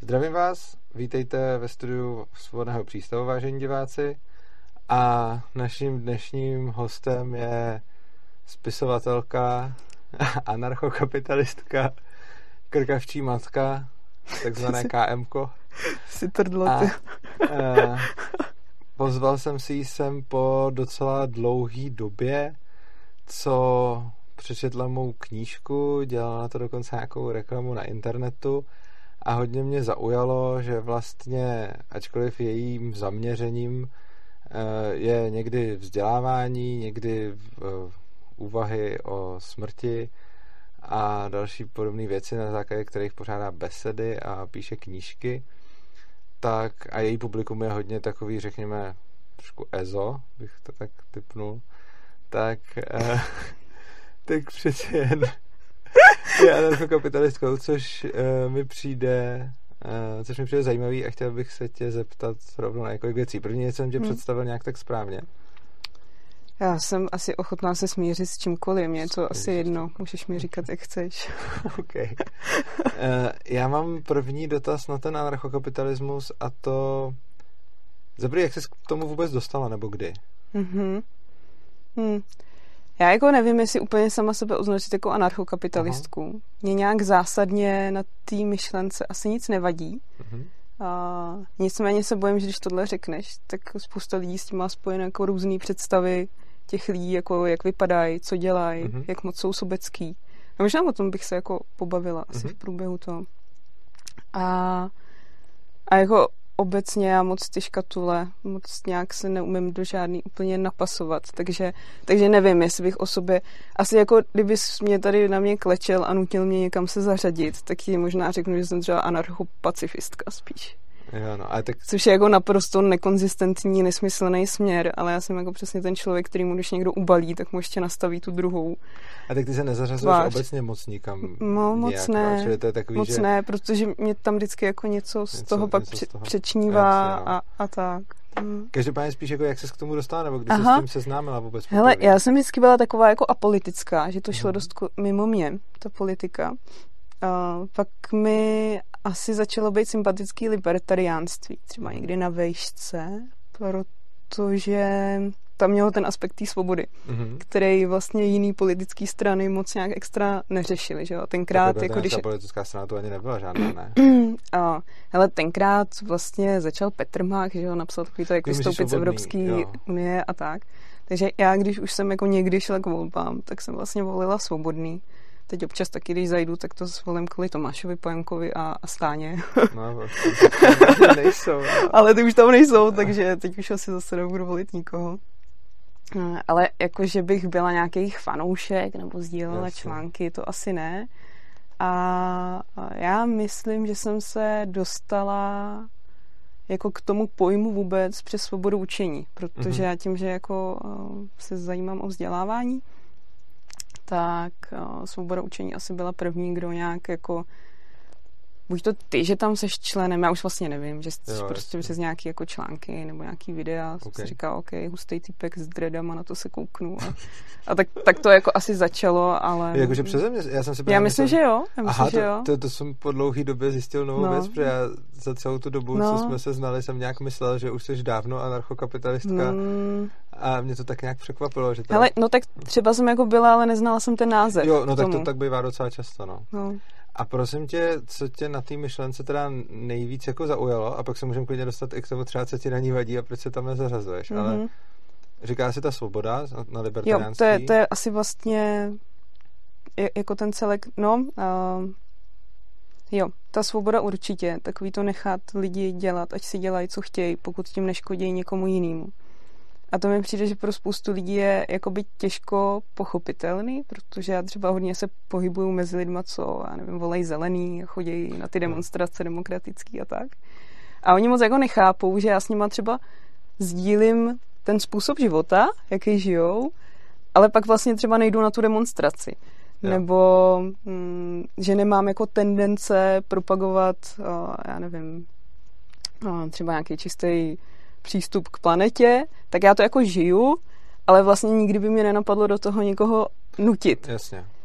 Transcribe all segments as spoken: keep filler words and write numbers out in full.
Zdravím vás, vítejte ve studiu Svobodného přístavu, vážení diváci. A naším dnešním hostem je spisovatelka, anarchokapitalistka, krkavčí matka, takzvané ká emko. Si trdlo, A ty. eh, pozval jsem si ji sem po docela dlouhý době, co přečetla mou knížku, dělala na to dokonce nějakou reklamu na internetu a hodně mě zaujalo, že vlastně, ačkoliv jejím zaměřením je někdy vzdělávání, někdy úvahy o smrti a další podobné věci, na základě kterých pořádá besedy a píše knížky, tak a její publikum je hodně takový, řekněme, trošku ezo, bych to tak tipnul, tak, eh, tak přece jen je anarchokapitalistka, což eh, mi přijde Uh, což mi přijde zajímavý a chtěl bych se tě zeptat rovnou na několik věcí. První jsem tě hmm. představil nějak tak správně. Já jsem asi ochotná se smířit s čímkoliv. Mně je to asi jedno. Můžeš mi říkat, jak chceš. OK. Uh, já mám první dotaz na ten anarchokapitalismus a to zaprvé, jak jsi k tomu vůbec dostala, nebo kdy? Mm-hmm. Hmm. Já jako nevím, jestli úplně sama sebe označit jako anarchokapitalistku. Aha. Mně nějak zásadně na té myšlence asi nic nevadí. Uh-huh. A nicméně se bojím, že když tohle řekneš, tak spousta lidí s tím má spojené jako různý představy těch lidí, jako jak vypadají, co dělají, uh-huh. jak moc jsou sobecký. A možná o tom bych se jako pobavila asi uh-huh. v průběhu toho. A, a jako obecně já moc ty škatule, moc nějak se neumím do žádný úplně napasovat, takže, takže nevím, jestli bych o sobě, asi jako kdybys mě tady na mě klečel a nutil mě někam se zařadit, tak ti možná řeknu, že jsem třeba anarchopacifistka spíš. Jo, no, ale tak... Což je jako naprosto nekonzistentní, nesmyslný směr, ale já jsem jako přesně ten člověk, který mu když někdo ubalí, tak mu ještě nastaví tu druhou. A tak ty se nezařazuješ tvář. Obecně moc nikam? No, moc nějak, ne, no, to je takový, moc že... ne, protože mě tam vždycky jako něco z něco, toho pak pře- toho. přečnívá Jasně, a, a tak. Hmm. Každopádně spíš jako jak ses k tomu dostala, nebo když jsi s tím seznámila vůbec? Hele, poprvé? Já jsem vždycky byla taková jako apolitická, že to šlo hmm. dost mimo mě, ta politika. Uh, pak mi asi začalo být sympatický libertariánství, třeba někdy na vejšce, protože tam mělo ten aspekt té svobody, mm-hmm. který vlastně jiný politický strany moc nějak extra neřešily, že jo. Tenkrát, jako když... politická strana to ani nebyla žádná, ne? A, hele, tenkrát vlastně začal Petr Mach, že jo, napsal takový to, jak vystoupit z Evropské unie a tak. Takže já, když už jsem jako někdy šla k volbám, tak jsem vlastně volila Svobodný. Teď občas taky, když zajdu, tak to zvolím kvůli Tomášovi Pojankovi a, a Stáně. No, vlastně nejsou. No. Ale ty už tam nejsou, takže teď už asi zase nebudu volit nikoho. Ale jako, že bych byla nějakých fanoušek nebo sdílela Jasně. články, to asi ne. A já myslím, že jsem se dostala jako k tomu pojmu vůbec přes svobodu učení, protože mm-hmm. já tím, že jako se zajímám o vzdělávání, tak uh, svoboda učení asi byla první, kdo nějak jako buď to ty, že tam seš členem, já už vlastně nevím, že jsi jo, prostě přes nějaký jako články nebo nějaký videa okay. si říkal, ok, hustý týpek s dreadama, na to se kouknu a, a tak, tak to jako asi začalo, ale... Jakože přeze mě, já jsem si Já myslím, myslel... že jo, já myslím, Aha, že to, jo. To, to jsem po dlouhý době zjistil novou no. věc, protože já za celou tu dobu, no. co jsme se znali, jsem nějak myslel, že už jsi dávno anarchokapitalistka mm. a mě to tak nějak překvapilo, že tam... Hele, no tak třeba jsem jako byla, ale neznala jsem ten název. Jo, no tak to tak bývá docela často, no. no. A prosím tě, co tě na té myšlence teda nejvíc jako zaujalo, a pak se můžeme klidně dostat i k tomu třeba, co ti na ní vadí a proč se tam nezařazuješ, mm-hmm. ale říká se ta svoboda na libertariánství? Jo, to je, to je asi vlastně jako ten celek, no, uh, jo, ta svoboda určitě, takový to nechat lidi dělat, ať si dělají, co chtějí, pokud tím neškodí někomu jinému. A to mi přijde, že pro spoustu lidí je jakoby těžko pochopitelný, protože já třeba hodně se pohybuju mezi lidma, co, já nevím, volají zelený a chodí na ty demonstrace demokratický a tak. A oni moc jako nechápou, že já s nima třeba sdílím ten způsob života, jaký žijou, ale pak vlastně třeba nejdu na tu demonstraci. Jo. Nebo hm, že nemám jako tendence propagovat, o, já nevím, o, třeba nějaký čistý přístup k planetě, tak já to jako žiju, ale vlastně nikdy by mě nenapadlo do toho někoho nutit. Jasně.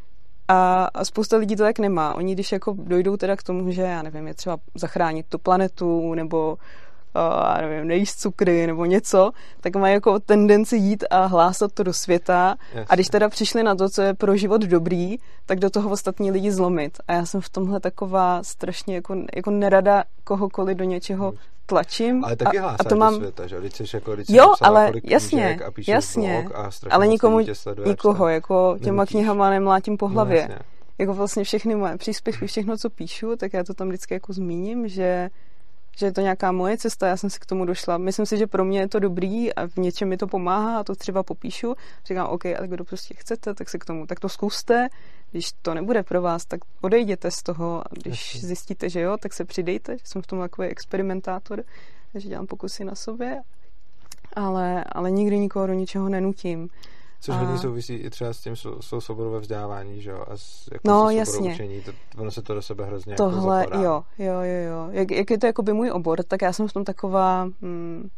A, a spousta lidí to tak nemá. Oni když jako dojdou teda k tomu, že já nevím, je třeba zachránit tu planetu, nebo já nevím, nejíst cukry nebo něco, tak mají jako tendenci jít a hlásat to do světa. Jasně. A když teda přišli na to, co je pro život dobrý, tak do toho ostatní lidi zlomit. A já jsem v tomhle taková strašně jako, jako nerada kohokoliv do něčeho tlačím. Ale taky a, hlásáš a to mám... do světa, že? Když jsi jako, když jo, ale jasně, a jasně. A ale nikomu, nikoho, jako těma nenutíš. Knihama nemlátím po hlavě. No, jako vlastně všechny moje příspěvky, všechno, co píšu, tak já to tam vždycky jako zmíním, že že je to nějaká moje cesta, já jsem si k tomu došla. Myslím si, že pro mě je to dobrý a v něčem mi to pomáhá a to třeba popíšu. Říkám, OK, ale kdo prostě chcete, tak se k tomu, tak to zkuste. Když to nebude pro vás, tak odejděte z toho. Když Jasně. zjistíte, že jo, tak se přidejte. Že jsem v tom takový experimentátor, že dělám pokusy na sobě, ale, ale nikdy nikoho do ničeho nenutím. Což hodně a... souvisí i třeba s tím svou svobodou ve vzdělávání, že jo? A s, jako no, se jasně. učení, to, ono se to do sebe hrozně Tohle, jako zapadá. jo, jo, jo, jo. Jak, jak je to jakoby můj obor, tak já jsem v tom taková hm,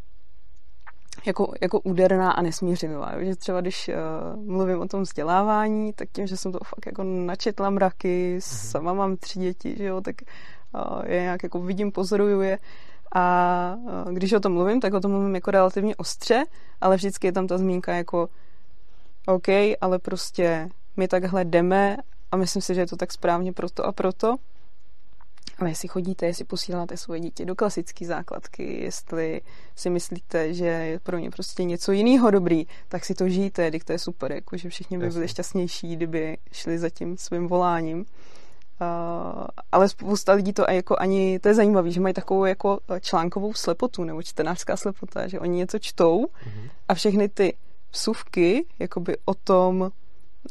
jako, jako úderná a nesmířivá. Že třeba když uh, mluvím o tom vzdělávání, tak tím, že jsem to fakt jako načetla mraky, mm-hmm. sama mám tři děti, že jo, tak uh, je nějak jako vidím, pozoruju je. A uh, když o tom mluvím, tak o tom mluvím jako relativně ostře, ale vždycky je tam ta zmínka jako OK, ale prostě my takhle jdeme a myslím si, že je to tak správně proto a proto. Ale jestli chodíte, jestli posíláte svoje dítě do klasické základky, jestli si myslíte, že je pro ně prostě něco jiného dobrý, tak si to žijte, když to je super, jako, že všichni by byli šťastnější, kdyby šli za tím svým voláním. Uh, ale spousta lidí to jako ani, to je zajímavé, že mají takovou jako článkovou slepotu, nebo čtenářská slepota, že oni něco čtou mm-hmm. a všechny ty vsuvky, jakoby o tom, uh,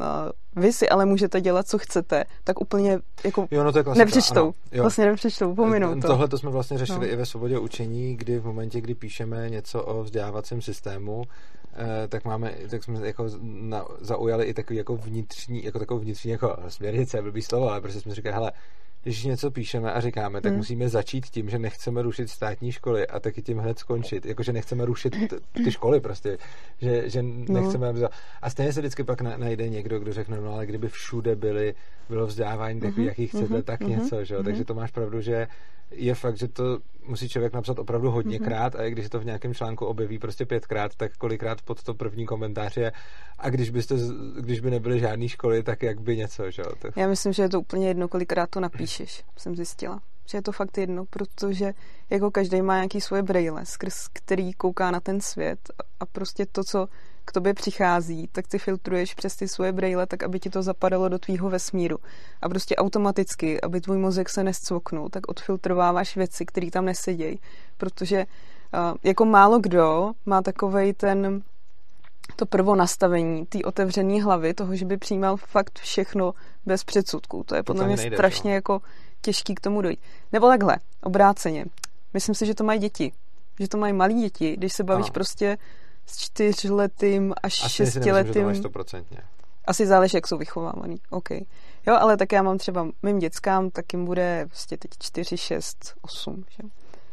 vy si ale můžete dělat, co chcete, tak úplně jako jo, no to je klasika, nepřečtou. Ano, jo. Vlastně nepřečtou, pominou to. Tohle to jsme vlastně řešili no. i ve Svobodě učení, kdy v momentě, kdy píšeme něco o vzdělávacím systému, eh, tak máme, tak jsme jako na, zaujali i takový jako vnitřní, jako takovou vnitřní jako směrnice, blbý slovo, ale prostě jsme říkali, hele, když něco píšeme a říkáme, tak hmm. musíme začít tím, že nechceme rušit státní školy a taky tím hned skončit. Jakože nechceme rušit t- ty školy prostě. Že, že nechceme... No. A stejně se vždycky pak najde někdo, kdo řekne, no ale kdyby všude byly, bylo vzdělávání takový, mm-hmm. jaký chcete, mm-hmm. tak mm-hmm. něco, že jo. Mm-hmm. Takže to máš pravdu, že je fakt, že to musí člověk napsat opravdu hodněkrát mm-hmm. a i když se to v nějakém článku objeví prostě pětkrát, tak kolikrát pod to první komentář je a když byste, když by nebyly žádné školy, tak jak by něco, že jo. Tak... Já myslím, že je to úplně jedno, kolikrát to napíšeš, jsem zjistila. Že je to fakt jedno, protože jako každý má nějaký svoje brejle, skrz který kouká na ten svět a prostě to, co k tobě přichází, tak ty filtruješ přes ty svoje brejle, tak aby ti to zapadalo do tvýho vesmíru. A prostě automaticky, aby tvůj mozek se nescvoknul, tak odfiltrováváš věci, které tam nesedějí. Protože uh, jako málo kdo má takovej ten to prvonastavení té otevřené hlavy, toho, že by přijímal fakt všechno bez předsudků. To je podle mě nejde, strašně jo. jako těžký k tomu dojít. Nebo takhle, obráceně. Myslím si, že to mají děti. Že to mají malí děti, když se bavíš ano. prostě s čtyřletým až Asi šestiletým. Asi stoprocentně. Asi záleží, jak jsou vychovávaný. OK. Jo, ale tak já mám třeba mým dětskám, tak jim bude prostě teď čtyři, šest, osm. Že?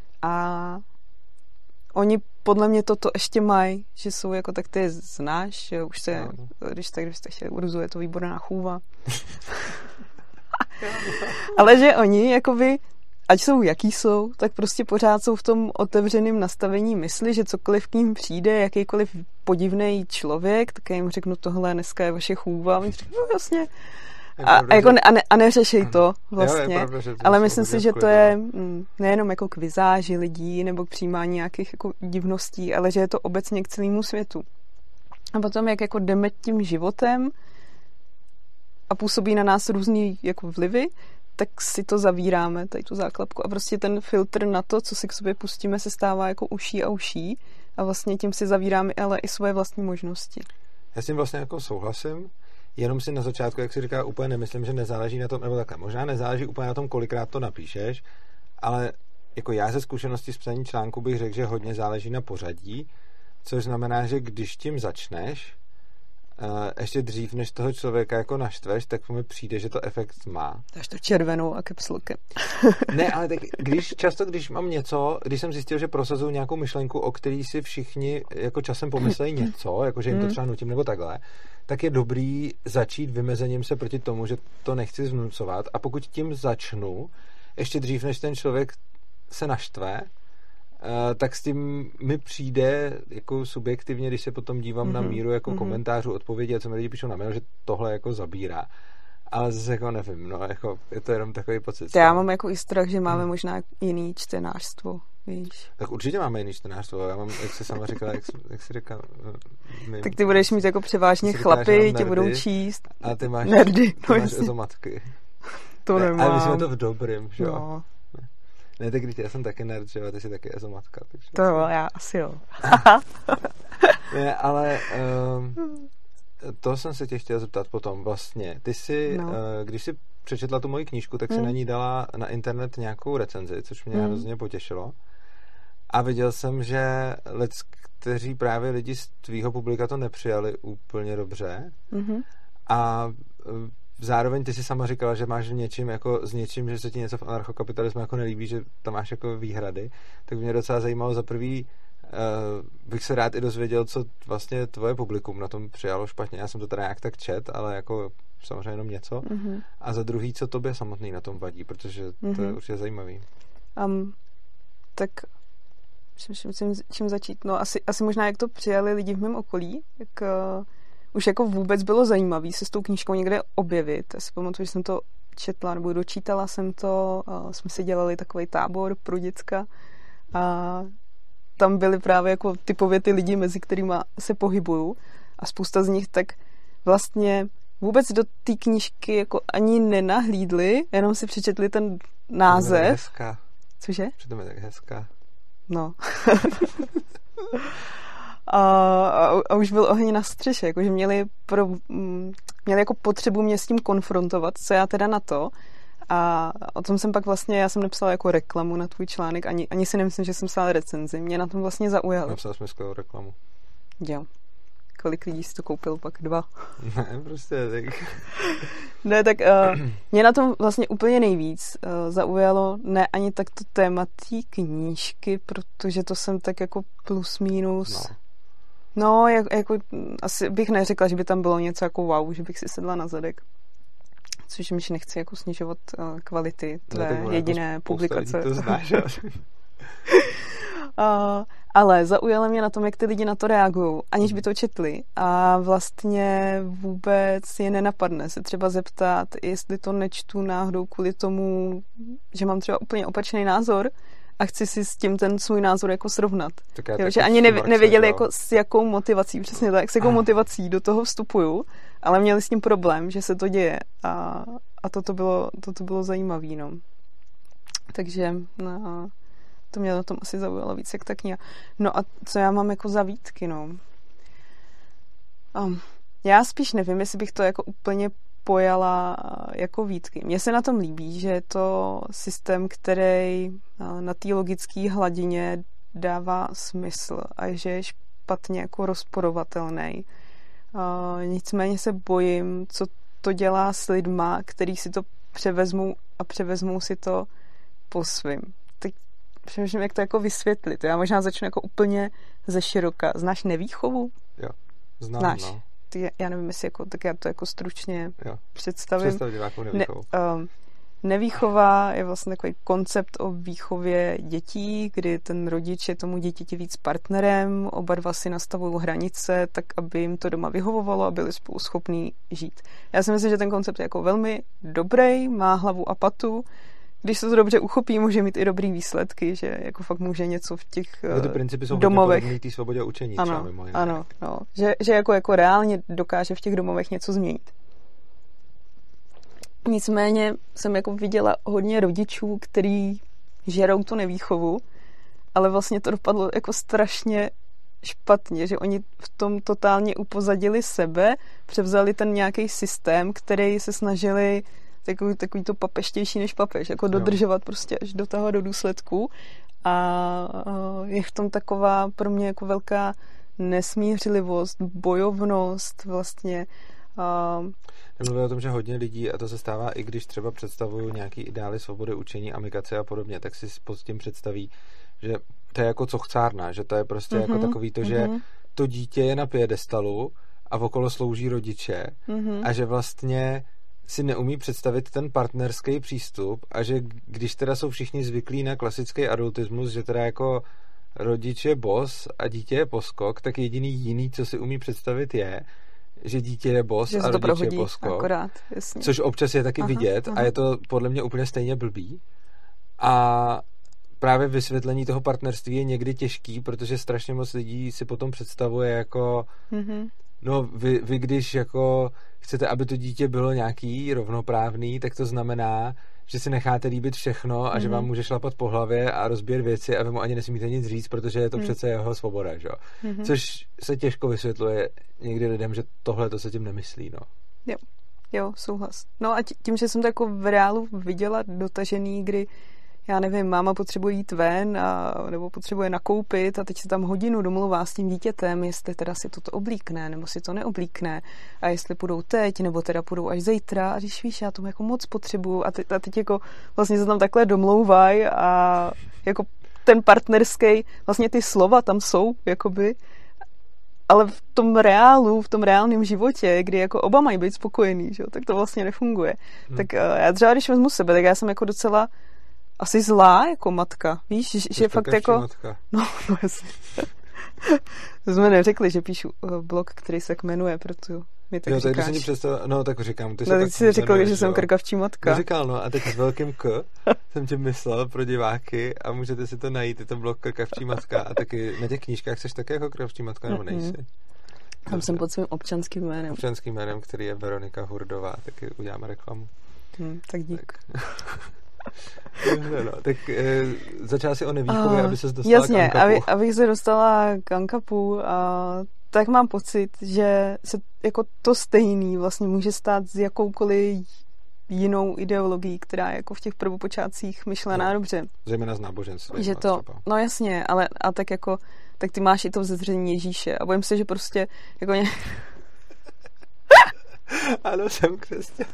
A oni podle mě toto ještě mají, že jsou jako, tak ty je znáš, že už se, no. když tak, když tak urzu, je to výborná chůva. Ale že oni, jakoby, ať jsou jaký jsou, tak prostě pořád jsou v tom otevřeném nastavení mysli, že cokoliv k ním přijde, jakýkoliv podivný člověk, tak já jim řeknu, tohle dneska je vaše chůva. A oni řeknou, no jasně. A, a, jako ne, a, ne, a neřešej to vlastně. Jo, pravda, to ale myslím si, že to je mm, nejenom jako k vizáži lidí nebo k přijímání nějakých jako divností, ale že je to obecně k celému světu. A potom, jak jako jdeme tím životem a působí na nás různý jako vlivy, tak si to zavíráme, tady tu záklapku. A prostě ten filtr na to, co si k sobě pustíme, se stává jako uší a uší. A vlastně tím si zavíráme ale i svoje vlastní možnosti. Já s tím vlastně jako souhlasím. Jenom si na začátku, jak si říká, úplně nemyslím, že nezáleží na tom, nebo takhle, možná nezáleží úplně na tom, kolikrát to napíšeš, ale jako já ze zkušenosti z psaní článku bych řekl, že hodně záleží na pořadí, což znamená, že když tím začneš, uh, ještě dřív, než toho člověka jako naštveš, tak mi přijde, že to efekt má. Dáš to červenou a capsulkem. Ne, ale tak když, často, když mám něco, když jsem zjistil, že prosazuju nějakou myšlenku, o který si všichni jako časem pomyslejí něco, jako že jim to třeba nutím nebo takhle, tak je dobrý začít vymezením se proti tomu, že to nechci znucovat, a pokud tím začnu, ještě dřív, než ten člověk se naštve, tak s tím mi přijde jako subjektivně, když se potom dívám mm-hmm. na míru jako mm-hmm. komentářů, odpovědí a co mi lidi píšou na mail, že tohle jako zabírá. Ale zase jako nevím, no, jako je to jenom takový pocit. Já mám jako i strach, že máme hmm. možná jiný čtenářstvo, víš. Tak určitě máme jiný čtenářstvo, já mám, jak jsi sama říkala, jak, jak jsi říkala... Mým, tak ty budeš mít jako převážně chlapy, tě budou číst. A ty máš, nerdy, ty no máš ezomatky. To ne, nemám. Ale myslím to v dobrým, že jo. No. Ne, ne tak když já jsem taky nerd, že jo, ty jsi taky ezomatka. Takže to jo, já asi jo. ne, ale... Um, to jsem se tě chtěl zeptat potom vlastně. Ty jsi, no. když jsi přečetla tu moji knížku, tak si mm. na ní dala na internet nějakou recenzi, což mě mm. hrozně potěšilo. A viděl jsem, že lec, kteří právě lidi z tvýho publika to nepřijali úplně dobře. Mm-hmm. A zároveň ty si sama říkala, že máš v něčím jako s něčím, že se ti něco v anarchokapitalismu jako nelíbí, že tam máš jako výhrady. Tak mě docela zajímalo za prvý, Uh, bych se rád i dozvěděl, co vlastně tvoje publikum na tom přijalo špatně. Já jsem to teda nějak tak čet, ale jako samozřejmě jenom něco. Mm-hmm. A za druhý, co tobě samotný na tom vadí, protože mm-hmm. to je určitě zajímavý. Um, tak myslím, čím začít. No asi, asi možná, jak to přijali lidi v mém okolí, jak uh, už jako vůbec bylo zajímavý se s tou knížkou někde objevit. Já si pamatuju, že jsem to četla, nebo dočítala jsem to, uh, jsme si dělali takový tábor pro děcka a tam byly právě jako typově ty lidi, mezi kterými se pohybuju, a spousta z nich tak vlastně vůbec do té knížky jako ani nenahlídli, jenom si přečetli ten název. Je hezká. Cože? Přitom je tak hezká. No. a, a, a už byl oheň na střeše, jakože měli, pro, měli jako potřebu mě s tím konfrontovat, co já teda na to. A o tom jsem pak vlastně, já jsem nepsala jako reklamu na tvůj článek, ani, ani si nemyslím, že jsem psala recenzi. Mě na tom vlastně zaujalo. Napsala jsme skvělou reklamu. Jo. Kolik lidí si to koupil? Pak dva. Ne, prostě tak. Ne, tak uh, mě na tom vlastně úplně nejvíc uh, zaujalo ne ani tak to téma té knížky, protože to jsem tak jako plus minus. No. No, jak, jako asi bych neřekla, že by tam bylo něco jako wow, že bych si sedla na zadek. Což mi nechci jako snižovat uh, kvality tvé ne, jediné jako publikace. To znáš, uh, ale zaujalo mě na tom, jak ty lidi na to reagují, aniž by to četli, a vlastně vůbec je nenapadne se třeba zeptat, jestli to nečtu náhodou kvůli tomu, že mám třeba úplně opačný názor a chci si s tím ten svůj názor jako srovnat. Jo, že ani nev, nevěděli jako s jakou motivací, přesně tak, s jakou motivací do toho vstupuju, ale měli s tím problém, že se to děje, a, a toto bylo, toto bylo zajímavé, no. Takže no, to mě na tom asi zaujalo víc, jak ta kniha. No a co já mám jako za výtky, no. Um, já spíš nevím, jestli bych to jako úplně pojala jako výtky. Mně se na tom líbí, že je to systém, který na té logické hladině dává smysl a že je špatně jako rozporovatelný. Uh, nicméně se bojím, co to dělá s lidma, který si to převezmou a převezmou si to po svým. Teď přemýšlím, jak to jako vysvětlit. Já možná začnu jako úplně ze široka. Znáš nevýchovu? Jo, znám, Znáš? No. Ty, já nevím, jestli jako, tak já to jako stručně jo. představím. Představ divákům nevýchovu. Ne, um, nevýchova je vlastně takový koncept o výchově dětí, kdy ten rodič je tomu dítěti víc partnerem, oba dva si nastavují hranice, tak aby jim to doma vyhovovalo a byli spolu schopní žít. Já si myslím, že ten koncept je jako velmi dobrý, má hlavu a patu. Když se to dobře uchopí, může mít i dobrý výsledky, že jako fakt může něco v těch uh, ty principy jsou domovech. Hodně té svobodě učení, ano, třeba mimo jiné. Ano, no. že, že jako, jako reálně dokáže v těch domovech něco změnit. Nicméně jsem jako viděla hodně rodičů, který žerou tu nevýchovu, ale vlastně to dopadlo jako strašně špatně, že oni v tom totálně upozadili sebe, převzali ten nějaký systém, který se snažili takový, takový to papeštější než papež, jako dodržovat prostě až do toho do důsledku, a je v tom taková pro mě jako velká nesmířlivost, bojovnost vlastně. Mluvím o tom, že hodně lidí, a to se stává i když třeba představují nějaký ideály svobody učení, amikace a podobně, tak si pod tím představí, že to je jako cochcárna, že to je prostě mm-hmm, jako takový to, že mm-hmm. to dítě je na piedestalu a okolo slouží rodiče mm-hmm. a že vlastně si neumí představit ten partnerský přístup a že když teda jsou všichni zvyklí na klasický adultismus, že teda jako rodič je boss a dítě je poskok, tak jediný jiný, co si umí představit je, že dítě je boss a rodič prohodí, je poskok. Akorát, jasně. Což občas je taky aha, vidět aha. a je to podle mě úplně stejně blbý. A právě vysvětlení toho partnerství je někdy těžký, protože strašně moc lidí si potom představuje jako mm-hmm. no vy, vy když jako chcete, aby to dítě bylo nějaký rovnoprávný, tak to znamená, že si necháte líbit všechno a mm-hmm. že vám může šlapat po hlavě a rozbíjet věci a vy mu ani nesmíte nic říct, protože je to mm. přece jeho svoboda, že? Mm-hmm. Což se těžko vysvětluje někdy lidem, že tohle to se tím nemyslí, no. Jo, jo, souhlas. No a tím, že jsem to jako v reálu viděla dotažený, kdy já nevím, máma potřebuje jít ven a, nebo potřebuje nakoupit a teď se tam hodinu domluvá s tím dítětem, jestli teda si toto oblíkne nebo si to neoblíkne a jestli půjdou teď nebo teda půjdou až zítra a když víš, já tomu jako moc potřebuju a, teď, a teď jako vlastně se tam takhle domlouvají a jako ten partnerský, vlastně ty slova tam jsou, jakoby, ale v tom reálu, v tom reálném životě, kdy jako oba mají být spokojení, že? Tak to vlastně nefunguje. Hmm. Tak já třeba, když vezmu sebe, tak já jsem jako docela asi zlá jako matka, víš, že, že fakt jako... Matka. No, no jasně. To jsme neřekli, že píšu blog, který se jmenuje, proto mi tak jo, říkáš. Jo, tak když si představ... No, tak říkám. Ty no, teď jsi řekl, že jsem krkavčí matka. No, říkal, no, a teď s velkým K jsem tě myslel pro diváky a můžete si to najít, je to blog Krkavčí matka a taky na těch knížkách jsi taky jako krkavčí matka, nebo nejsi? Mm-hmm. Tam jsem pod svým občanským jménem. Občanským jménem, který je Veronika Hurdová, taky uděláme reklamu. Hmm, tak dík. Tak. No, no, tak e, začala si o nevýchově, uh, aby se dostala jasně, k Ankapu. Aby, abych se dostala k Ankapu, a tak mám pocit, že se jako to stejný vlastně může stát s jakoukoliv jinou ideologií, která je jako v těch prvopočátcích myšlená no, dobře. Zejména z náboženství. Že to, no jasně, ale a tak jako, tak ty máš i to vzezření Ježíše a bojím se, že prostě jako ně... Ano, jsem křesťan.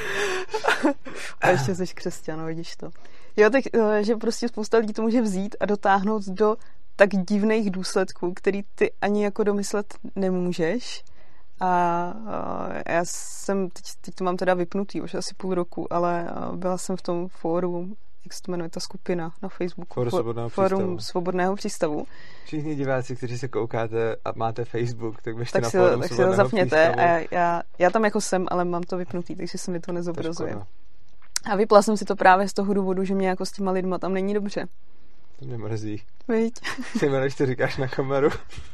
A ještě jsi křesťan, vidíš to. Jo, tak, že prostě spousta lidí to může vzít a dotáhnout do tak divných důsledků, který ty ani jako domyslet nemůžeš. A, a já jsem, teď, teď to mám teda vypnutý, už asi půl roku, ale byla jsem v tom fóru, jak se to jmenuje, ta skupina na Facebooku. Fórum svobodného Fórum přístavu. svobodného přístavu. Všichni diváci, kteří se koukáte a máte Facebook, tak běžte tak na si, Fórum tak svobodného si to zapněte přístavu. a já, já, já tam jako jsem, ale mám to vypnutý, takže se mi to nezobrazuje. A vypla jsem si to právě z toho důvodu, že mě jako s těma lidma tam není dobře. To mě mrzí. Viď? Zejména, když to říkáš na kameru.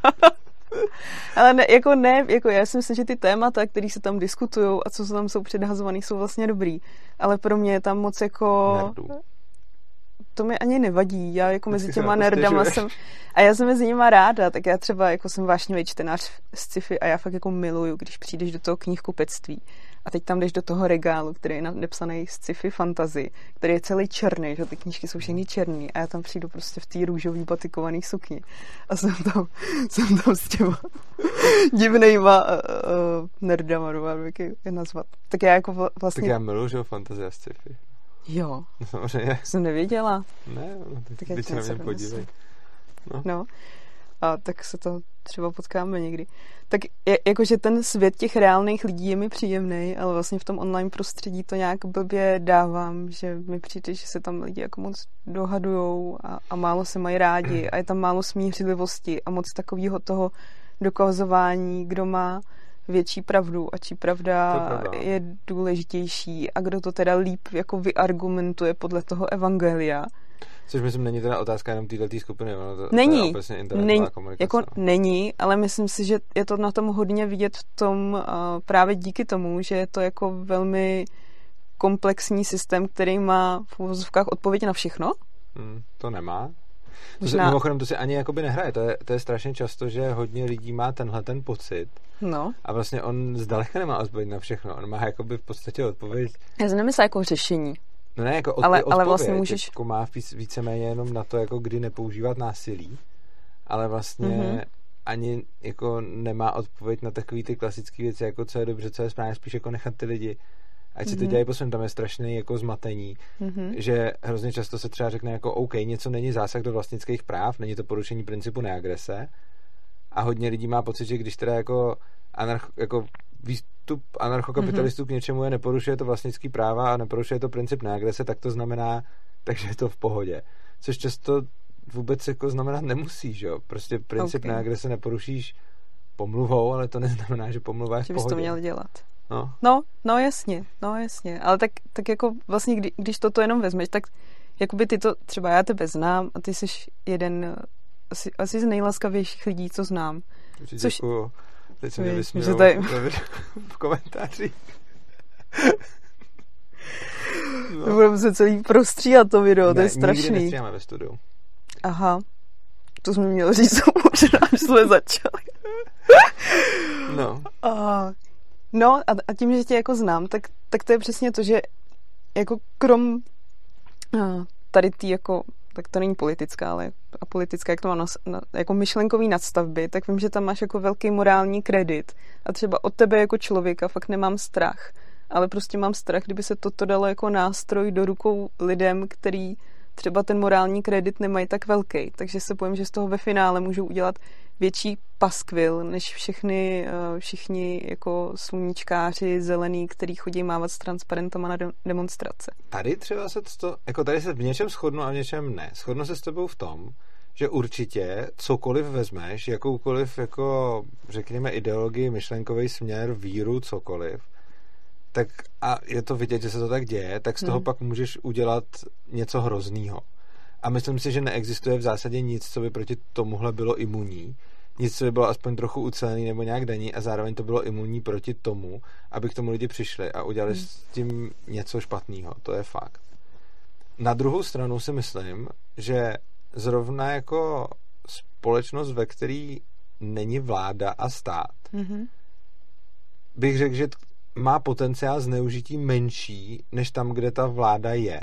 Ale ne, jako ne, jako já si myslím, že ty témata, které se tam diskutujou a co tam jsou předhazovaný, jsou vlastně dobrý. Ale pro mě je tam moc jako... Nerdů. To mi ani nevadí. Já jako mezi těma nerdama jsem... A já jsem mezi nima ráda, tak já třeba jako jsem vášnivý čtenář z sci-fi a já fakt jako miluju, když přijdeš do toho knihkupectví a teď tam jdeš do toho regálu, který je napsaný sci-fi fantasy, který je celý černý, že ty knížky jsou všechny černý a já tam přijdu prostě v té růžový batikovaný sukni a jsem tam, jsem tam s těma divnejma uh, uh, nerdama, nevím, jak je nazvat. Tak já jako vlastně... Tak já miluju, že o fantasy a sci-fi. Jo. Samozřejmě. Jsem nevěděla. Ne, no, tak, tak teď se na mě podívej. No. no. A tak se to třeba potkáme někdy. Tak je, jakože ten svět těch reálných lidí je mi příjemný, ale vlastně v tom online prostředí to nějak blbě dávám, že mi přijde, že se tam lidi jako moc dohadujou a, a málo se mají rádi a je tam málo smířlivosti a moc takového toho dokazování, kdo má větší pravdu a čí pravda je, je důležitější a kdo to teda líp jako vyargumentuje podle toho evangelia. Což myslím, není teda otázka jenom této skupiny, ono to, není, to je obecně internetová není, komunikace. Jako není, ale myslím si, že je to na tom hodně vidět v tom uh, právě díky tomu, že je to jako velmi komplexní systém, který má v uvozovkách odpověď na všechno. Hmm, to nemá. To Možná... se, mimochodem to si ani jakoby nehraje. To je, to je strašně často, že hodně lidí má tenhle ten pocit. No. A vlastně on zdaleka nemá odpověď na všechno. On má jakoby v podstatě odpověď. Já si nemyslím jako řešení. No ne, jako od, ale, odpověď. Ale vlastně můžeš... Jako má víceméně jenom na to, jako kdy nepoužívat násilí. Ale vlastně mm-hmm. ani jako nemá odpověď na takový ty klasické věci, jako co je dobře, co je správně, spíš jako nechat ty lidi ať si mm-hmm. to dělají po svém, tam je strašný jako zmatení, mm-hmm. že hrozně často se třeba řekne jako OK, něco není zásah do vlastnických práv, není to porušení principu neagrese a hodně lidí má pocit, že když teda jako anarcho, jako výstup anarchokapitalistů mm-hmm. k něčemu je neporušuje to vlastnický práva a neporušuje to princip neagrese, tak to znamená, takže je to v pohodě. Což často vůbec jako znamenat nemusí, že jo? Prostě princip okay. neagrese neporušíš pomluvou, ale to neznamená, že pomluva je v že pohodě. Že bys to měl dělat. No. no, no jasně, no jasně. Ale tak, tak jako vlastně, kdy, když toto jenom vezmeš, tak jakoby ty to, třeba já tebe znám a ty jsi jeden asi, asi z nejlaskavějších lidí, co znám. Určitě což... Děkuju. Teď se mě vysmějou tady... v komentářích. No. Budeme se celý prostříhat to video, ne, to je strašný. Nikdy nestříháme ve studiu. Aha, to jsme měli říct možná, až jsme začali. No. A, no a, a tím, že tě jako znám, tak, tak to je přesně to, že jako krom a, tady tý jako, tak to není politická, ale a politická, jak to má na, na, jako myšlenkový nadstavby, tak vím, že tam máš jako velký morální kredit a třeba od tebe jako člověka fakt nemám strach, ale prostě mám strach, kdyby se toto dalo jako nástroj do rukou lidem, který třeba ten morální kredit nemají tak velký, takže se bojím, že z toho ve finále můžou udělat větší paskvil, než všechny, všichni jako sluníčkáři zelený, který chodí mávat s transparentama na demonstrace. Tady třeba se to, jako tady se v něčem shodnu a v něčem ne. Shodnu se s tebou v tom, že určitě cokoliv vezmeš, jakoukoliv jako řekněme ideologii, myšlenkový směr, víru, cokoliv, tak a je to vidět, že se to tak děje, tak z toho hmm. pak můžeš udělat něco hroznýho. A myslím si, že neexistuje v zásadě nic, co by proti tomuhle bylo imunní. Nic, co by bylo aspoň trochu ucelený nebo nějak daní a zároveň to bylo imunní proti tomu, aby k tomu lidi přišli a udělali hmm. s tím něco špatného. To je fakt. Na druhou stranu si myslím, že zrovna jako společnost, ve který není vláda a stát, hmm. bych řekl, že má potenciál zneužití menší, než tam, kde ta vláda je.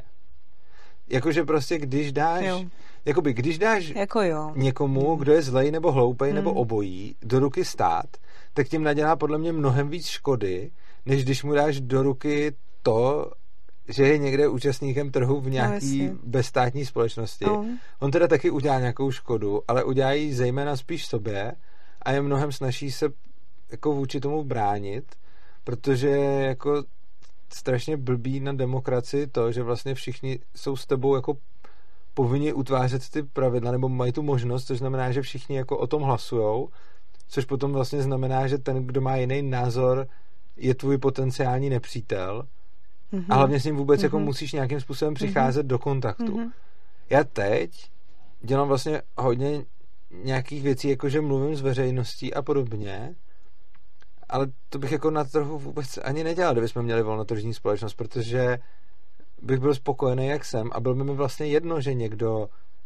Jakože prostě, když dáš jo. jakoby, když dáš jako jo. někomu, kdo je zlej nebo hloupej hmm. nebo obojí, do ruky stát, tak tím nadělá podle mě mnohem víc škody, než když mu dáš do ruky to, že je někde účastníkem trhu v nějaký no, bezstátní společnosti. No. On teda taky udělá nějakou škodu, ale udělá ji zejména spíš sobě a je mnohem snazší se jako vůči tomu bránit, protože jako strašně blbý na demokracii to, že vlastně všichni jsou s tebou jako povinni utvářet ty pravidla, nebo mají tu možnost, což znamená, že všichni jako o tom hlasujou, což potom vlastně znamená, že ten, kdo má jiný názor, je tvůj potenciální nepřítel mm-hmm. a hlavně s ním vůbec mm-hmm. jako musíš nějakým způsobem přicházet mm-hmm. do kontaktu. Mm-hmm. Já teď dělám vlastně hodně nějakých věcí, jakože mluvím s veřejností a podobně, ale to bych jako na trhu vůbec ani nedělal, kdybychom měli volnotržní společnost, protože bych byl spokojený, jak jsem, a bylo by mi vlastně jedno, že někdo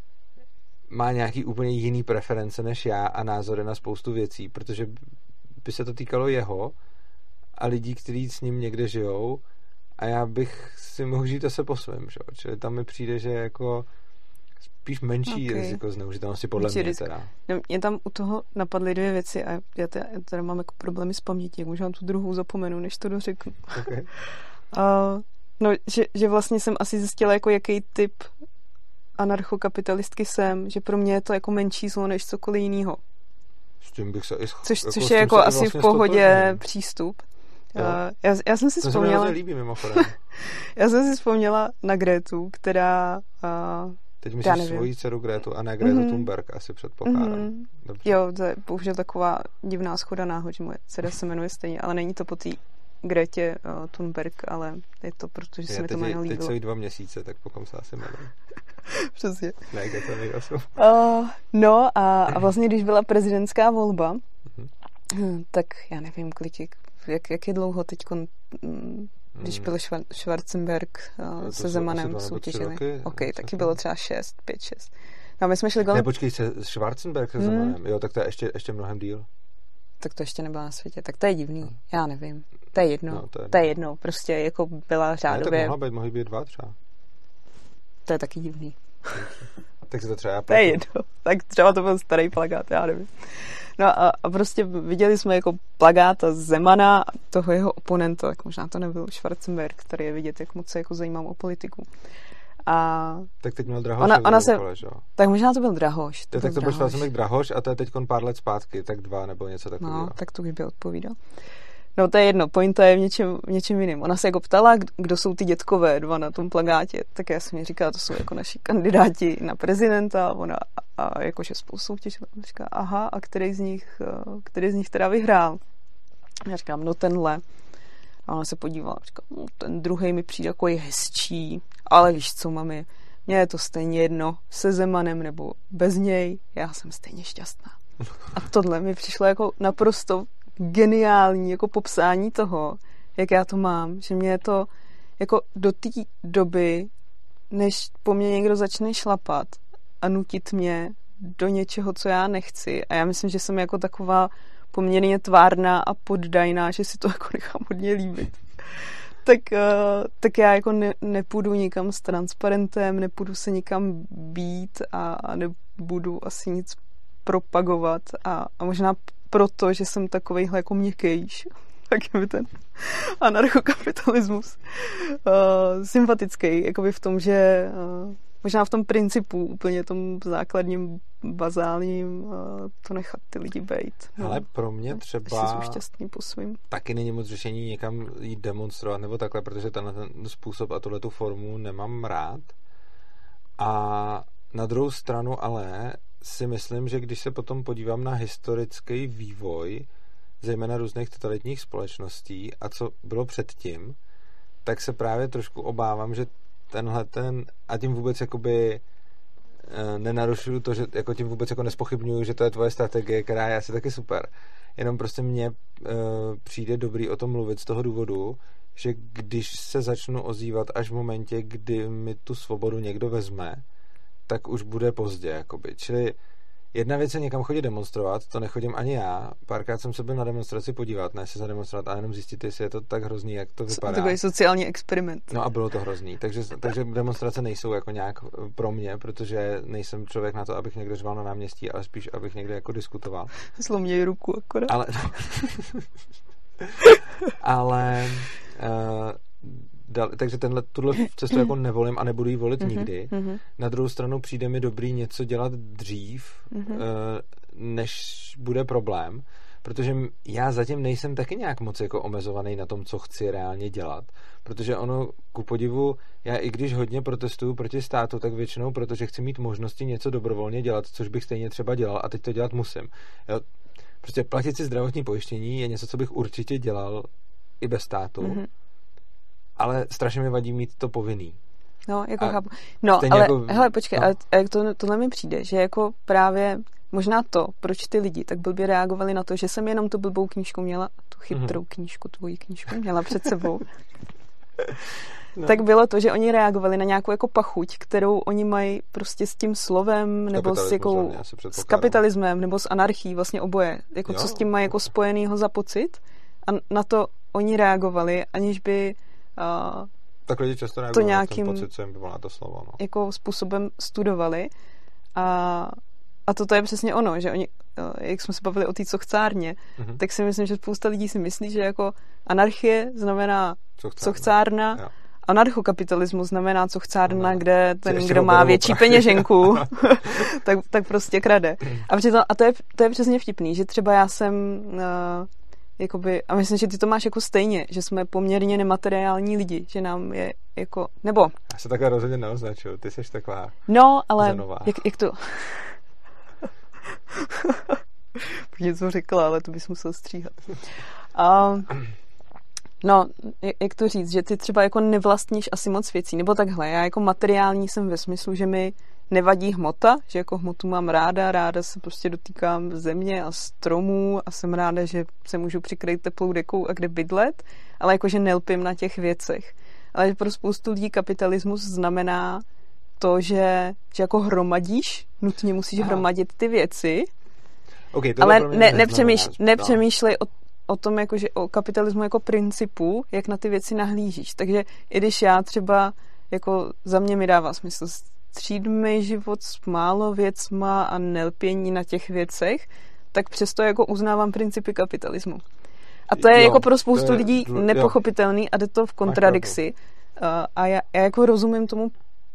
má nějaký úplně jiný preference než já a názory na spoustu věcí, protože by se to týkalo jeho a lidí, kteří s ním někde žijou a já bych si mohl žít zase po svém, že? Čili tam mi přijde, že jako spíš menší okay. riziko zneužitelnosti podle menší mě risk. Teda. Mě tam u toho napadly dvě věci a já teda, já teda mám jako problémy s pamětí, jak možná tu druhou zapomenu, než to dořeknu. Okay. uh, no, že, že vlastně jsem asi zjistila, jako jaký typ anarchokapitalistky jsem, že pro mě je to jako menší zlo než cokoliv jinýho. S tím bych se i sch- Což, jako což je jako asi vlastně v pohodě stotožný. Přístup. Uh, já, já jsem si to vzpomněla... To se mi líbí mimochodem. Já jsem si vzpomněla na Gretu, která... Uh, Teď myslíš svoji dceru Gretu a ne Gretu mm-hmm. Thunberg, asi předpokládám. Mm-hmm. Jo, to je bohužel taková divná schoda náhod, že moje dcera se jmenuje stejně, ale není to po té Gretě uh, Thunberg, ale je to proto, že se mi to jméno líbilo. Teď jsou jí dva měsíce, tak potom se asi jmenuje. Přesně. Ne, Greta nejasou. Uh, no a, a vlastně, když byla prezidentská volba, mm-hmm. tak já nevím, kolik, jak, jak je dlouho teď, když byl Schwarzenberg uh, se Zemanem soutěžili. Ok, taky bylo třeba šest, pět, šest. No, my jsme šli kolem... Ne, počkej, se Schwarzenberg se Zemanem. Hmm. Jo, tak to je ještě, ještě mnohem díl. Tak to ještě nebyla na světě. Tak to je divný. No. Já nevím. To je jedno. No, to, je... to je jedno. Prostě jako byla řádově... Ne, tak mohla být, mohly být dva třeba. To je taky divný. Tak se to třeba... To je jedno. Tak třeba to byl starý plakát, já nevím. No a, a prostě viděli jsme jako plagáta Zemana, toho jeho oponenta, tak možná to nebyl Schwarzenberg, který je vidět, jak moc se jako zajímám o politiku. A tak teď měl Drahoš. Ona, ona se, okolo, tak možná to byl Drahoš. To, to tak to byl Švarcemilk Drahoš a to je teď pár let zpátky, tak dva nebo něco takového. No, tak to už by odpovídal. No to je jedno, pointa je v něčem, v něčem jiným. Ona se jako ptala, kdo jsou ty dětkové dva na tom plakátě, tak já jsem mi říkala, to jsou jako naši kandidáti na prezidenta, ona a, a jakože spolu soutěžila. Říká, aha, a který z nich, který z nich teda vyhrál? Já říkám, no tenhle. A ona se podívala, říká, no, ten druhý mi přijde jako je hezčí, ale víš co, mami, mně je to stejně jedno, se Zemanem nebo bez něj, já jsem stejně šťastná. A tohle mi přišlo jako naprosto geniální jako popsání toho, jak já to mám, že mě je to jako do té doby, než po mně někdo začne šlapat a nutit mě do něčeho, co já nechci. A já myslím, že jsem jako taková poměrně tvárná a poddajná, že si to jako nechám hodně líbit. Tak, uh, tak já jako ne, nepůjdu nikam s transparentem, nepůjdu se nikam být a, a nebudu asi nic propagovat a, a možná proto, že jsem takovejhle jako měkkejš, tak je mi ten anarchokapitalismus uh, sympatický, jakoby v tom, že uh, možná v tom principu, úplně tom základním, bazálním, uh, to nechat ty lidi bejt. Ale no. pro mě třeba jsou šťastný po svým. Taky není moc řešení někam jít demonstrovat nebo takhle, protože tenhle ten způsob a tuhletu formu nemám rád. A na druhou stranu ale si myslím, že když se potom podívám na historický vývoj, zejména různých totalitních společností a co bylo předtím, tak se právě trošku obávám, že tenhle ten, a tím vůbec jakoby e, nenarušuju to, že jako tím vůbec jako nespochybňuju, že to je tvoje strategie, která je asi taky super. Jenom prostě mně e, přijde dobrý o tom mluvit z toho důvodu, že když se začnu ozývat až v momentě, kdy mi tu svobodu někdo vezme, tak už bude pozdě, jakoby. Čili jedna věc je někam chodit demonstrovat, to nechodím ani já. Párkrát jsem se byl na demonstraci podívat, ne se zademonstrovat, a jenom zjistit, jestli je to tak hrozný, jak to vypadá. Takový sociální experiment. No a bylo to hrozný. Takže, takže demonstrace nejsou jako nějak pro mě, protože nejsem člověk na to, abych někde řval na náměstí, ale spíš, abych někde jako diskutoval. Zloměj ruku akorát. Ale... ale... Uh, Dal, takže tenhle, tuhle cestu jako nevolím a nebudu ji volit mm-hmm, nikdy. Mm-hmm. Na druhou stranu přijde mi dobrý něco dělat dřív, mm-hmm. než bude problém, protože já zatím nejsem taky nějak moc jako omezovaný na tom, co chci reálně dělat. Protože ono, ku podivu, já i když hodně protestuju proti státu, tak většinou, protože chci mít možnosti něco dobrovolně dělat, což bych stejně třeba dělal a teď to dělat musím. Jo? Prostě platit si zdravotní pojištění je něco, co bych určitě dělal i bez státu. Mm-hmm. Ale strašně mi vadí mít to povinný. No, jako a chápu. No, ale jako, hele, počkej, no. ale to, tohle mi přijde, že jako právě možná to, proč ty lidi tak blbě reagovali na to, že jsem jenom tu blbou knížku měla, tu chytrou mm-hmm. knížku, tvoji knížku měla před sebou. No. Tak bylo to, že oni reagovali na nějakou jako pachuť, kterou oni mají prostě s tím slovem, nebo s, jakou, s kapitalismem, nebo s anarchií, vlastně oboje. Jako jo. Co s tím mají jako spojenýho za pocit. A na to oni reagovali, aniž by Uh, tak lidi často reagují na ten pocit, co jim vyvolá to slovo. No. Jako způsobem studovali a, a toto je přesně ono, že oni, jak jsme se bavili o té cochcárně, mm-hmm. tak si myslím, že spousta lidí si myslí, že jako anarchie znamená cochcárna, cochcárna anarchokapitalismus znamená cochcárna, no, kde ten, kdo má větší prachy. peněženku, tak, tak prostě krade. A, přitom, a to, je, to je přesně vtipný, že třeba já jsem uh, jakoby, a myslím, že ty to máš jako stejně, že jsme poměrně nemateriální lidi, že nám je jako, nebo... Já se takhle rozhodně neoznačuju, ty seš taková no, ale jak, jak to... něco řekla, ale to bys musel stříhat. A, no, jak to říct, že ty třeba jako nevlastníš asi moc věcí, nebo takhle, já jako materiální jsem ve smyslu, že mi nevadí hmota, že jako hmotu mám ráda, ráda se prostě dotýkám země a stromů a jsem ráda, že se můžu přikrýt teplou dekou a kde bydlet, ale jakože nelpím na těch věcech. Ale pro spoustu lidí kapitalismus znamená to, že, že jako hromadíš, nutně musíš Aha. hromadit ty věci, okay, ale ne, nepřemýš, nepřemýšlej o, o tom, jakože o kapitalismu jako principu, jak na ty věci nahlížíš. Takže i když já třeba, jako za mě mi dává smysl střídmý život s málo věcma a nelpění na těch věcech, tak přesto jako uznávám principy kapitalismu. A to je jo, jako pro spoustu je, lidí nepochopitelný a jde to v kontradikci. A já, já jako rozumím tomu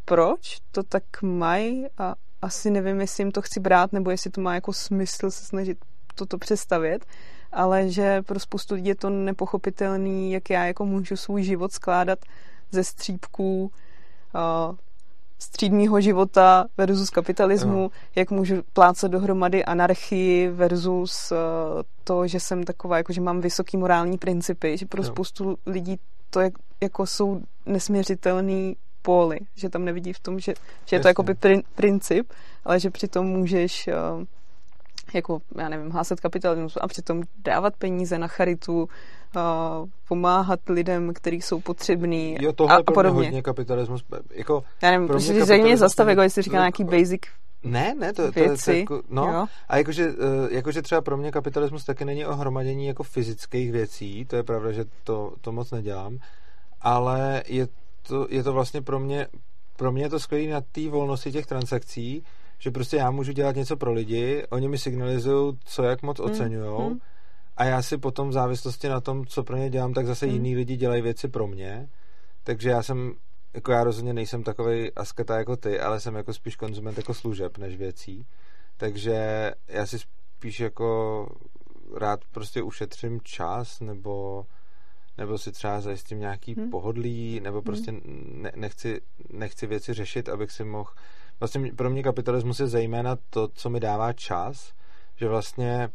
proč to tak mají a asi nevím, jestli jim to chci brát, nebo jestli to má jako smysl se snažit toto představit, ale že pro spoustu lidí je to nepochopitelný, jak já jako můžu svůj život skládat ze střípků uh, střídního života versus kapitalismu, no. Jak můžu plácat dohromady anarchii versus uh, to, že jsem taková, jako že mám vysoký morální principy, že pro no. spoustu lidí to jak, jako jsou nesměřitelný póly, že tam nevidí v tom, že, že je to jakoby prin, princip, ale že přitom můžeš uh, jako, já nevím, hlásat kapitalismus a přitom dávat peníze na charitu, uh, pomáhat lidem, kteří jsou potřební jo, tohle a, a podobně. Hodně kapitalismus. Jako, já nevím, protože zajímavě zastav, jako jestli říká to, nějaký basic ne, ne, to, to, to je jako, no, jo. A jakože, jakože třeba pro mě kapitalismus taky není o hromadění jako fyzických věcí, to je pravda, že to, to moc nedělám, ale je to, je to vlastně pro mě, pro mě je to skvělý na té volnosti těch transakcí, že prostě já můžu dělat něco pro lidi, oni mi signalizují, co jak moc oceňujou mm. a já si potom v závislosti na tom, co pro ně dělám, tak zase mm. jiný lidi dělají věci pro mě. Takže já jsem, jako já rozhodně nejsem takovej asketa jako ty, ale jsem jako spíš konzument jako služeb než věcí. Takže já si spíš jako rád prostě ušetřím čas nebo nebo si třeba zajistím nějaký hmm. pohodlí, nebo prostě ne, nechci, nechci věci řešit, abych si mohl... Vlastně pro mě kapitalismus je zejména to, co mi dává čas, že vlastně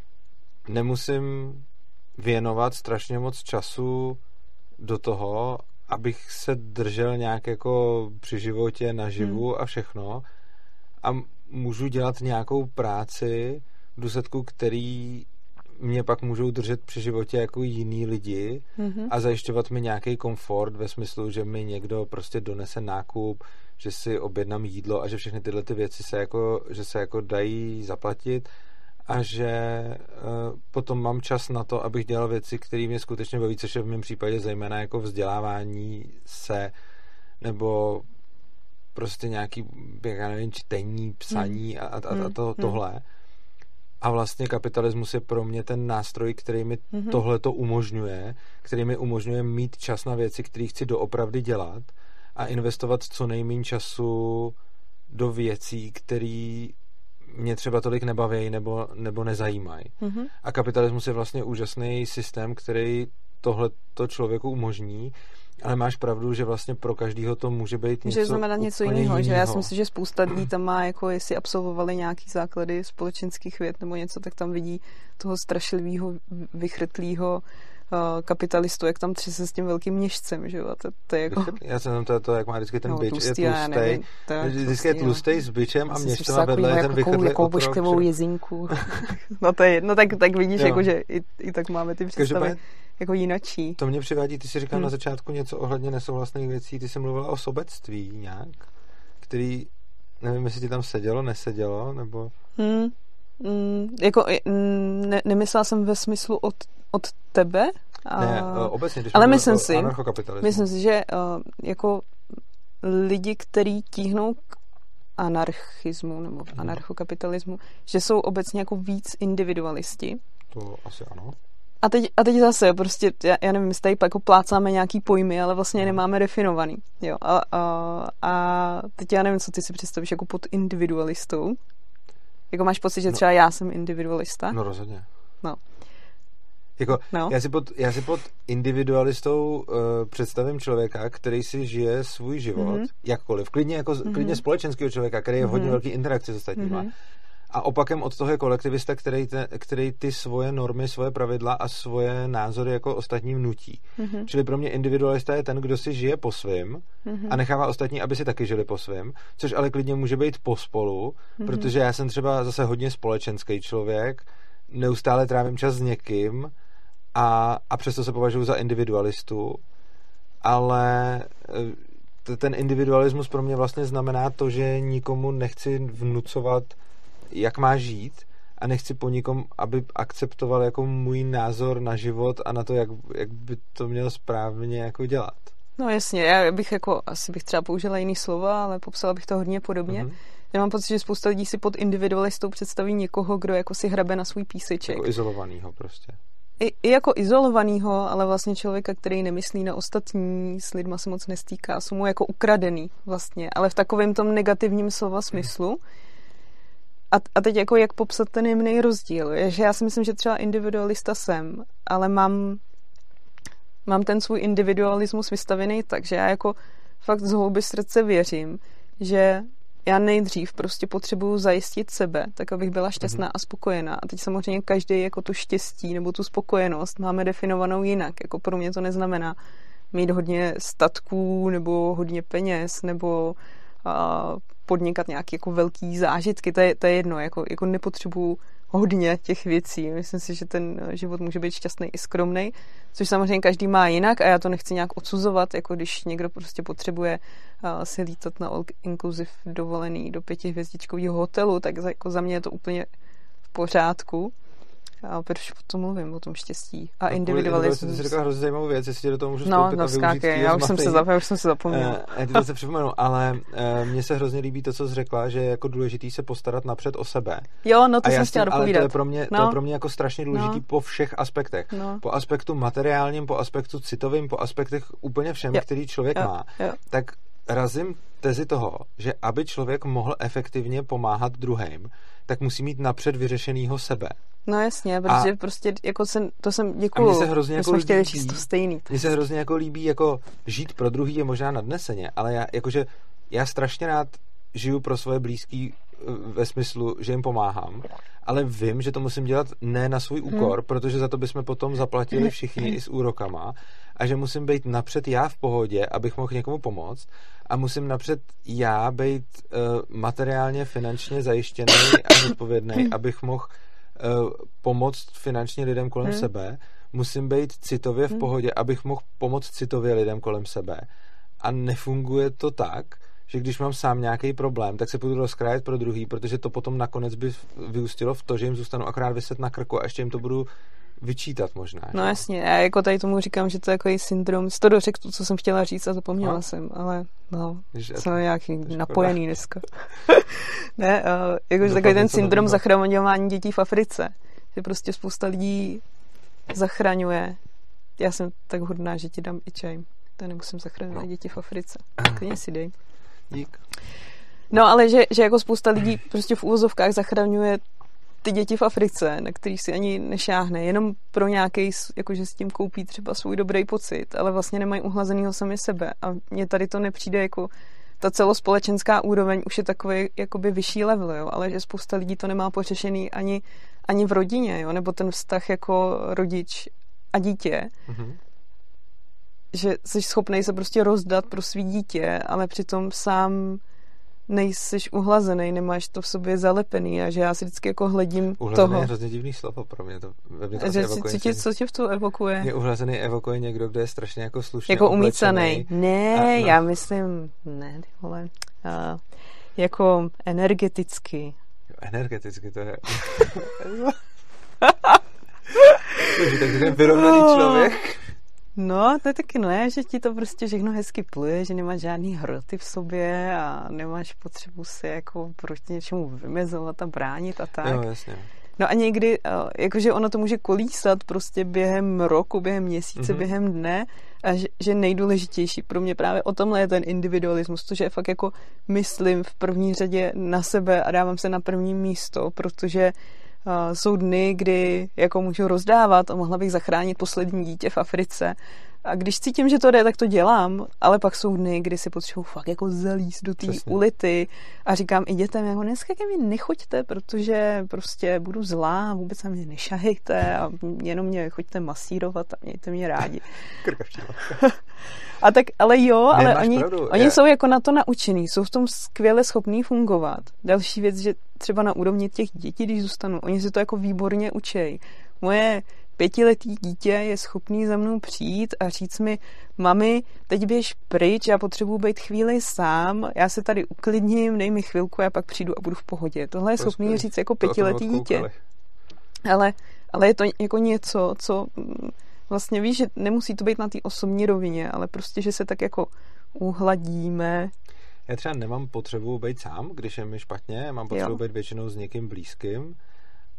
nemusím věnovat strašně moc času do toho, abych se držel nějak jako při životě, naživu hmm. a všechno a můžu dělat nějakou práci, v důsledku který mě pak můžou držet při životě jako jiný lidi mm-hmm. a zajišťovat mi nějaký komfort ve smyslu, že mi někdo prostě donese nákup, že si objednám jídlo a že všechny tyhle ty věci se jako, že se jako dají zaplatit a že uh, potom mám čas na to, abych dělal věci, které mě skutečně baví, což je v mém případě zejména jako vzdělávání se nebo prostě nějaký, já nevím, čtení, psaní mm. a, a, a to, mm. tohle. A vlastně kapitalismus je pro mě ten nástroj, který mi mm-hmm. tohleto umožňuje, který mi umožňuje mít čas na věci, které chci doopravdy dělat a investovat co nejméně času do věcí, které mě třeba tolik nebaví nebo, nebo nezajímají. Mm-hmm. A kapitalismus je vlastně úžasný systém, který tohleto člověku umožní, ale máš pravdu, že vlastně pro každýho to může být něco, že znamená něco jiného, že já si myslím, že spousta lidí tam má, jako jestli absolvovali nějaký základy společenských věd nebo něco, tak tam vidí toho strašlivého, vychrtlého uh, kapitalistu, jak tam třese s tím velkým měšcem, že jo, a to, to je jako... Já jsem to, to, jak má vždycky ten no, bič, tlustý, je tlustej, vždycky je tlustej s bičem a měšcem a vedle je ten vychrtlý jako božklivou jezinku. No to je jedno, tak, tak vidíš, jako, že i, i tak máme ty představy. Jako jinačí. To mě přivádí, ty jsi říkal hmm. na začátku něco ohledně nesouhlasných věcí, ty jsi mluvila o sobectví nějak, který, nevím, jestli ti tam sedělo, nesedělo, nebo... Hmm. Hmm. Jako, ne, nemyslela jsem ve smyslu od, od tebe. A... Ne, obecně, když ale myslím si, anarchokapitalismu. Myslím si, že uh, jako lidi, kteří tíhnou k anarchismu nebo hmm. anarchokapitalismu, že jsou obecně jako víc individualisti. To asi ano. A teď, a teď zase, prostě, já, já nevím, my tady jako plácáme nějaký pojmy, ale vlastně je nemáme definovaný. Jo. A, a, a teď já nevím, co ty si představíš jako pod individualistou. Jako máš pocit, že no, třeba já jsem individualista? No rozhodně. No. Jako, no. Já, si pod, já si pod individualistou uh, představím člověka, který si žije svůj život, mm-hmm. jakkoliv. Klidně, jako, mm-hmm. klidně společenského člověka, který je v hodně mm-hmm. velký interakci s ostatníma. Mm-hmm. A opakem od toho je kolektivista, který, te, který ty svoje normy, svoje pravidla a svoje názory jako ostatním nutí. Mm-hmm. Čili pro mě individualista je ten, kdo si žije po svém mm-hmm. a nechává ostatní, aby si taky žili po svém, což ale klidně může být pospolu, mm-hmm. protože já jsem třeba zase hodně společenský člověk, neustále trávím čas s někým a, a přesto se považuji za individualistu, ale t- ten individualismus pro mě vlastně znamená to, že nikomu nechci vnucovat, jak má žít a nechci po nikom, aby akceptoval jako můj názor na život a na to, jak, jak by to mělo správně jako dělat. No jasně, já bych jako, asi bych třeba použila jiný slova, ale popsala bych to hodně podobně. Mm-hmm. Já mám pocit, že spousta lidí si pod individualistou představí někoho, kdo jako si hrabe na svůj píseček. Jako izolovanýho prostě. i, i jako izolovanýho, ale vlastně člověka, který nemyslí na ostatní, s lidma se moc nestýká, jsou mu jako ukradený vlastně, ale v takovém tom negativním slova smyslu. A, a teď jako jak popsat ten jemný rozdíl, je, že já si myslím, že třeba individualista jsem, ale mám mám ten svůj individualismus vystavený tak, že já jako fakt z hloubi srdce věřím, že já nejdřív prostě potřebuju zajistit sebe, tak abych byla šťastná mm-hmm. a spokojená. A teď samozřejmě každý jako tu štěstí nebo tu spokojenost máme definovanou jinak. Jako pro mě to neznamená mít hodně statků nebo hodně peněz nebo a, podnikat nějaké jako velký zážitky. To je, to je jedno. Jako, jako nepotřebuju hodně těch věcí. Myslím si, že ten život může být šťastný i skromný, což samozřejmě každý má jinak a já to nechci nějak odsuzovat, jako když někdo prostě potřebuje uh, si lítat na all-inclusive dovolený do pětihvězdičkového hotelu, tak za, jako za mě je to úplně v pořádku. A proč potom mluvím o tom štěstí a no, individualismu. Ty jsi řekla hrozně zajímavou věc, jestli do toho můžu no, vstoupit no, a využít já už jsem se zapomněl, už jsem se zapomněl. Uh, já ti to se připomenu, ale uh, mně se hrozně líbí to, co jsi řekla, že je jako důležitý se postarat napřed o sebe. Jo, no to jsem chtěla dopovídat. Ale to je pro mě, no. to je pro mě jako strašně důležitý no. po všech aspektech. No. Po aspektu materiálním, po aspektu citovým, po aspektech úplně všem, jo. který člověk jo. má. Jo. Tak razím tezi toho, že aby člověk mohl efektivně pomáhat druhým, tak musí mít napřed vyřešenýho sebe. No jasně, protože a, prostě jako jsem, to jsem děkuju. A mně se hrozně jako jsme chtěli líbí, říct to stejný. Mně se hrozně jako líbí jako žít pro druhý je možná nadneseně, ale já jakože já strašně rád žiju pro svoje blízký ve smyslu, že jim pomáhám, ale vím, že to musím dělat ne na svůj úkor, hmm. protože za to bychom potom zaplatili všichni i s úrokama a že musím být napřed já v pohodě, abych mohl někomu pomoct a musím napřed já být uh, materiálně, finančně zajištěný a zodpovědný, abych mohl uh, pomoct finančně lidem kolem hmm. sebe. Musím být citově v pohodě, abych mohl pomoct citově lidem kolem sebe. A nefunguje to tak, že když mám sám nějaký problém, tak se půjdu rozkrájet pro druhý, protože to potom nakonec by vyústilo v to, že jim zůstanu akorát vyset na krku a ještě jim to budu vyčítat možná. No že? Jasně, já jako tady tomu říkám, že to je takový syndrom, jsi to dořekl to, co jsem chtěla říct a zapomněla no. jsem, ale no, jsem nějaký napojený dneska. ne, uh, jakože takový ten syndrom zachraňování dětí v Africe, že prostě spousta lidí zachraňuje. Já jsem tak hodná, že ti dám i čaj. To nemusím zachraňovat no. děti v Africe. Klidně si dej. Dík. No ale že, že jako spousta lidí prostě v úvozovkách zachraňuje ty děti v Africe, na který si ani nešáhne, jenom pro nějaký, jakože s tím koupí třeba svůj dobrý pocit, ale vlastně nemají uhlazenýho sami sebe. A mně tady to nepřijde jako ta celospolečenská úroveň už je takový jakoby vyšší level, jo, ale že spousta lidí to nemá pořešený ani, ani v rodině, jo, nebo ten vztah jako rodič a dítě. Mm-hmm. Že jsi schopnej se prostě rozdat pro svý dítě, ale přitom sám nejsiš uhlazený, nemáš to v sobě zalepený a že já si vždycky jako hledím uhlazený toho. Je hrozně divný slovo pro mě. To, ve mě to že, co, tě, co tě v tom evokuje? Mě uhlazený evokuje někdo, kdo je strašně jako slušně jako umícanej. Jako umícanej. Ne, a, no. já myslím, ne, vole, a, jako energeticky. Energeticky, to je... Takže tak je vyrovnaný člověk. No, to je taky ne, že ti to prostě všechno hezky pluje, že nemáš žádný hroty v sobě a nemáš potřebu se jako proti něčemu vymezovat a bránit a tak. Jo, jasně. No a někdy, jakože ono to může kolísat prostě během roku, během měsíce, mm-hmm. během dne a že, že nejdůležitější pro mě právě o tomhle je ten individualismus, to, že fakt jako myslím v první řadě na sebe a dávám se na první místo, protože Uh, jsou dny, kdy jako můžu rozdávat a mohla bych zachránit poslední dítě v Africe. A když cítím, že to jde, tak to dělám, ale pak jsou dny, kdy si potřebuji fakt jako zalízt do té ulity a říkám i dětem, jako dneska ke mně nechoďte, protože prostě budu zlá, vůbec se mě nešahejte a jenom mě choďte masírovat a mějte mě rádi. A tak, ale jo, ale oni, oni jsou jako na to naučený, jsou v tom skvěle schopní fungovat. Další věc, že třeba na úrovni těch dětí, když zůstanu, oni si to jako výborně učej. Moje pětiletý dítě je schopný za mnou přijít a říct mi, mami, teď běž pryč, já potřebuji být chvíli sám, já se tady uklidním, dej mi chvilku, já pak přijdu a budu v pohodě. Tohle je schopný Prospěch. říct jako pětiletý dítě. Ale, ale je to jako něco, co vlastně víš, že nemusí to být na té osobní rovině, ale prostě, že se tak jako uhladíme. Já třeba nemám potřebu být sám, když je mi špatně, mám potřebu jo. být většinou s někým blízkým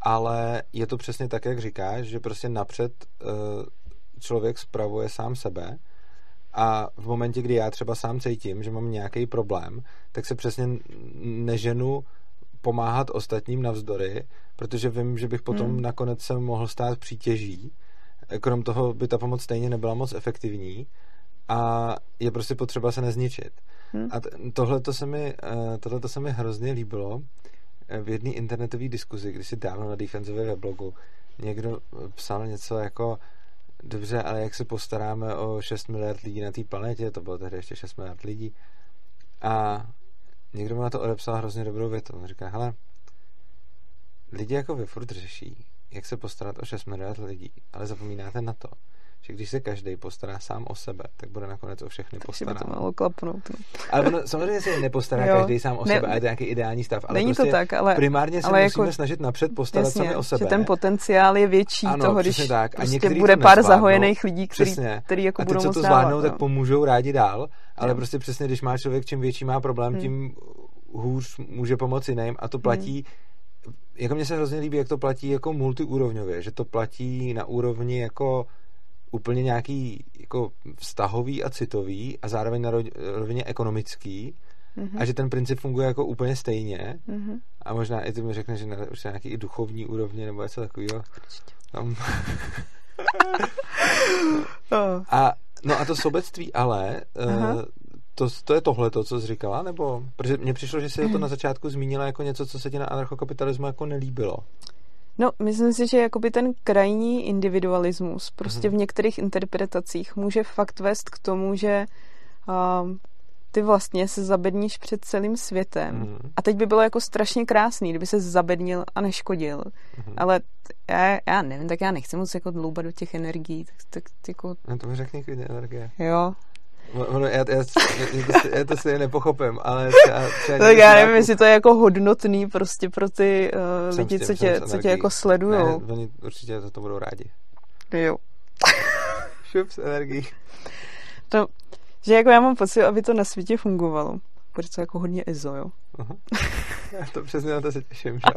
ale je to přesně tak, jak říkáš, že prostě napřed uh, člověk spravuje sám sebe a v momentě, kdy já třeba sám cítím, že mám nějaký problém, tak se přesně neženu pomáhat ostatním navzdory, protože vím, že bych potom hmm. nakonec se mohl stát přítěží. Krom toho by ta pomoc stejně nebyla moc efektivní a je prostě potřeba se nezničit. Hmm. A tohle to se mi, tohle to se mi hrozně líbilo v jedné internetové diskuzi, když si dávno na Defensivě weblogu někdo psal něco jako dobře, ale jak se postaráme o šest miliard lidí na té planetě, to bylo tehdy ještě šest miliard lidí, a někdo mu na to odepsal hrozně dobrou větu. On říká, hele, lidi jako vy furt řeší, jak se postarat o šest miliard lidí, ale zapomínáte na to, že když se každý postará sám o sebe, tak bude nakonec o všechny postará. Takže by to malo klapnout. No. Ale ono, samozřejmě se nepostará jo. každý sám o ne, sebe, ale to je nějaký ideální stav. Ale není prostě to tak, ale primárně se ale musíme jako, snažit napřed postarat jasně, sami o sebe. Že ten potenciál je větší ano, toho, když tak. A prostě bude pár nezvládnou, zahojených lidí, který, který jako a budou moc moc to dávat. zvládnou, no. tak pomůžou rádi dál, ale jo. prostě přesně, když má člověk, čím větší má problém, tím hmm. hůř může pomoci jiným a to platí hmm. jako mně se hrozně líbí, jak to platí jako multiúrovňově, že to platí na úrovni jako úplně nějaký jako vztahový a citový a zároveň na rovině ekonomický mm-hmm. a že ten princip funguje jako úplně stejně mm-hmm. a možná i ty mi řekneš, že na už nějaký i duchovní úrovni nebo něco takového. Tam... no. A, no a to sobectví ale uh, to, to je tohleto, co jsi říkala, nebo? Protože mně přišlo, že jsi to na začátku zmínila jako něco, co se ti na anarchokapitalismu jako nelíbilo. No, myslím si, že jakoby ten krajní individualismus prostě hmm. v některých interpretacích může fakt vést k tomu, že uh, ty vlastně se zabedníš před celým světem. Hmm. A teď by bylo jako strašně krásný, kdyby se zabednil a neškodil. Hmm. Ale já, já nevím, tak já nechci moc jako dloubat do těch energií. Tak, tak jako... No to mi řekni klidně energie. Jo. Ono, já, já, já to si nepochopím, ale třeba, třeba tak já nevím, jestli to je jako hodnotný prostě pro ty uh, lidi, tím, co, tě, co tě jako sledujou. Ne, oni určitě za to budou rádi. Jo. Šup s energií. To, že jako já mám pocit, aby to na světě fungovalo. Bude to jako hodně ezo, jo. Aha. Já to přesně na to se těším, že?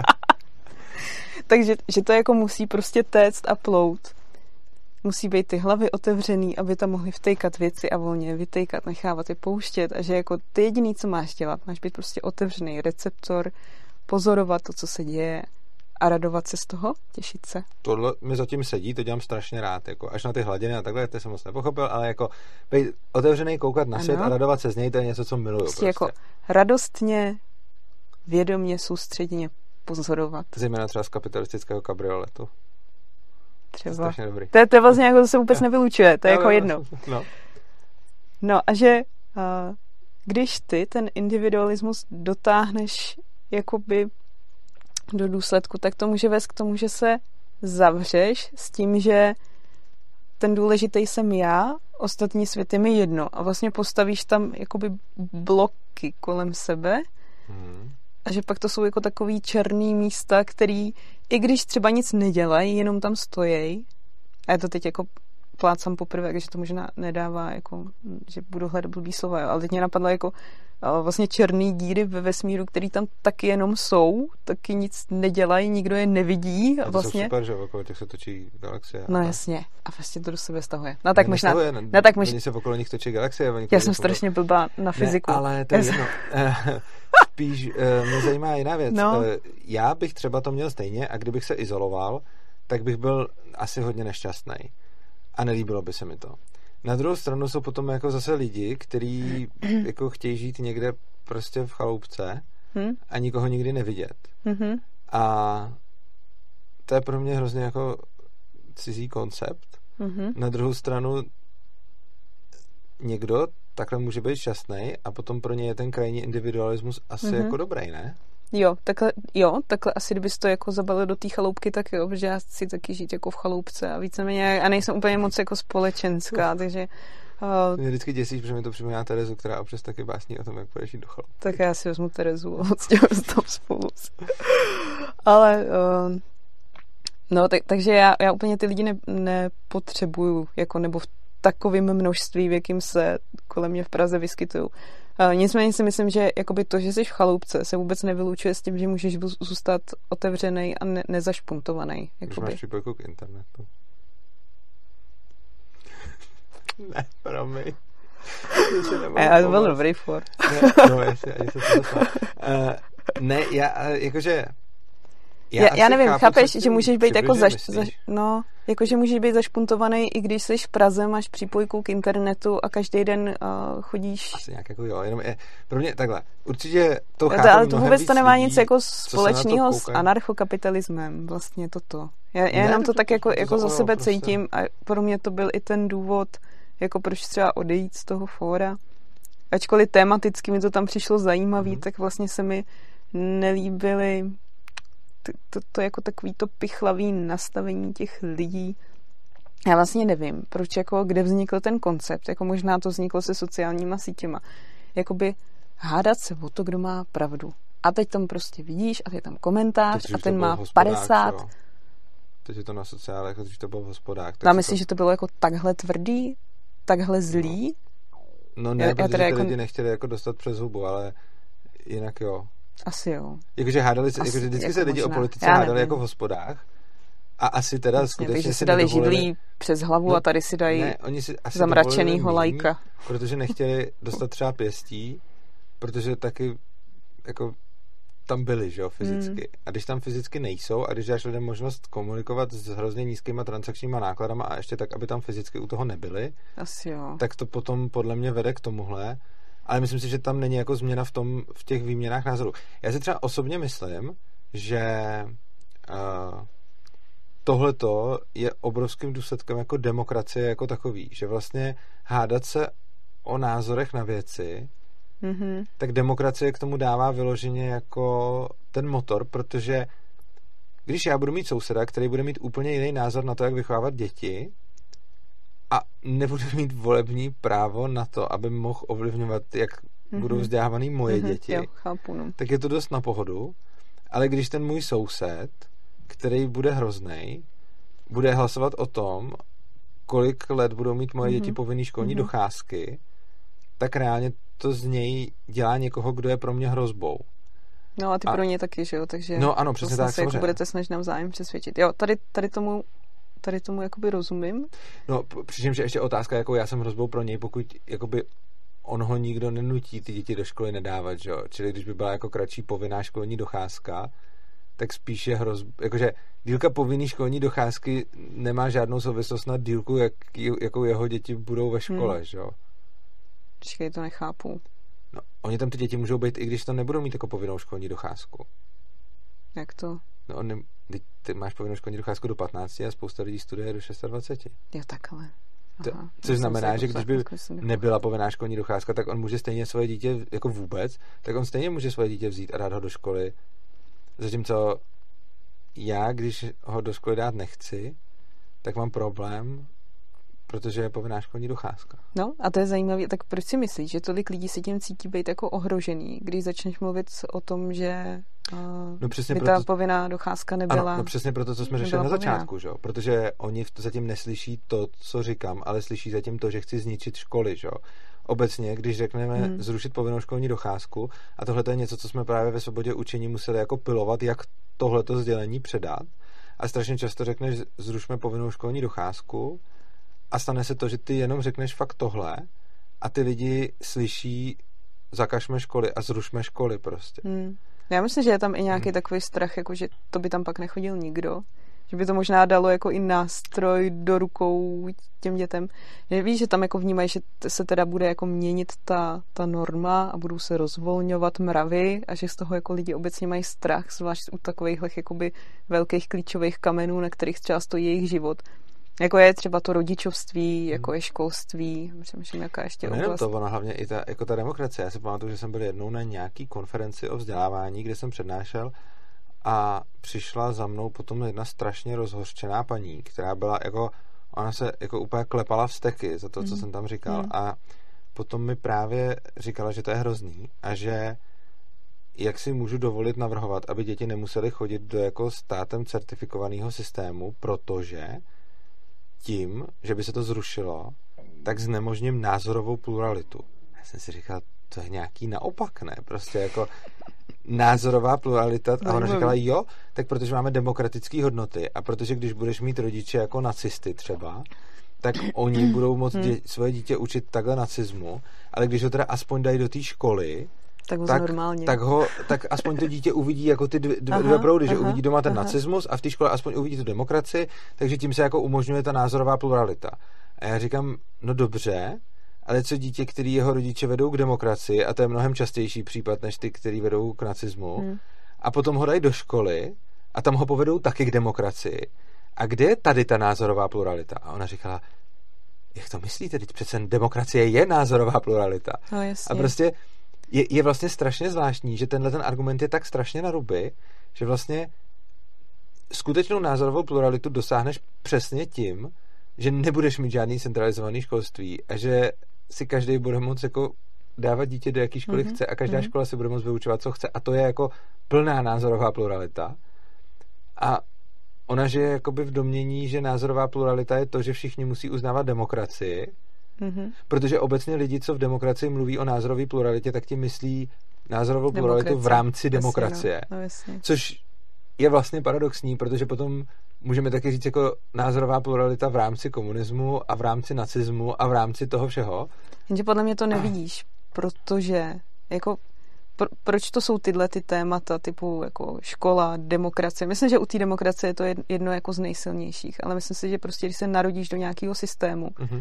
Takže že to jako musí prostě téct a plout. Musí být ty hlavy otevřený, aby tam mohly vtejkat věci a volně vytejkat, nechávat je pouštět a že jako ty jediný, co máš dělat, máš být prostě otevřený receptor, pozorovat to, co se děje a radovat se z toho, těšit se. Tohle mi zatím sedí, to dělám strašně rád, jako až na ty hladiny a takhle, to jsem moc nepochopil, ale jako být otevřený, koukat na svět a radovat se z něj, to je něco, co miluju. Prostě, prostě. jako radostně, vědomě, soustředně pozorovat. Zejména třeba z kapitalistického kabrioletu. Třeba. To je dobrý. To je, to je vlastně jako, to se vůbec nevylučuje, to je no, jako jedno. No. no a že uh, když ty ten individualismus dotáhneš jakoby do důsledku, tak to může vést k tomu, že se zavřeš s tím, že ten důležitý jsem já, ostatní svět je mi jedno a vlastně postavíš tam jakoby bloky kolem sebe hmm. a že pak to jsou jako takový černý místa, který i když třeba nic nedělají, jenom tam stojí. A já to teď jako plácám poprvé, takže to možná nedává, jako, že budu hledat blbý slova, jo. Ale teď mě napadlo jako vlastně černý díry ve vesmíru, který tam taky jenom jsou, taky nic nedělají, nikdo je nevidí. A to vlastně... jsou super, že okolo těch se točí galaxie. No jasně. A vlastně to do sebe stahuje. No tak ne, možná... Stahuje, ne, no, tak mož... Oni se okolo nich točí galaxie. Já jsem strašně blbá na fyziku. Ne, ale to je jedno. Spíš mě zajímá jiná věc. No. Já bych třeba to měl stejně a kdybych se izoloval, tak bych byl asi hodně nešťastný. A nelíbilo by se mi to. Na druhou stranu jsou potom jako zase lidi, kteří jako chtějí žít někde prostě v chaloupce hmm? a nikoho nikdy nevidět. Hmm. A to je pro mě hrozně jako cizí koncept. Hmm. Na druhou stranu někdo takhle může být šťastný a potom pro ně je ten krajní individualismus asi hmm. jako dobrý, ne? Jo, takhle, jo, takhle asi kdybys to jako zabalil do té chaloupky, tak jo, protože já chci taky žít jako v chaloupce a víceméně a nejsem úplně moc jako společenská, takže... Uh, mě vždycky děsíš, protože mi to připomíná Terezu, která občas taky básní o tom, jak půjdeš jít do chaloupky. Tak já si vezmu Terezu a odstěhuji s tom spolu. Ale, uh, no, tak, takže já, já úplně ty lidi ne, nepotřebuju, jako nebo v takovém množství, v jakým se kolem mě v Praze vyskytují. Uh, nicméně si myslím, že jakoby to, že jsi v chaloupce, se vůbec nevylučuje s tím, že můžeš zůstat otevřenej a ne- nezašpuntovaný. Když máš připojku k internetu. Ne, promiň. Já to byl dobrý for. Ne, no, jestli, jestli to dostal. Uh, ne, já, jakože... Já, já, já nevím, chápu, chápeš, že můžeš být jako zaš, zaš, no, jako že můžeš být zašpuntovaný, i když jsi v Praze, máš přípojku k internetu a každý den uh, chodíš... Asi nějak jako jo, jenom je, pro mě takhle, určitě to chápu. To, ale to vůbec to nemá lidí, nic jako společného s anarchokapitalismem, vlastně toto. Já, já ne, jenom to, to tak jako, to jako za sebe prostě. cítím a pro mě to byl i ten důvod, jako proč třeba odejít z toho fóra. Ačkoliv tematicky mi to tam přišlo zajímavý, mm. tak vlastně se mi nelíbily to, to, to jako takový to pichlavý nastavení těch lidí. Já vlastně nevím, proč jako, kde vznikl ten koncept, jako možná to vzniklo se sociálníma sítěma. Jakoby hádat se o to, kdo má pravdu. A teď tam prostě vidíš a je tam komentář teď, a ten má padesát. Jo. Teď je to na sociálech, když to byl hospodák. A myslíš, to... že to bylo jako takhle tvrdý? Takhle zlý? No, no ne, já, protože ty jako... lidi nechtěli jako dostat přes hubu, ale jinak jo. Asi jo. Jakože hádali se, jakože vždycky jako se lidi možná. O politice hádali jako v hospodách. A asi teda Jasně, skutečně takže si si dali nedovolili... židlí přes hlavu no, a tady si dají ne, oni si asi zamračenýho lajka. Protože nechtěli dostat třeba pěstí, protože taky jako tam byli, že jo, fyzicky. Mm. A když tam fyzicky nejsou a když dáš lidem možnost komunikovat s hrozně nízkýma transakčníma nákladama a ještě tak, aby tam fyzicky u toho nebyli, asi jo. Tak to potom podle mě vede k tomuhle. Ale myslím si, že tam není jako změna v tom, v těch výměnách názorů. Já si třeba osobně myslím, že uh, tohleto je obrovským důsledkem jako demokracie jako takový, že vlastně hádat se o názorech na věci, mm-hmm. tak demokracie k tomu dává vyloženě jako ten motor, protože když já budu mít souseda, který bude mít úplně jiný názor na to, jak vychovávat děti a nebude mít volební právo na to, aby mohl ovlivňovat, jak mm-hmm. budou vzdělávaný moje mm-hmm. děti, jo, chápu, no. tak je to dost na pohodu, ale když ten můj soused, který bude hroznej, bude hlasovat o tom, kolik let budou mít moje mm-hmm. děti povinný školní mm-hmm. docházky, tak reálně to z něj dělá někoho, kdo je pro mě hrozbou. No a ty a... pro ně taky, že jo? Takže no ano, přesně tak, se jako budete snažit navzájem přesvědčit. Jo, tady, tady tomu tady tomu jakoby rozumím. No, přičemž ještě otázka, jako já jsem hrozbou pro něj, pokud jakoby on ho nikdo nenutí ty děti do školy nedávat, že jo? Čili když by byla jako kratší povinná školní docházka, tak spíš je hrozba, jakože dílka povinný školní docházky nemá žádnou souvislost na dílku, jak, jakou jeho děti budou ve škole, hmm. že jo? Počkej, to nechápu. No, oni tam ty děti můžou být, i když to nebudou mít jako povinnou školní docházku. Jak to? No, ne, ty, ty máš povinnou školní docházku do patnácti a spousta lidí studuje do dvaceti šesti. Jo, takhle. To, což znamená, že když by nebyla povinná školní docházka, tak on může stejně svoje dítě, jako vůbec, tak on stejně může svoje dítě vzít a dát ho do školy. Zatímco já, když ho do školy dát nechci, tak mám problém, protože je povinná školní docházka. No a to je zajímavé. Tak proč si myslíš, že tolik lidí se tím cítí být jako ohrožený, když začneš mluvit o tom, že uh, no přesně by proto, ta povinná docházka nebyla... Ano, no přesně proto, co jsme řešili na začátku, že? Protože oni zatím neslyší to, co říkám, ale slyší zatím to, že chci zničit školy, že? Obecně, když řekneme hmm. zrušit povinnou školní docházku, a tohle je něco, co jsme právě ve Svobodě učení museli jako pilovat, jak tohleto sdělení předat. A strašně často řekneš, zrušme povinnou školní docházku, a stane se to, že ty jenom řekneš fakt tohle a ty lidi slyší zakažme školy a zrušme školy prostě. Hmm. Já myslím, že je tam i nějaký hmm. takový strach, jako že to by tam pak nechodil nikdo. Že by to možná dalo jako i nástroj do rukou těm dětem. Že víš, že tam jako vnímají, že se teda bude jako měnit ta, ta norma a budou se rozvolňovat mravy a že z toho jako lidi obecně mají strach, zvlášť u takovýchhle jakoby velkých klíčových kamenů, na kterých třeba stojí jejich život. Jako je třeba to rodičovství, jako je školství, přemýšlím, jaká ještě no, oblast. To, ono hlavně i ta, jako ta demokracie. Já si pamatuju, že jsem byl jednou na nějaký konferenci o vzdělávání, kde jsem přednášel a přišla za mnou potom jedna strašně rozhořčená paní, která byla jako, ona se jako úplně klepala vzteky za to, co mm. jsem tam říkal mm. a potom mi právě říkala, že to je hrozný a že jak si můžu dovolit navrhovat, aby děti nemusely chodit do jako státem certifikovaného systému, protože tím, že by se to zrušilo, tak znemožním názorovou pluralitu. Já jsem si říkal, to je nějaký naopak, ne? Prostě jako názorová pluralita. A ona říkala, jo, tak protože máme demokratické hodnoty a protože když budeš mít rodiče jako nacisty třeba, tak oni budou moct dě- svoje dítě učit takhle nacismu, ale když ho teda aspoň dají do té školy, tak ho, tak, normálně. tak ho, tak aspoň to dítě uvidí jako ty dvě, dvě, dvě proudy, že uvidí doma ten aha. nacismus a v té škole aspoň uvidí tu demokracii, takže tím se jako umožňuje ta názorová pluralita. A já říkám, no dobře, ale co dítě, který jeho rodiče vedou k demokracii, a to je mnohem častější případ, než ty, který vedou k nacismu, hmm. a potom ho dají do školy a tam ho povedou taky k demokracii. A kde je tady ta názorová pluralita? A ona říkala, jak to myslíte, teď přece demokracie je názorová pluralita. No, jasně. A prostě je, je vlastně strašně zvláštní, že tenhle ten argument je tak strašně na ruby, že vlastně skutečnou názorovou pluralitu dosáhneš přesně tím, že nebudeš mít žádný centralizovaný školství a že si každý bude moct jako dávat dítě do jaký školy mm-hmm. chce a každá mm-hmm. škola si bude moct vyučovat, co chce a to je jako plná názorová pluralita. A ona žije jakoby v domnění, že názorová pluralita je to, že všichni musí uznávat demokracii, mm-hmm. protože obecně lidi, co v demokracii mluví o názorové pluralitě, tak ti myslí názorovou demokracie. Pluralitu v rámci demokracie. No, no, což je vlastně paradoxní, protože potom můžeme taky říct jako názorová pluralita v rámci komunismu a v rámci nacismu a v rámci toho všeho. Jenže podle mě to nevidíš, protože jako Pro, proč to jsou tyhle ty témata typu jako škola, demokracie? Myslím, že u té demokracie je to jedno jako z nejsilnějších, ale myslím si, že prostě, když se narodíš do nějakého systému mm-hmm.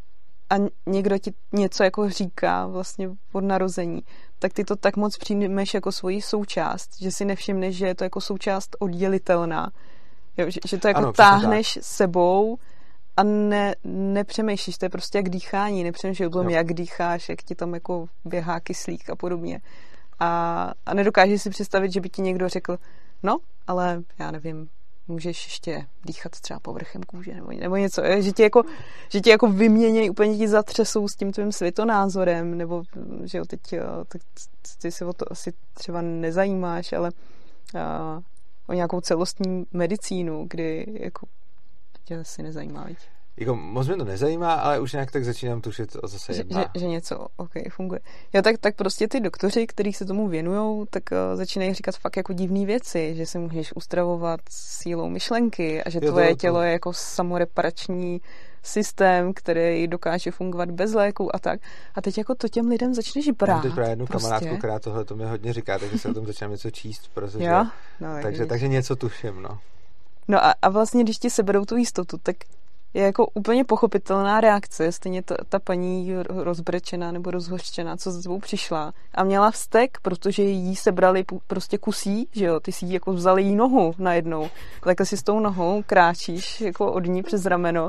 a někdo ti něco jako říká vlastně od narození, tak ty to tak moc přijmeš jako svoji součást, že si nevšimneš, že je to jako součást oddělitelná. Jo, že, že to jako ano, táhneš sebou a ne, nepřemýšlíš, to je prostě jak dýchání, nepřemýšlíš o tom, jo. jak dýcháš, jak ti tam jako běhá kyslík a podobně. A, a nedokážeš si představit, že by ti někdo řekl, no, ale já nevím, můžeš ještě dýchat třeba povrchem kůže nebo, nebo něco, že ti jako, že ti jako vyměnějí, úplně ti zatřesou s tím tvým světonázorem, nebo že jo, teď tak ty se o to asi třeba nezajímáš, ale a, o nějakou celostní medicínu, kdy jako tě asi nezajímá, viď? Jako, moc mě to nezajímá, ale už nějak tak začínám tušit, o co se jedná. Že, že něco, ok, funguje. Jo, tak, tak prostě ty doktoři, kteří se tomu věnujou, tak uh, začínají říkat fakt jako divné věci, že se můžeš ustravovat sílou myšlenky a že jo, tvoje to, tělo to... je jako samoreparační systém, který dokáže fungovat bez léků a tak. A teď jako to těm lidem začneš brát. Mám teď právě jednu prostě. kamarádku, která tohle to mi hodně říká, takže se o tom začínám něco číst, protože... Jo? No, takže, takže něco tuším, no. No a, a vlastně, když ti seberou tu jistotu, tak je jako úplně pochopitelná reakce, stejně ta, ta paní rozbrečená nebo rozhořčená, co za tebou přišla a měla vztek, protože jí sebrali prostě kusí, že jo, ty si jí jako vzali jí nohu najednou, takhle si s tou nohou kráčíš jako od ní přes rameno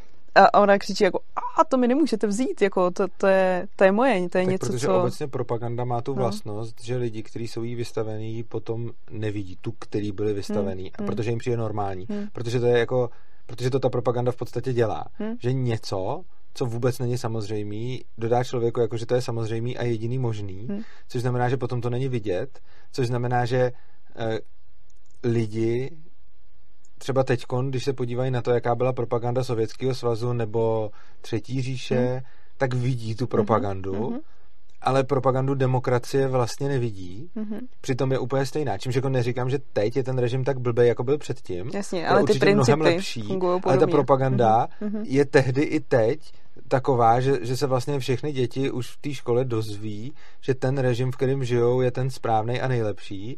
a ona křičí jako, a to mi nemůžete vzít, jako to, to, je, to je moje, to je tak něco, protože co... obecně propaganda má tu no. vlastnost, že lidi, kteří jsou jí vystavení, potom nevidí tu, který byli vystavení, hmm. a protože jim přijde normální, hmm. protože to je jako protože to ta propaganda v podstatě dělá. Hmm. Že něco, co vůbec není samozřejmý, dodá člověku jako, že to je samozřejmý a jediný možný, hmm. což znamená, že potom to není vidět, což znamená, že eh, lidi třeba teďkon, když se podívají na to, jaká byla propaganda Sovětského svazu nebo Třetí říše, hmm. tak vidí tu propagandu, hmm. ale propagandu demokracie vlastně nevidí. Mm-hmm. Přitom je úplně stejná. Čímž jako neříkám, že teď je ten režim tak blbej, jako byl předtím. Jasně, ale ty principy lepší, fungují podobně. Ale ta propaganda mm-hmm. je tehdy i teď taková, že, že se vlastně všechny děti už v té škole dozví, že ten režim, v kterém žijou, je ten správnej a nejlepší.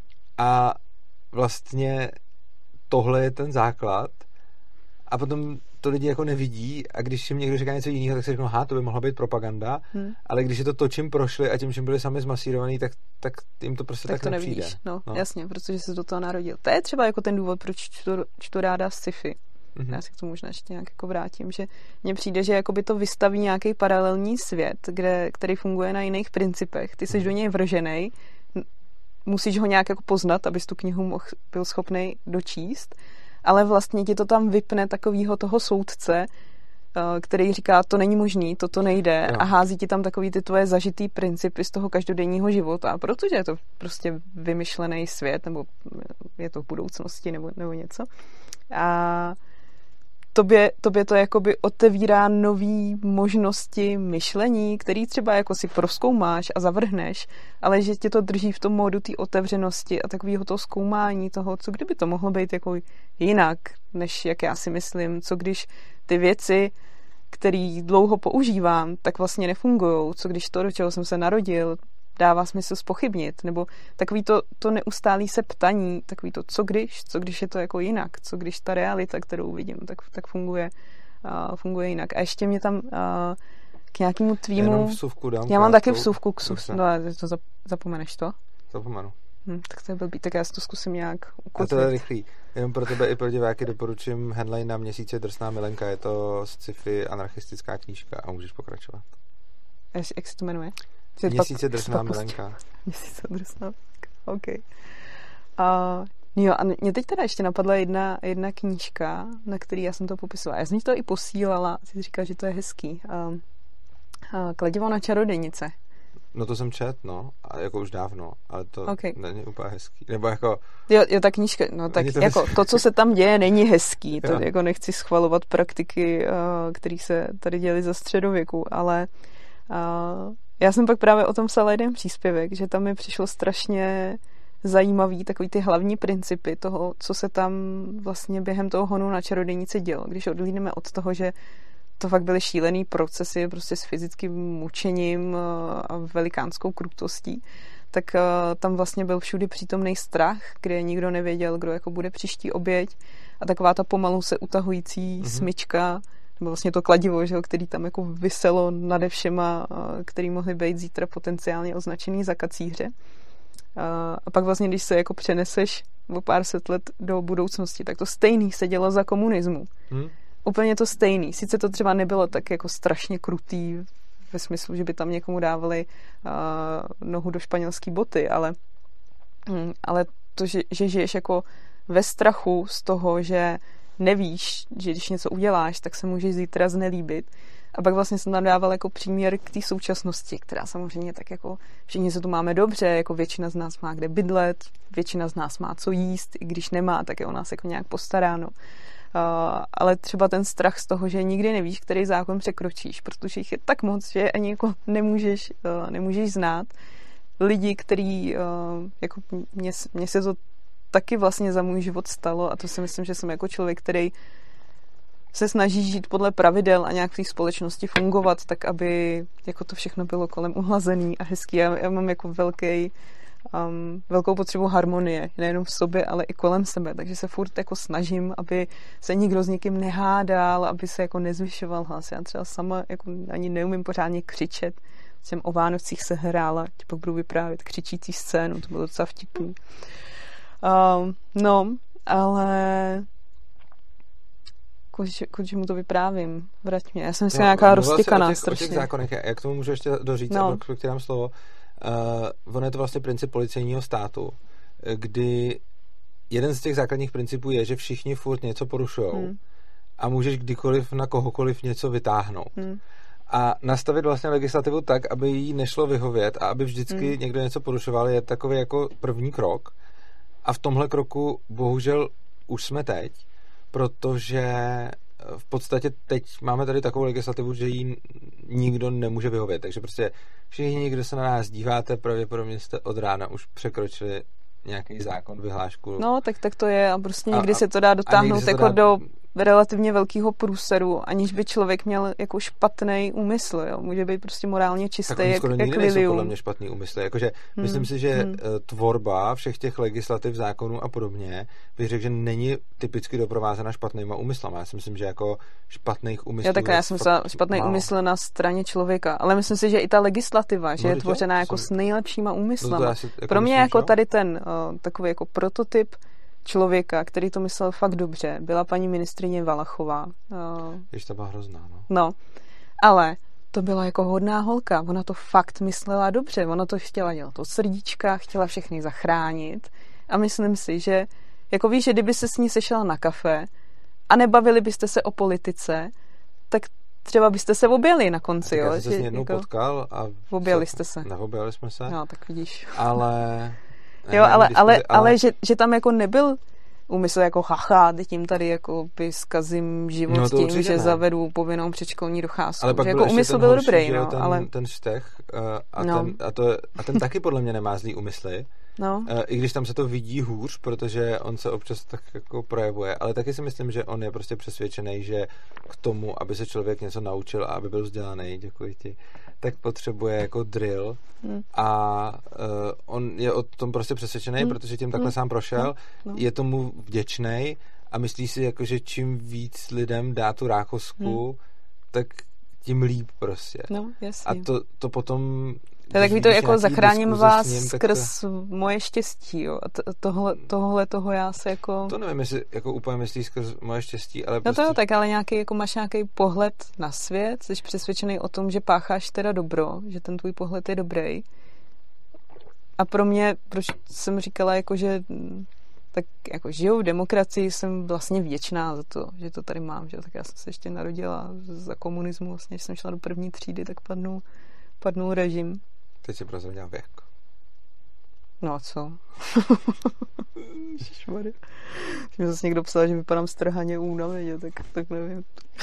A vlastně tohle je ten základ. A potom to lidi jako nevidí a když jim někdo říká něco jiného, tak si řeknou, aha, to by mohla být propaganda, hmm. ale když je to to, čím prošli a tím, čím byli sami zmasírovaní, tak, tak jim to prostě tak, tak to nepřijde. Nevidíš. No, no, jasně, protože jsi do toho narodil. To je třeba jako ten důvod, proč čtu, čtu ráda sci-fi. Mm-hmm. Já se k tomu možná ještě nějak jako vrátím, že mně přijde, že jakoby to vystaví nějaký paralelní svět, kde, který funguje na jiných principech. Ty jsi mm-hmm. do něj vrženej, musíš ho nějak jako poznat, abys tu knihu mohl, byl schopný dočíst, ale vlastně ti to tam vypne takovýho toho soudce, který říká, to není možný, toto nejde, no. a hází ti tam takový ty tvoje zažitý principy z toho každodenního života, protože je to prostě vymyšlený svět, nebo je to v budoucnosti, nebo, nebo něco. A tobě, tobě to jakoby otevírá nový možnosti myšlení, který třeba jako si prozkoumáš a zavrhneš, ale že tě to drží v tom módu té otevřenosti a takového toho zkoumání toho, co kdyby to mohlo být jako jinak, než jak já si myslím, co když ty věci, který dlouho používám, tak vlastně nefungujou, co když to, do čeho jsem se narodil, dává smysl zpochybnit, nebo takový to, to neustálý se ptaní, takový to, co když, co když je to jako jinak, co když ta realita, kterou vidím, tak, tak funguje, uh, funguje jinak. A ještě mě tam uh, k nějakému tvýmu... Vsuvku dám. Já mám taky vsuvku k vsuvku. No, to zap, zapomeneš to? Zapomenu. Hm, tak to je blbý, tak já si to zkusím nějak ukotvit. A to je rychlý. Jenom pro tebe i pro diváky doporučím headline na Měsíce drsná milenka. Je to sci-fi anarchistická knížka a můžeš pokračovat. Jak, jak se to jmenuje? Měsíce drsná milenka. Měsíce drsná milenka, OK. Uh, jo, a mě teď teda ještě napadla jedna, jedna knížka, na který já jsem to popisovala. Já jsem to i posílala, si říkala, že to je hezký. Uh, uh, Kladivo na čarodějnice. No to jsem čet, no, a jako už dávno, ale to okay. není úplně hezký. Nebo jako... Jo, jo, ta knížka, no tak to jako hezký. To, co se tam děje, není hezký. To jako nechci schvalovat praktiky, uh, které se tady děly za středověku, ale uh, já jsem pak právě o tom psala jeden příspěvek, že tam mi přišlo strašně zajímavý takový ty hlavní principy toho, co se tam vlastně během toho honu na čarodějnice dělo. Když odhlídneme od toho, že to fakt byly šílený procesy prostě s fyzickým mučením a velikánskou krutostí, tak tam vlastně byl všudy přítomný strach, kde nikdo nevěděl, kdo jako bude příští oběť a taková ta pomalu se utahující mm-hmm. smyčka, nebo vlastně to kladivo, že, který tam jako viselo nade všema, který mohli být zítra potenciálně označený za kacíře. A pak vlastně, když se jako přeneseš o pár set let do budoucnosti, tak to stejný se dělo za komunismu. Hmm. Úplně to stejný. Sice to třeba nebylo tak jako strašně krutý ve smyslu, že by tam někomu dávali uh, nohu do španělský boty, ale, um, ale to, že, že žiješ jako ve strachu z toho, že nevíš, že když něco uděláš, tak se můžeš zítra znelíbit. A pak vlastně jsem tam dával jako příměr k té současnosti, která samozřejmě tak jako všichni se tu máme dobře, jako většina z nás má kde bydlet, většina z nás má co jíst, i když nemá, tak je o nás jako nějak postaráno. Uh, ale třeba ten strach z toho, že nikdy nevíš, který zákon překročíš, protože jich je tak moc, že ani jako nemůžeš, uh, nemůžeš znát. Lidi, který, uh, jako mně, mně se to taky vlastně za můj život stalo a to si myslím, že jsem jako člověk, který se snaží žít podle pravidel a nějak v té společnosti fungovat, tak aby jako to všechno bylo kolem uhlazený a hezký. Já, já mám jako velký, um, velkou potřebu harmonie, nejenom v sobě, ale i kolem sebe, takže se furt jako snažím, aby se nikdo s někým nehádal, aby se jako nezvyšoval hlas. Já třeba sama jako ani neumím pořádně křičet. Jsem o Vánocích se hrála, ti pak budu vyprávět křičící scénu, to bylo docela vtipný. Um, no, ale k čemu to vyprávím? Vrať mě. Já jsem si no, nějaká roztěkaná strašně. O těch zákonech, já k tomu můžu ještě doříct, no. K kterém slovo. Uh, ono je to vlastně princip policejního státu, kdy jeden z těch základních principů je, že všichni furt něco porušujou hmm. a můžeš kdykoliv na kohokoliv něco vytáhnout. Hmm. A nastavit vlastně legislativu tak, aby jí nešlo vyhovět a aby vždycky hmm. někdo něco porušoval, je takový jako první krok. A v tomhle kroku bohužel už jsme teď, protože v podstatě teď máme tady takovou legislativu, že jí nikdo nemůže vyhovět. Takže prostě všichni, kdo se na nás díváte, pravděpodobně jste od rána už překročili nějaký zákon, vyhlášku. No, tak, tak to je a prostě někdy a, se to dá dotáhnout jako dá... do relativně velkého průseru, aniž by člověk měl jako špatný úmysl, jo. Může být prostě morálně čistý, tak jak, skoro jak nikdy lilium. nejsou podle mě špatný úmysly. Jakože hmm. myslím si, že hmm. tvorba všech těch legislativ, zákonů a podobně, bych řekl, že není typicky doprovázena špatnýma úmyslama. Já si myslím, že jako špatných úmyslů... Já tak já jsem myslela špatný málo. Úmysl na straně člověka, ale myslím si, že i ta legislativa, že no, je tvořená to? jako jsem... s nejlepšíma úmyslama. No, jako Pro mě myslím, jako tady ten uh, takový jako prototyp člověka, který to myslel fakt dobře, byla paní ministryně Valachová. Když to byla hrozná, no. No, ale to byla jako hodná holka, ona to fakt myslela dobře, ona to chtěla dělat od srdíčka, chtěla všechny zachránit a myslím si, že jako víš, že kdyby se s ní sešla na kafe a nebavili byste se o politice, tak třeba byste se objeli na konci, jo? Já jsem se s ní jednou jako... potkal a... Objeli jste se. Neobjeli jsme se. No, tak vidíš. Ale... Jo, ale, ale, ale že, že tam jako nebyl úmysl jako haha, teď tím tady jako by zkazím život no tím, že ne. zavedu povinnou předškolní docházku. Ale pak že byl jako úmysl byl horší, dobrý, no, no, ten, ale... ten štech uh, a, no. ten, a, to, a ten taky podle mě nemá zlý úmysly. No. Uh, I když tam se to vidí hůř, protože on se občas tak jako projevuje, ale taky si myslím, že on je prostě přesvědčený, že k tomu, aby se člověk něco naučil a aby byl vzdělaný, děkuji ti, tak potřebuje jako drill hmm. a uh, on je o tom prostě přesvědčený, hmm. protože tím takhle hmm. sám prošel, no. je tomu vděčnej a myslí si, jako, že čím víc lidem dá tu rákosku, hmm. tak tím líp prostě. No, jasně. A to, to potom... To je takový to, jako zachráním vás ním, skrz to... moje štěstí, jo. A to, tohle, tohle toho já se jako... To nevím, jestli jako úplně myslíš skrz moje štěstí, ale no prostě... to jo, tak ale nějaký, jako máš nějaký pohled na svět, jsi přesvědčený o tom, že pácháš teda dobro, že ten tvůj pohled je dobrý. A pro mě, proč jsem říkala, jako, že tak jako žiju v demokracii, jsem vlastně vděčná za to, že to tady mám, že tak já jsem se ještě narodila za komunismu, vlastně, když jsem šla do první třídy, tak padnul, padnul režim. Teď si prozradila věk. No a co? Ježišmarja. Když mi zase někdo psal, že vypadám strhaně únavně, tak, tak nevím.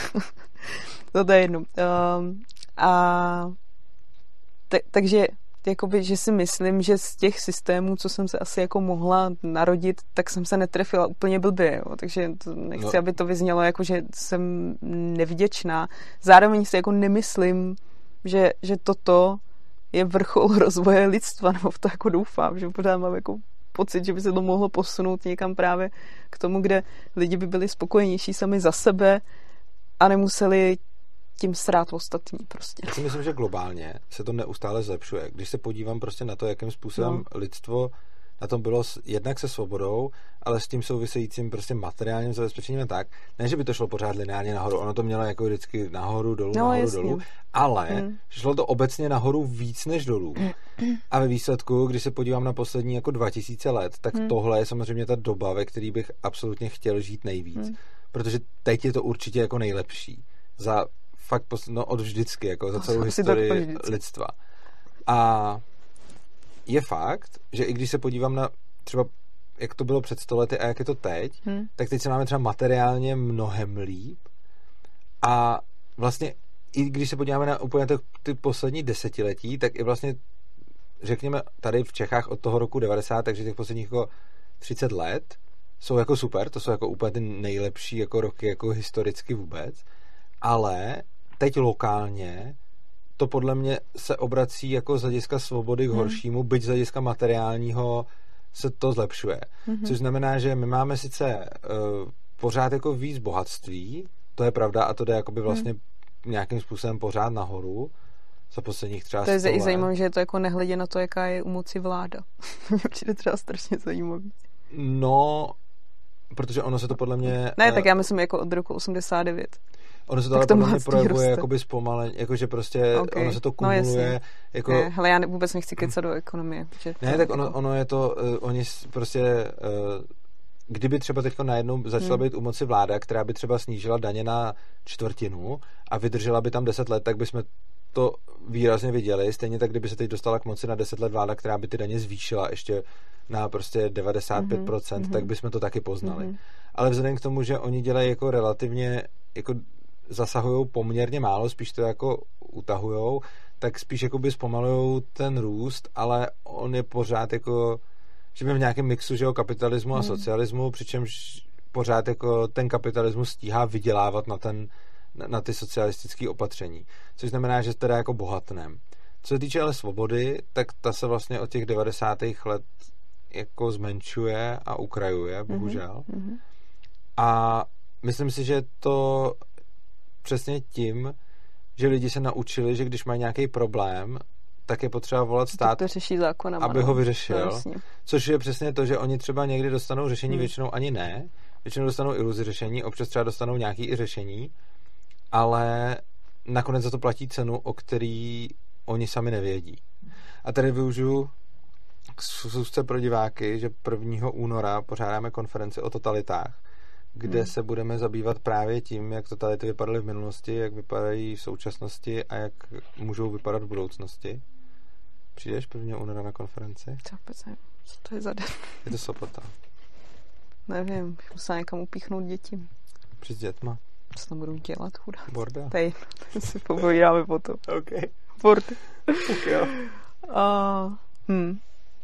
To je jedno. Um, a t- takže jakoby, že si myslím, že z těch systémů, co jsem se asi jako mohla narodit, tak jsem se netrefila úplně blbě, jo. Takže to nechci, no. aby to vyznělo jako, že jsem nevděčná. Zároveň si jako nemyslím, že, že toto je vrchol rozvoje lidstva, nebo v to jako doufám, že pořád mám jako pocit, že by se to mohlo posunout někam právě k tomu, kde lidi by byli spokojenější sami za sebe a nemuseli tím srát ostatní prostě. Já si myslím, že globálně se to neustále zlepšuje. Když se podívám prostě na to, jakým způsobem no. lidstvo na tom bylo jednak se svobodou, ale s tím souvisejícím prostě materiálním zabezpečením tak. Ne, že by to šlo pořád lineárně nahoru, ono to mělo jako vždycky nahoru, dolů, no, nahoru, jasně. dolů, ale hmm. šlo to obecně nahoru víc než dolů. A ve výsledku, když se podívám na poslední jako dva tisíce let, tak hmm. tohle je samozřejmě ta doba, ve které bych absolutně chtěl žít nejvíc. Hmm. Protože teď je to určitě jako nejlepší. Za fakt posl- no, od vždycky, jako za celou historii lidstva. A je fakt, že i když se podívám na třeba jak to bylo před sto lety a jak je to teď, hmm. tak teď se máme třeba materiálně mnohem líp a vlastně i když se podíváme na úplně ty, ty poslední desetiletí, tak i vlastně řekněme tady v Čechách od toho roku devadesát, takže těch posledních jako třicet let jsou jako super, to jsou jako úplně ty nejlepší jako roky jako historicky vůbec, ale teď lokálně to podle mě se obrací jako z hlediska svobody k horšímu, hmm. byť z hlediska materiálního se to zlepšuje. Hmm. Což znamená, že my máme sice uh, pořád jako víc bohatství, to je pravda a to jde jakoby vlastně hmm. nějakým způsobem pořád nahoru za posledních třeba to je i zajímavé, že je to jako nehledě na to, jaká je u moci vláda. Mě přijde třeba strašně zajímavý. No, protože ono se to podle mě... Ne, tak já myslím jako od roku osmdesát devět. Ono se to ale podle mě projevuje jakoby zpomalení, jakože prostě okay. ono se to kumuluje. No, jako... ne, hele, já vůbec nechci kecat do ekonomie. Ne, tak jako... ono, ono je to, uh, oni prostě, uh, kdyby třeba teďko najednou začala hmm. být u moci vláda, která by třeba snížila daně na čtvrtinu a vydržela by tam deset let, tak bychom to výrazně viděli. Stejně tak, kdyby se teď dostala k moci na deset let vláda, která by ty daně zvýšila ještě na prostě devadesát pět procent, mm-hmm. tak bychom to taky poznali. Mm-hmm. Ale vzhledem k tomu, že oni dělají jako relativně jako zasahujou poměrně málo, spíš to jako utahujou, tak spíš jakoby zpomalujou ten růst, ale on je pořád jako, že v nějakém mixu, že jo, kapitalismu a mm. socialismu, přičemž pořád jako ten kapitalismus stíhá vydělávat na ten, na, na ty socialistické opatření. Což znamená, že teda jako bohatnem. Co se týče ale svobody, tak ta se vlastně od těch devadesátých let jako zmenšuje a ukrajuje, bohužel. Mm-hmm. A myslím si, že to přesně tím, že lidi se naučili, že když mají nějaký problém, tak je potřeba volat stát, to řeší zákonama, aby ho vyřešil. No, což je přesně to, že oni třeba někdy dostanou řešení, hmm. většinou ani ne. Většinou dostanou iluzi řešení, občas třeba dostanou nějaký i řešení, ale nakonec za to platí cenu, o který oni sami nevědí. A tady využiju k schůzce pro diváky, že prvního února pořádáme konferenci o totalitách, kde hmm. se budeme zabývat právě tím, jak totality vypadaly v minulosti, jak vypadají v současnosti a jak můžou vypadat v budoucnosti. Přijdeš prvního února na konferenci? Co to je za den? Je to sobota. nevím, musela někam upíchnout děti. Při s dětma. Co tam budou dělat, chudá? Borda. Tady si popovídáme potom. OK. Borda. Tak jo. Uh, hm.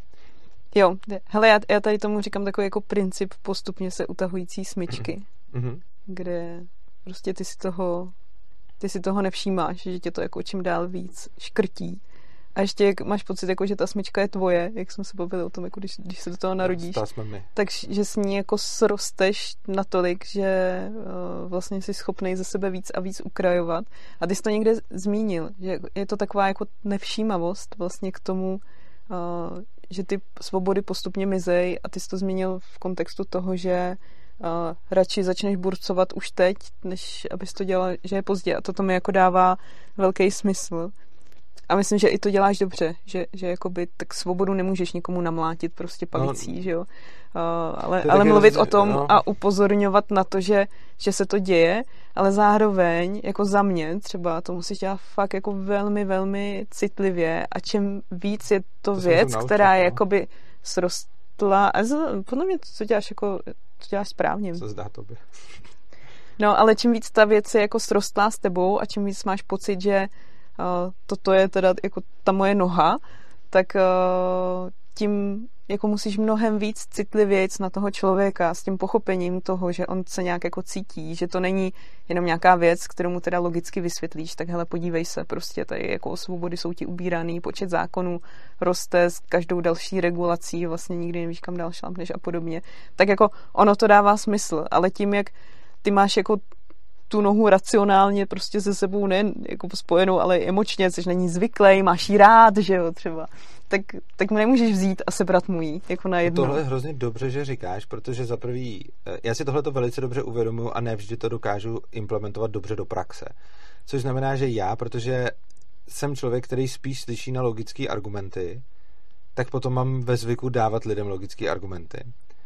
Jo, hele, já, já tady tomu říkám takový jako princip postupně se utahující smyčky, Mm-hmm. kde prostě ty si toho ty si toho nevšímáš, že tě to jako čím dál víc škrtí. A ještě jak máš pocit, jako, že ta smyčka je tvoje, jak jsme se bavili o tom, jako když, když se do toho narodíš, takže s ní jako srosteš natolik, že uh, vlastně jsi schopnej ze sebe víc a víc ukrajovat. A ty jsi to někde zmínil, že je to taková jako nevšímavost vlastně k tomu, uh, že ty svobody postupně mizej, a ty jsi to zmínil v kontextu toho, že uh, radši začneš burcovat už teď, než abys to dělal, že je pozdě. A toto mi jako dává velký smysl. A myslím, že i to děláš dobře, že, že jakoby tak svobodu nemůžeš nikomu namlátit prostě palicí, no, že jo. Uh, ale ale mluvit rozdíl, o tom no. A upozorňovat na to, že, že se to děje, ale zároveň jako za mě třeba to musíš dělat fakt jako velmi, velmi citlivě, a čím víc je to, to věc, která je no. jakoby srostla, a podle mě to děláš jako, to děláš správně. Co zdá tobě. No, ale čím víc ta věc je jako srostlá s tebou a čím víc máš pocit, že Uh, toto je teda jako ta moje noha, tak uh, tím jako musíš mnohem víc citlivějc na toho člověka s tím pochopením toho, že on se nějak jako cítí, že to není jenom nějaká věc, kterou mu teda logicky vysvětlíš, tak hele, podívej se, prostě tady jako svobody jsou ti ubíraný, počet zákonů roste s každou další regulací, vlastně nikdy nevíš, kam dál šlápneš a podobně. Tak jako ono to dává smysl, ale tím, jak ty máš jako tu nohu racionálně prostě se sebou nejen jako spojenou, ale i emočně, což není zvyklý, máš jí rád, že jo, třeba. Tak, tak mu nemůžeš vzít a sebrat mu jí, jako na jedno. Tohle je hrozně dobře, že říkáš, protože za prvý, já si tohle to velice dobře uvědomuji a nevždy to dokážu implementovat dobře do praxe. Což znamená, že já, protože jsem člověk, který spíš slyší na logické argumenty, tak potom mám ve zvyku dávat lidem logické argumenty.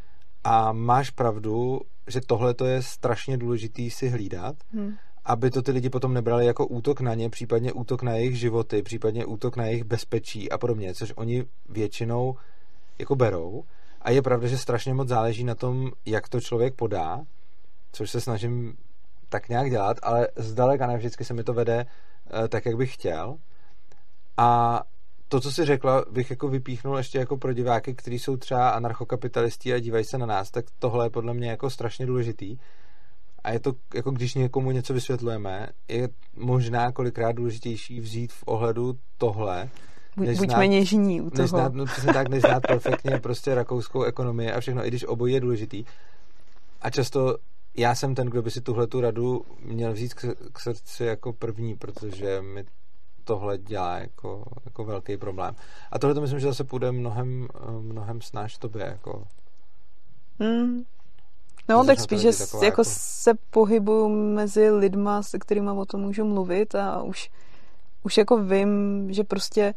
A máš pravdu, že tohle to je strašně důležitý si hlídat, hmm. aby to ty lidi potom nebrali jako útok na ně, případně útok na jejich životy, případně útok na jejich bezpečí a podobně, což oni většinou jako berou. A je pravda, že strašně moc záleží na tom, jak to člověk podá, což se snažím tak nějak dělat, ale zdaleka ne vždycky se mi to vede tak, jak bych chtěl. A to, co jsi řekla, bych jako vypíchnul ještě jako pro diváky, kteří jsou třeba anarchokapitalisti a dívají se na nás, tak tohle je podle mě jako strašně důležitý. A je to, jako když někomu něco vysvětlujeme, je možná kolikrát důležitější vzít v ohledu tohle. Buď, buďme něžní u toho. Než znát, no přesně tak, než znát perfektně prostě rakouskou ekonomii a všechno, i když obojí je důležitý. A často já jsem ten, kdo by si tuhle tu radu měl vzít k, k srdci jako první, protože mi tohle dělá jako, jako velký problém. A tohle to myslím, že zase půjde mnohem, mnohem snáš tobě. Jako. Mm. No, tak spíš, že jako, jako se pohybuju mezi lidma, se kterýma o tom můžu mluvit, a už, už jako vím, že prostě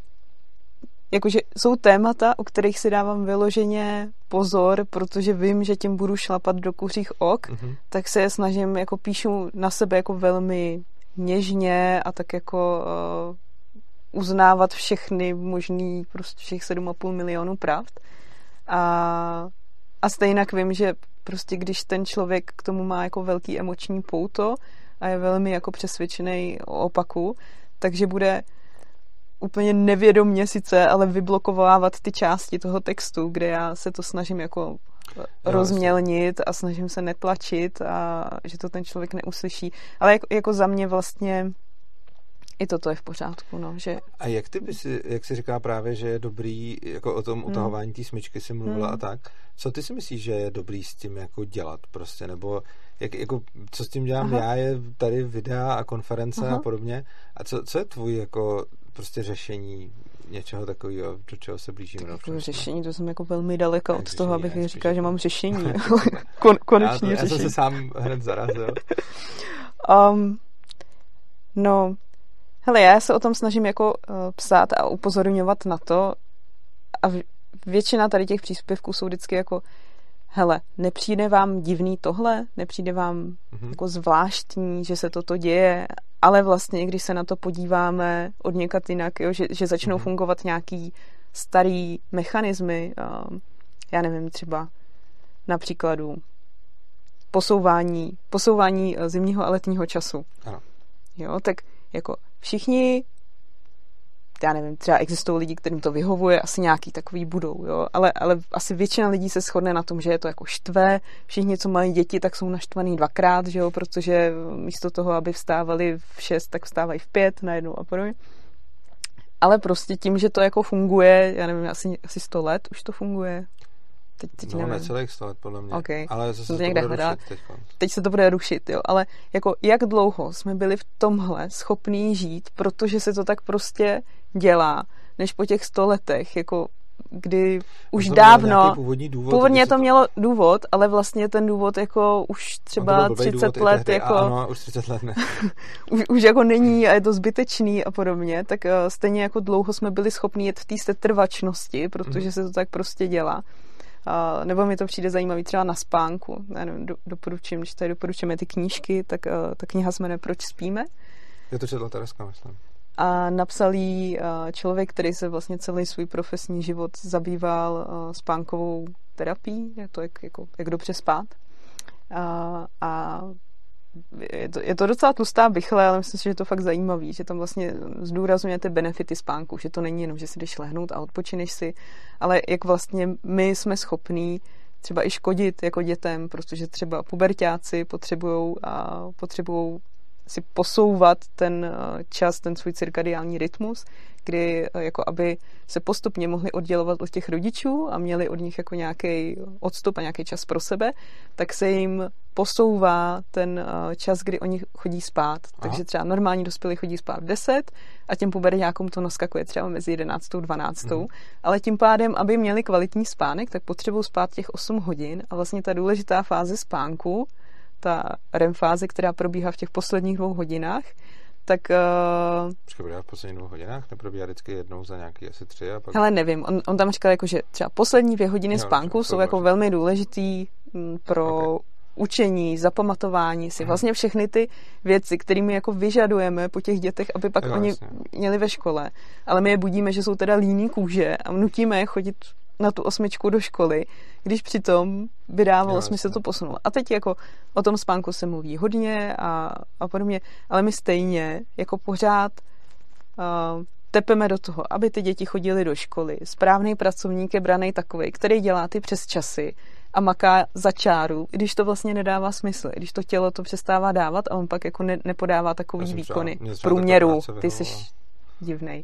jakože jsou témata, o kterých si dávám vyloženě pozor, protože vím, že tím budu šlapat do kuřích ok, mm-hmm. tak se je snažím, jako píšu na sebe jako velmi něžně a tak jako uh, uznávat všechny možný, prostě všech sedm a půl milionů pravd. A, a stejně vím, že prostě když ten člověk k tomu má jako velký emoční pouto a je velmi jako přesvědčený o opaku, takže bude úplně nevědomně sice, ale vyblokovávat ty části toho textu, kde já se to snažím jako jo, rozmělnit a snažím se netlačit a že to ten člověk neuslyší. Ale jako, jako za mě vlastně i toto je v pořádku. No, že... A jak ty by si, jak jsi říká právě, že je dobrý jako o tom utahování hmm. té smyčky si mluvila hmm. a tak, co ty si myslíš, že je dobrý s tím jako dělat prostě, nebo jak, jako, co s tím dělám Aha. já, je tady videa a konference Aha. a podobně. A co, co je tvůj jako prostě řešení něčeho takového, do čeho se blížíme? Takové řešení, to jsem jako velmi daleko od toho, abych říkal, že mám řešení. Kon, konečný já, řešení. Já jsem se sám hned zarazil. um, no, hele, já se o tom snažím jako uh, psát a upozorňovat na to, a většina tady těch příspěvků jsou vždycky jako hele, nepřijde vám divný tohle? Nepřijde vám mm-hmm. jako zvláštní, že se toto děje? Ale vlastně, když se na to podíváme od někud jinak, jo, že, že začnou mm-hmm. fungovat nějaký starý mechanismy, um, já nevím, třeba na příkladu posouvání, posouvání zimního a letního času. Ano. Jo, tak jako všichni, já nevím, třeba existují lidi, kterým to vyhovuje, asi nějaký takový budou, jo, ale, ale asi většina lidí se shodne na tom, že je to jako štve, všichni, co mají děti, tak jsou naštvaný dvakrát, že jo, protože místo toho, aby vstávali v šest, tak vstávají v pět najednou a podobně. Ale prostě tím, že to jako funguje, já nevím, asi, asi sto let už to funguje. Teď, teď no, nevím. necelých sto let, podle mě. Okay. Ale zase se to někde bude hledá. rušit teď. Teď se to bude rušit, jo. Ale jako jak dlouho jsme byli v tomhle schopní žít, protože se to tak prostě dělá, než po těch sto letech, jako kdy už to dávno, původní důvod, původně to to mělo důvod, ale vlastně ten důvod jako už třeba třicet let, jako, a ano, už třicet let ne. už, už jako není a je to zbytečný a podobně, tak uh, stejně jako dlouho jsme byli schopni jet v té setrvačnosti, protože mm. se to tak prostě dělá. Uh, nebo mi to přijde zajímavý třeba na spánku. Já nevím, do, doporučím, když tady doporučíme ty knížky, tak uh, ta kniha se jmenuje Proč spíme? Je to četla Tereska, myslím. A napsal jí uh, člověk, který se vlastně celý svůj profesní život zabýval uh, spánkovou terapií, je to jak, jako, jak dobře spát. Uh, a je to, je to docela tlustá bychle, ale myslím si, že je to fakt zajímavý, že tam vlastně zdůrazňuje ty benefity spánku, že to není jenom, že si jdeš lehnout a odpočineš si, ale jak vlastně my jsme schopní třeba i škodit jako dětem, protože třeba puberťáci potřebujou a potřebujou si posouvat ten čas, ten svůj cirkadiální rytmus, kdy jako aby se postupně mohli oddělovat od těch rodičů a měli od nich jako nějaký odstup a nějaký čas pro sebe, tak se jim posouvá ten čas, kdy oni chodí spát. Aha. Takže třeba normální dospělí chodí spát v deset a těm puberťákům to naskakuje třeba mezi jedenáctou a dvanáctou. Mhm. Ale tím pádem, aby měli kvalitní spánek, tak potřebují spát těch osm hodin a vlastně ta důležitá fáze spánku, ta R E M fáze, která probíhá v těch posledních dvou hodinách, tak... Uh... Počkej, probíhá v posledních dvou hodinách? Neprobíhá vždycky jednou za nějaký asi tři a pak... Hele, nevím. On, on tam říkal, jako, že třeba poslední dvě hodiny jo, spánku jsou jako velmi důležitý pro okay. učení, zapamatování si. Vlastně všechny ty věci, kterými jako vyžadujeme po těch dětech, aby pak jo, oni jasně. měli ve škole. Ale my je budíme, že jsou teda líní kůže a nutíme je chodit na tu osmičku do školy, když přitom by dávalo smysl to posunout. A teď jako o tom spánku se mluví hodně a, a podobně, ale my stejně jako pořád uh, tepeme do toho, aby ty děti chodily do školy. Správný pracovník je branej takovej, který dělá ty přesčasy a maká za čáru, i když to vlastně nedává smysl, i když to tělo to přestává dávat a on pak jako ne, nepodává takový výkony v průměru. Ty jsi divnej.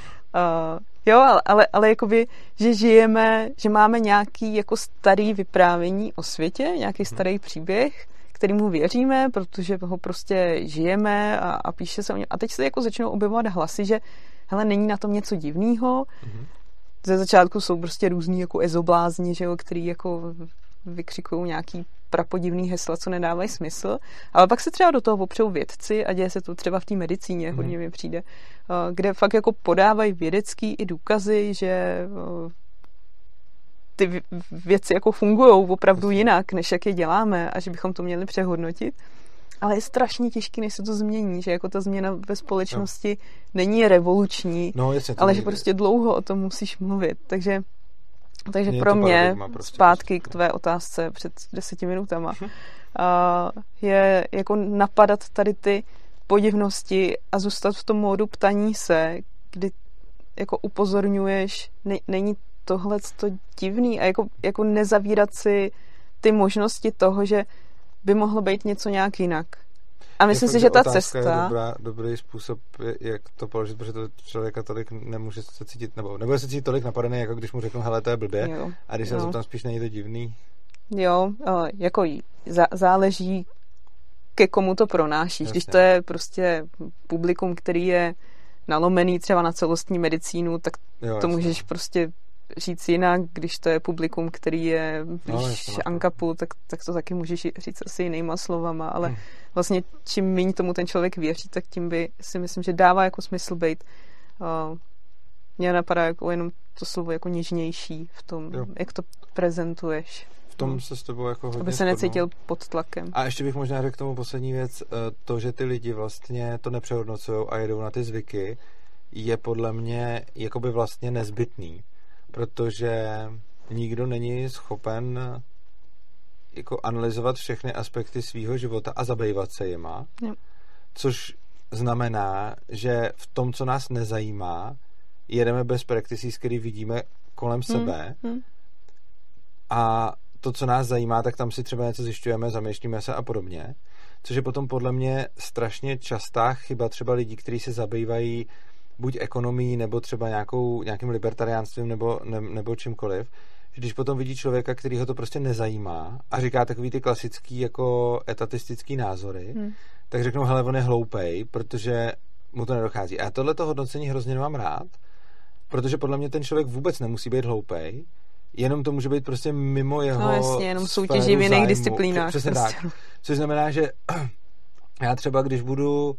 Uh, jo, ale, ale, ale jakoby, že žijeme, že máme nějaký jako starý vyprávění o světě, nějaký starý příběh, kterýmu věříme, protože ho prostě žijeme a, a píše se o něm. A teď se jako začnou objevovat hlasy, že hele, není na tom něco divného. Mm-hmm. Ze začátku jsou prostě různý jako ezoblázni, že jo, který jako vykřikují nějaký prapodivný hesla, co nedávají smysl. Ale pak se třeba do toho opřou vědci a děje se to třeba v té medicíně, mm. hodně mi přijde, kde fakt jako podávají vědecký i důkazy, že ty věci jako fungují opravdu jinak, než jak je děláme a že bychom to měli přehodnotit. Ale je strašně těžký, než se to změní, že jako ta změna ve společnosti no. není revoluční, no, jasně, ale nejde. Že prostě dlouho o tom musíš mluvit. Takže Takže mě pro mě, prostě zpátky prostě. K tvé otázce před deseti minutama, hm. je jako napadat tady ty podivnosti a zůstat v tom módu ptaní se, kdy jako upozorňuješ, ne, není tohle to divný a jako, jako nezavírat si ty možnosti toho, že by mohlo být něco nějak jinak. A myslím je si, fakt, že ta cesta... je dobrá, dobrý způsob, jak to položit, protože to člověka tolik nemůže se cítit, nebo nebude se cítit tolik napadený, jako když mu řeknu, hele, to je blbě, jo, a když se tam spíš není to divný. Jo, jako záleží, ke komu to pronášíš. Jasně. Když to je prostě publikum, který je nalomený třeba na celostní medicínu, tak jo, to jasně. můžeš prostě říct jinak, když to je publikum, který je víš, no, ankapu, tak, tak to taky můžeš říct asi jinýma slovama, ale hmm. vlastně čím méně tomu ten člověk věří, tak tím by si myslím, že dává jako smysl být. Uh, mně napadá jako jenom to slovo jako něžnější v tom, jo. jak to prezentuješ. V tom se s tebou jako hodně aby se shodnou. Necítil pod tlakem. A ještě bych možná řekl k tomu poslední věc, to, že ty lidi vlastně to nepřehodnocujou a jedou na ty zvyky, je podle mě jakoby vlastně nezbytný. Protože nikdo není schopen jako analyzovat všechny aspekty svýho života a zabývat se jima, jo. Což znamená, že v tom, co nás nezajímá, jedeme bez practices, který vidíme kolem hmm. sebe hmm. a to, co nás zajímá, tak tam si třeba něco zjišťujeme, zamýšlíme se a podobně, což je potom podle mě strašně častá chyba třeba lidí, kteří se zabývají buď ekonomií, nebo třeba nějakou, nějakým libertariánstvím, nebo, ne, nebo čímkoliv, že když potom vidí člověka, který ho to prostě nezajímá a říká takový ty klasický jako etatistický názory, hmm. tak řeknou, hele, on je hloupej, protože mu to nedochází. A já tohleto hodnocení hrozně nemám rád, protože podle mě ten člověk vůbec nemusí být hloupej, jenom to může být prostě mimo jeho no jasně, jenom soutěží v jiných disciplínách. Přesně prostě. Tak. Což znamená, že já třeba, když budu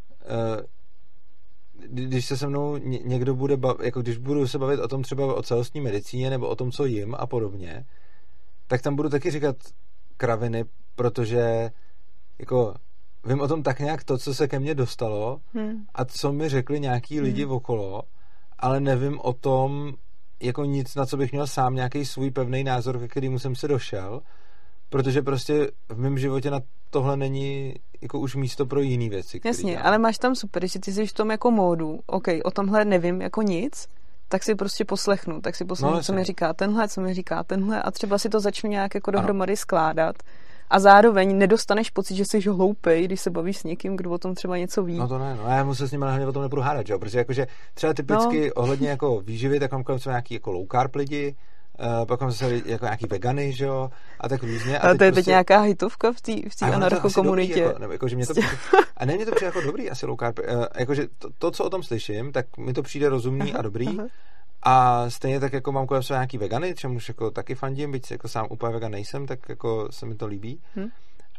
když se se mnou někdo bude bavit, jako když budu se bavit o tom třeba o celostní medicíně nebo o tom, co jim a podobně, tak tam budu taky říkat kraviny, protože jako vím o tom tak nějak to, co se ke mně dostalo hmm. a co mi řekli nějaký lidi hmm. okolo, ale nevím o tom jako nic, na co bych měl sám nějaký svůj pevný názor, ke kterému jsem se došel, protože prostě v mém životě na tohle není jako už místo pro jiný věci. Jasně, dělám. Ale máš tam super, že ty jsi v tom jako módu, ok, o tomhle nevím jako nic, tak si prostě poslechnu, tak si poslechnu, no, co mi říká tenhle, co mi říká tenhle a třeba si to začnu nějak jako dohromady ano. skládat a zároveň nedostaneš pocit, že jsi hloupej, když se bavíš s někým, kdo o tom třeba něco ví. No to ne, no já mu se s ním hlavně o tom nebudu hádat, jo, protože jakože třeba typicky no. ohledně jako výživy, tak mám kolem třeba nějaký jako low carb lidi, Uh, pak mám zase jako nějaký vegany, že jo, a tak různě. A ale to je prostě... teď nějaká hitovka v té v anarchokomunitě. Jako, nebo, jako, že mě to přijde, a ne, mě to přijde jako dobrý asi low carb. Uh, jakože to, to, co o tom slyším, tak mi to přijde rozumný aha, a dobrý. Aha. A stejně tak jako mám kolem sebe nějaký vegany, čemuž jako taky fandím, byť jako sám úplně vegan nejsem, tak jako se mi to líbí. Hmm.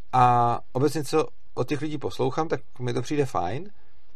A obecně, co od těch lidí poslouchám, tak mi to přijde fajn.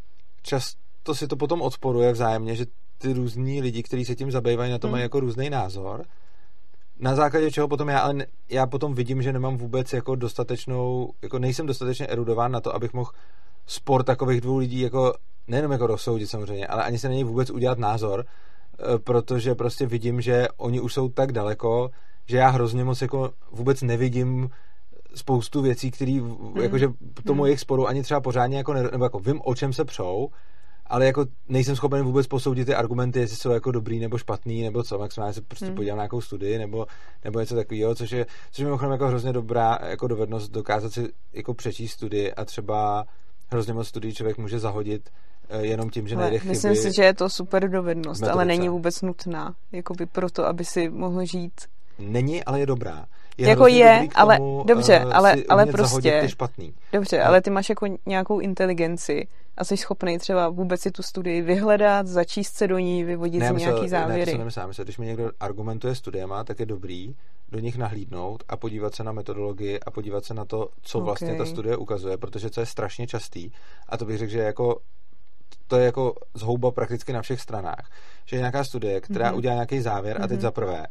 Často si to potom odporuje vzájemně, že ty různí lidi, kteří se tím zabývají, na to mají hmm. jako různý názor. Na základě čeho potom já, ale já potom vidím, že nemám vůbec jako dostatečnou, jako nejsem dostatečně erudován na to, abych mohl spor takových dvou lidí jako nejenom jako rozsoudit samozřejmě, ale ani se na něj vůbec udělat názor, protože prostě vidím, že oni už jsou tak daleko, že já hrozně moc jako vůbec nevidím spoustu věcí, které hmm. jakože tomu hmm. jejich sporu ani třeba pořádně jako, ne, nebo jako vím, o čem se přou, ale jako nejsem schopen vůbec posoudit ty argumenty, jestli jsou jako dobrý nebo špatný, nebo co, maximálně se prostě hmm. podívám na nějakou studii, nebo, nebo něco takového, což je, což je mimochodem jako hrozně dobrá jako dovednost dokázat si jako přečíst studii a třeba hrozně moc studií člověk může zahodit jenom tím, že najde chyby. Myslím si, že je to super dovednost, ale není vůbec nutná, jakoby proto, aby si mohl žít. Není, ale je dobrá. Je jako je, ale tomu, dobře, uh, ale, ale prostě ty špatný. Dobře, no. Ale ty máš jako nějakou inteligenci a jsi schopný třeba vůbec si tu studii vyhledat, začíst se do ní, vyvodit ne, si myslel, nějaký závěry. Ne, to se nemyslím. Myslím, když mi někdo argumentuje studiema, tak je dobrý do nich nahlídnout a podívat se na metodologii a podívat se na to, co okay. vlastně ta studie ukazuje, protože to je strašně častý a to bych řekl, že jako to je jako zhouba prakticky na všech stranách. Že je nějaká studie, která mm-hmm. udělá nějaký závěr mm-hmm. a teď za prvé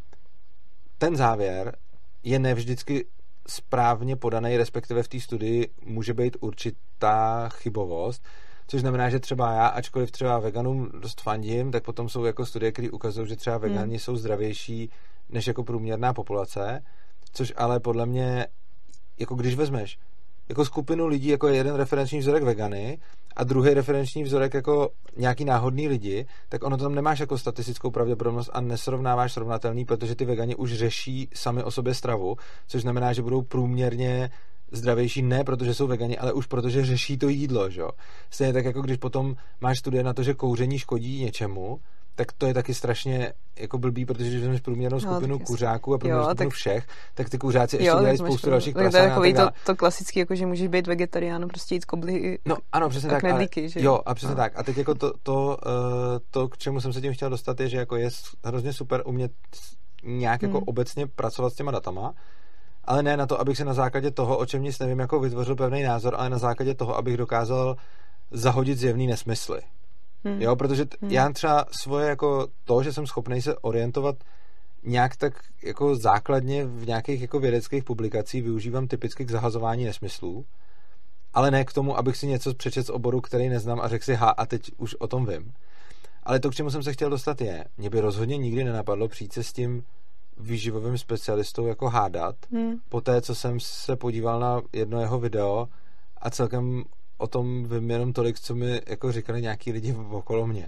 ten závěr je nevždycky správně podaný, respektive v té studii může být určitá chybovost, což znamená, že třeba já, ačkoliv třeba veganům dost fandím, tak potom jsou jako studie, které ukazují, že třeba vegani hmm. jsou zdravější než jako průměrná populace, což ale podle mě, jako když vezmeš jako skupinu lidí, jako je jeden referenční vzorek vegany a druhý referenční vzorek jako nějaký náhodný lidi, tak ono tam nemáš jako statistickou pravděpodobnost a nesrovnáváš srovnatelný, protože ty vegani už řeší sami o sobě stravu, což znamená, že budou průměrně zdravější ne protože jsou vegani, ale už protože řeší to jídlo, že jo. Stejně tak jako když potom máš studie na to, že kouření škodí něčemu, tak to je taky strašně jako blbý, protože když vezmeš průměrnou skupinu no, kuřáků a průměrnou skupinu tak... všech, tak ty kuřáci ještě jo, dělají spoustu dalších prasán. To je takový to, to klasický, jako že můžeš být vegetarián, prostě jít kobly. No ano, přesně tak. Knedlíky, ale, že? Jo, a přesně no. tak. A teď jako to, to, to, k čemu jsem se tím chtěl dostat, je, že jako je hrozně super umět nějak jako hmm. obecně pracovat s těma datama, ale ne na to, abych se na základě toho, o čem nic nevím, jako vytvořil pevný názor, ale na základě toho, abych dokázal zahodit zjevný nesmysly. Hmm. Jo, protože t- hmm. já třeba svoje jako to, že jsem schopný se orientovat nějak tak jako základně v nějakých jako vědeckých publikacích využívám typicky k zahazování nesmyslů, ale ne k tomu, abych si něco přečet z oboru, který neznám a řekl si ha a teď už o tom vím. Ale to, k čemu jsem se chtěl dostat je, mě by rozhodně nikdy nenapadlo přijít se s tím výživovým specialistou jako hádat, hmm. po té, co jsem se podíval na jedno jeho video a celkem o tom vím jenom tolik, co mi jako říkali nějaký lidi okolo mě.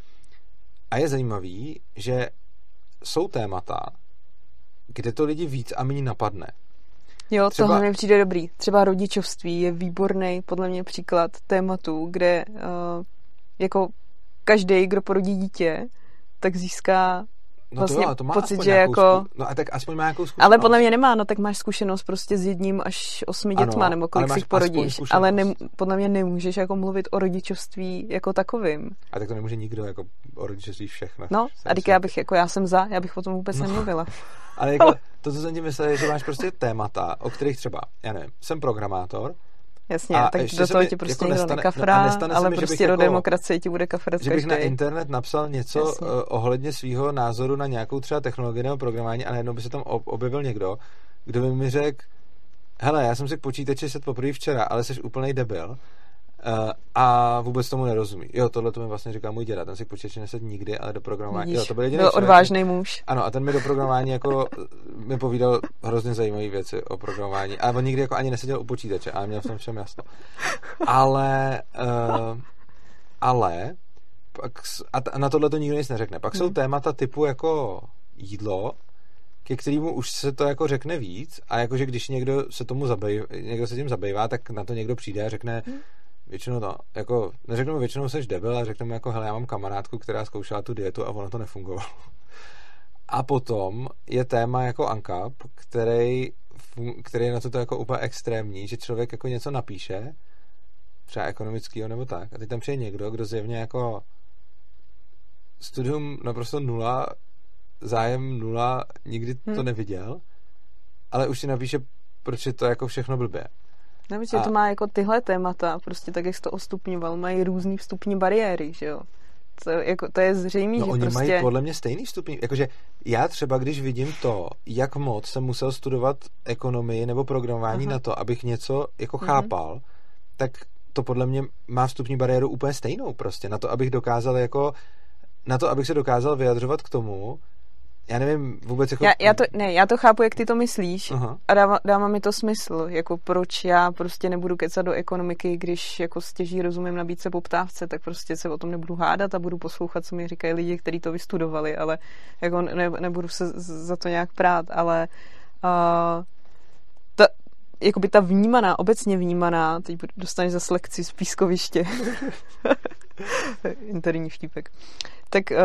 A je zajímavý, že jsou témata, kde to lidi víc a méně napadne. Jo, Třeba... tohle mi přijde dobrý. Třeba rodičovství je výborný, podle mě, příklad tématu, kde uh, jako každý, kdo porodí dítě, tak získá no vlastně to jo, to má pocit, že jako... Zku... No a tak aspoň má nějakou zkušenost. Ale podle mě nemá, no tak máš zkušenost prostě s jedním až osmi dětma, ano, nebo kolik si porodíš. Ale ne, podle mě nemůžeš jako mluvit o rodičovství jako takovým. A tak to nemůže nikdo jako o rodičovství všechno. No, a teď já bych, jako já jsem za, já bych o tom vůbec no. nemluvila. Ale jako to, co jsem ti myslel, je, že máš prostě témata, o kterých třeba, já nevím, jsem programátor. Jasně, a tak do toho ti prostě jako nikdo nekafrá, no ale mi, prostě do jako, demokracie ti bude kafrat každý. Že bych na internet napsal něco Jasně. ohledně svýho názoru na nějakou třeba technologii nebo programování a najednou by se tam objevil někdo, kdo by mi řekl, hele, já jsem si k počítači set poprvé včera, ale jsi úplnej debil uh, a vůbec tomu nerozumí. Jo, tohle to mi vlastně říká můj děda, ten si k počítači neset nikdy, ale do programování. Vidíš, jo, to byl jediný byl odvážný muž. Ano, a ten mi do programování jako mi povídal hrozně zajímavé věci o programování. A on nikdy jako ani neseděl u počítače, ale měl v tom všem jasno. Ale uh, ale pak, a na tohle to nikdo nic neřekne. Pak hmm. jsou témata typu jako jídlo, ke kterému už se to jako řekne víc a jakože když někdo se tomu zabývá, někdo se tím zabývá, tak na to někdo přijde a řekne hmm. většinou to, jako, neřeknu mu většinou seš debil, ale řeknu mu jako, hele, já mám kamarádku, která zkoušela tu dietu a ono to nefungovalo. A potom je téma jako ANCAP, který, který je na to jako úplně extrémní, že člověk jako něco napíše, třeba ekonomického nebo tak, a teď tam přijde někdo, kdo zjevně jako studium naprosto nula, zájem nula, nikdy hmm. to neviděl, ale už si napíše, proč je to jako všechno blbě. Nevím, že a... to má jako tyhle témata, prostě tak, jak jsi to ostupňoval, mají různý vstupní bariéry, že jo. To, jako, to je zřejmé, no, že oni prostě... mají podle mě stejný stupň. Jakože já třeba, když vidím to, jak moc jsem musel studovat ekonomii nebo programování Aha. na to, abych něco jako chápal, mm-hmm. tak to podle mě má vstupní bariéru úplně stejnou prostě. Na to, abych dokázal jako... Na to, abych se dokázal vyjadřovat k tomu, já nevím vůbec jako... Já, já, to, ne, já to chápu, jak ty to myslíš Aha. a dává, dává mi to smysl, jako proč já prostě nebudu kecat do ekonomiky, když jako stěží rozumím nabídce poptávce, tak prostě se o tom nebudu hádat a budu poslouchat, co mi říkají lidi, kteří to vystudovali, ale jako ne, nebudu se za to nějak prát, ale uh, ta, jakoby ta vnímaná, obecně vnímaná, teď dostaneš zase lekci z pískoviště, interní vtípek, tak uh,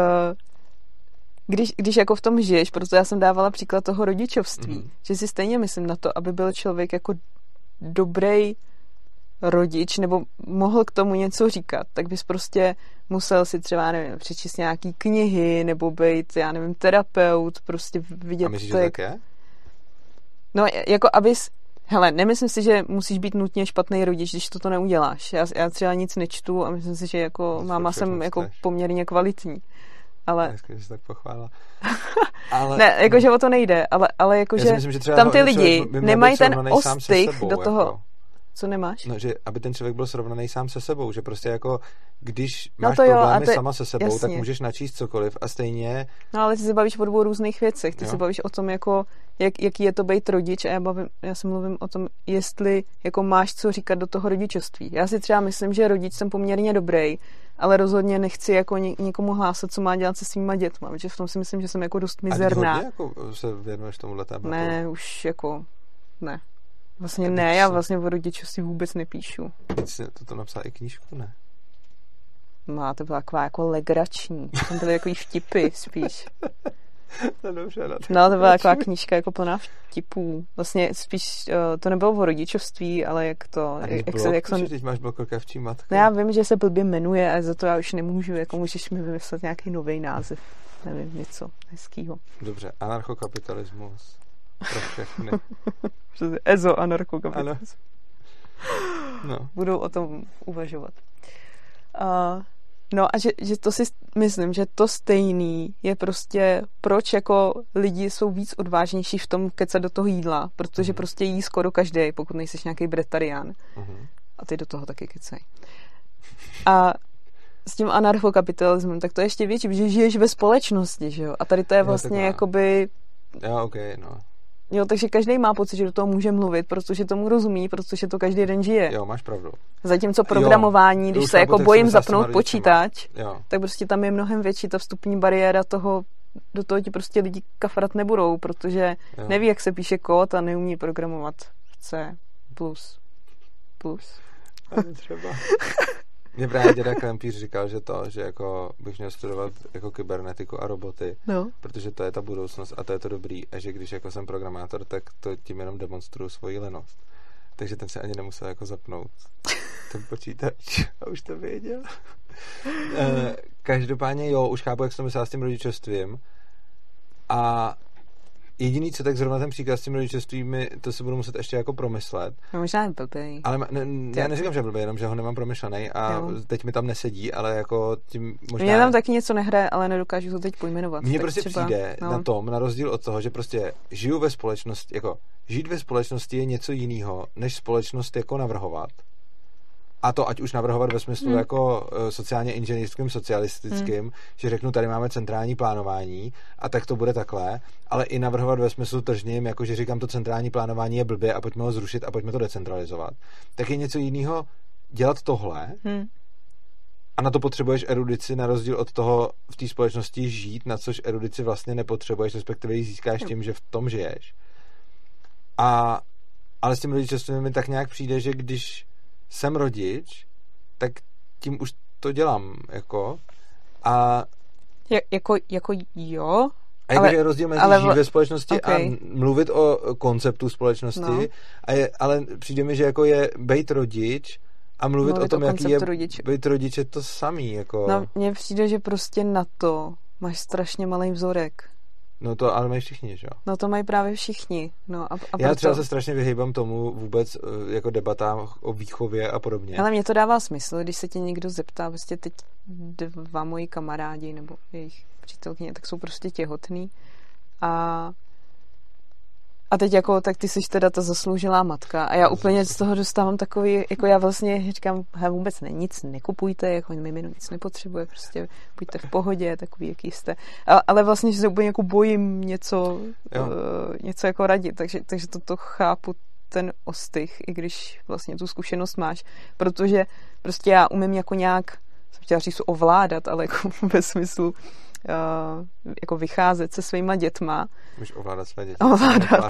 Když, když jako v tom žiješ, proto já jsem dávala příklad toho rodičovství, mm. že si stejně myslím na to, aby byl člověk jako dobrý rodič, nebo mohl k tomu něco říkat, tak bys prostě musel si třeba, nevím, přečíst nějaký knihy, nebo být, já nevím, terapeut, prostě vidět... A myslíš, to, že jak... tak je? No, jako abys... Hele, nemyslím si, že musíš být nutně špatný rodič, když toto neuděláš. Já, já třeba nic nečtu a myslím si, že jako no, máma jsem jako poměrně kvalitní. Ale... Dneska, že jsi tak pochválila. Ale... Ne, jakože o to nejde, ale, ale jakože tam ty lidi nemají ten ostych do toho... Jako... Co nemáš? No, že aby ten člověk byl srovnaný sám se sebou, že prostě jako, když no máš problémy jo, sama se sebou, jasně. tak můžeš načíst cokoliv a stejně... No ale ty se bavíš o dvou různých věcech, ty jo. se bavíš o tom, jako, jak, jaký je to být rodič a já, bavím, já se mluvím o tom, jestli jako máš co říkat do toho rodičovství. Já si třeba myslím, že rodič jsem poměrně dobrý, ale rozhodně nechci jako někomu hlásat, co má dělat se svýma dětma, protože v tom si myslím, že jsem jako dost mizerná. A hodně jako se věnuješ tomuhle tématu? Ne, už jako ne. Vlastně ne, já vlastně o rodičovství vůbec nepíšu. Teď jsi toto napsal i knížku, ne? No, to byla taková jako legrační. Tam byly takový vtipy spíš. No, dobře, no, no, to byla taková knížka jako plná vtipů. Vlastně spíš uh, to nebylo o rodičovství, ale jak to... A jak blog, se, jak jsem... teď máš blog Kavčí matka. No, já vím, že se blbě jmenuje a za to já už nemůžu, jako můžeš mi vymyslet nějaký nový název. Nevím, něco hezkýho. Dobře, anarchokapitalismus. Pro všechny. Ezo anarchokapitalismus. No. Budou o tom uvažovat. Uh, no a že, že to si myslím, že to stejný je prostě, proč jako lidi jsou víc odvážnější v tom kecat do toho jídla, protože mm. prostě jí skoro každý, pokud nejseš nějaký bretarián. Mm. A ty do toho taky kecají. A s tím anarchokapitalismem, tak to je ještě větší, protože žiješ ve společnosti, že jo? A tady to je vlastně no, jakoby Jo, ok, no. Jo, takže každý má pocit, že do toho může mluvit, protože tomu rozumí, protože to každý den žije. Jo, máš pravdu. Zatímco programování, jo, když se jako bojím zapnout počítač, jo. tak prostě tam je mnohem větší ta vstupní bariéra toho, do toho ti prostě lidi kafrat nebudou, protože jo. neví, jak se píše kód a neumí programovat v C plus plus. Ano, třeba. Mě právě děda Klempíř říkal, že to, že jako bych měl studovat jako kybernetiku a roboty, no. protože to je ta budoucnost a to je to dobrý a že když jako jsem programátor, tak to tím jenom demonstruju svoji lenost. Takže ten se ani nemusel jako zapnout ten počítač a už to věděl. Každopádně jo, už chápu, jak jsem to myslel s tím rodičovstvím a jediný, co tak zrovna ten příklad s tím rodičovstvím, to si budu muset ještě jako promyslet. No možná je blbý. Ale ne, já neříkám, že je blbý, jenom že ho nemám promyšlený a jo. teď mi tam nesedí, ale jako tím možná... Mně tam taky něco nehraje, ale nedokážu to teď pojmenovat. Mně prostě třeba, přijde no. na tom, na rozdíl od toho, že prostě žiju ve společnosti, jako žít ve společnosti je něco jiného, než společnost jako navrhovat. A to ať už navrhovat ve smyslu hmm. jako sociálně inženýrským, socialistickým, hmm. že řeknu, tady máme centrální plánování a tak to bude takhle, ale i navrhovat ve smyslu tržním, jako že říkám, to centrální plánování je blbě a pojďme ho zrušit a pojďme to decentralizovat. Tak je něco jiného dělat tohle hmm. a na to potřebuješ erudici na rozdíl od toho v té společnosti žít, na což erudici vlastně nepotřebuješ, respektive ji získáš tím, že v tom žiješ. A ale s tím rodičovstvím mi tak nějak přijde, že když jsem rodič, tak tím už to dělám, jako. A... Ja, jako, jako jo. A jakože je rozdíl mezi ale, žít ve společnosti okay. a mluvit o konceptu společnosti, no. a je, ale přijde mi, že jako je bejt rodič a mluvit, mluvit o tom, o jaký je rodič. Bejt rodič je to samý, jako. No, mně přijde, že prostě na to máš strašně malý vzorek. No to ale mají všichni, že jo? No to mají právě všichni. No a, a Já proto... třeba se strašně vyhýbám tomu vůbec jako debatám o výchově a podobně. Ale mně to dává smysl, když se tě někdo zeptá, prostě teď dva moji kamarádi nebo jejich přítelkyně, tak jsou prostě těhotný a a teď jako, tak ty jsi teda ta zasloužilá matka a já úplně z toho dostávám takový, jako já vlastně říkám, he, vůbec ne, nic nekupujte, jako mimino nic nepotřebuje, prostě buďte v pohodě, takový, jaký jste. A, ale vlastně, že se úplně jako bojím něco, uh, něco jako radit, takže, takže toto chápu ten ostych, i když vlastně tu zkušenost máš, protože prostě já umím jako nějak, jsem chtěla říct ovládat, ale jako ve smyslu Uh, jako vycházet se svýma dětma. Můžeš ovládat své děti. Ovládat.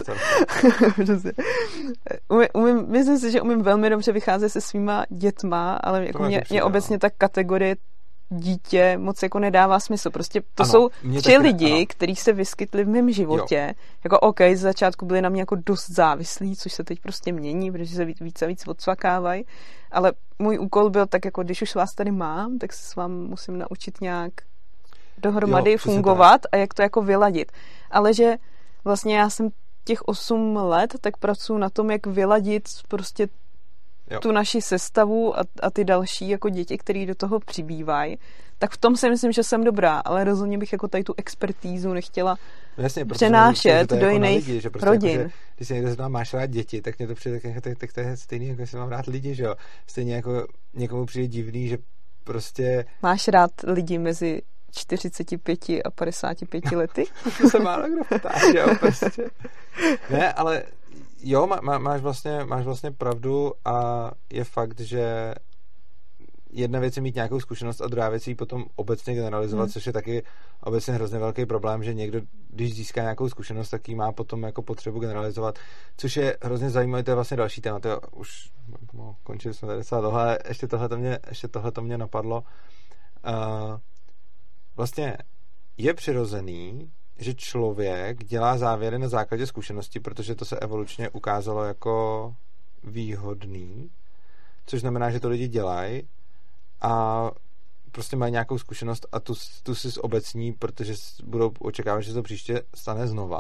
umím, umím, myslím si, že umím velmi dobře vycházet se svýma dětma, ale jako mě, mě obecně ta kategorie dítě moc jako nedává smysl. Prostě to ano, jsou tři lidi, kteří se vyskytli v mém životě. Jo. Jako OK, z začátku byli na mě jako dost závislí, což se teď prostě mění, protože se víc a víc odsvakávají. Ale můj úkol byl tak jako, když už vás tady mám, tak se s vám musím naučit nějak dohromady jo, fungovat tak. A jak to jako vyladit. Ale že vlastně já jsem těch osm let, tak pracuji na tom, jak vyladit prostě jo. tu naši sestavu a, a ty další jako děti, které do toho přibývají. Tak v tom si myslím, že jsem dobrá, ale rozhodně bych jako tady tu expertízu nechtěla no jasně, přenášet do jako jiných lidi, že prostě rodin. Jako, že, když se někdo zná, máš rád děti, tak mě to přijde, tak, tak, tak to je stejný, jako jestli mám rád lidi, že jo. Stejně jako někomu přijde divný, že prostě... Máš rád lidi mezi čtyřicet pět a padesát pět lety? To se málo kdo ptá, že jo, prostě. Ne, ale jo, má, má, máš, vlastně, máš vlastně pravdu a je fakt, že jedna věc je mít nějakou zkušenost a druhá věc je potom obecně generalizovat, hmm. což je taky obecně hrozně velký problém, že někdo, když získá nějakou zkušenost, tak ji má potom jako potřebu generalizovat, což je hrozně zajímavé, to je vlastně další téma, to je, už no, končili jsme tady docela tohle, ještě tohle to mě, ještě tohle to mě napadlo. Uh, vlastně je přirozený, že člověk dělá závěry na základě zkušenosti, protože to se evolučně ukázalo jako výhodný, což znamená, že to lidi dělají a prostě mají nějakou zkušenost a tu, tu si zobecní, protože budou očekávat, že se to příště stane znova.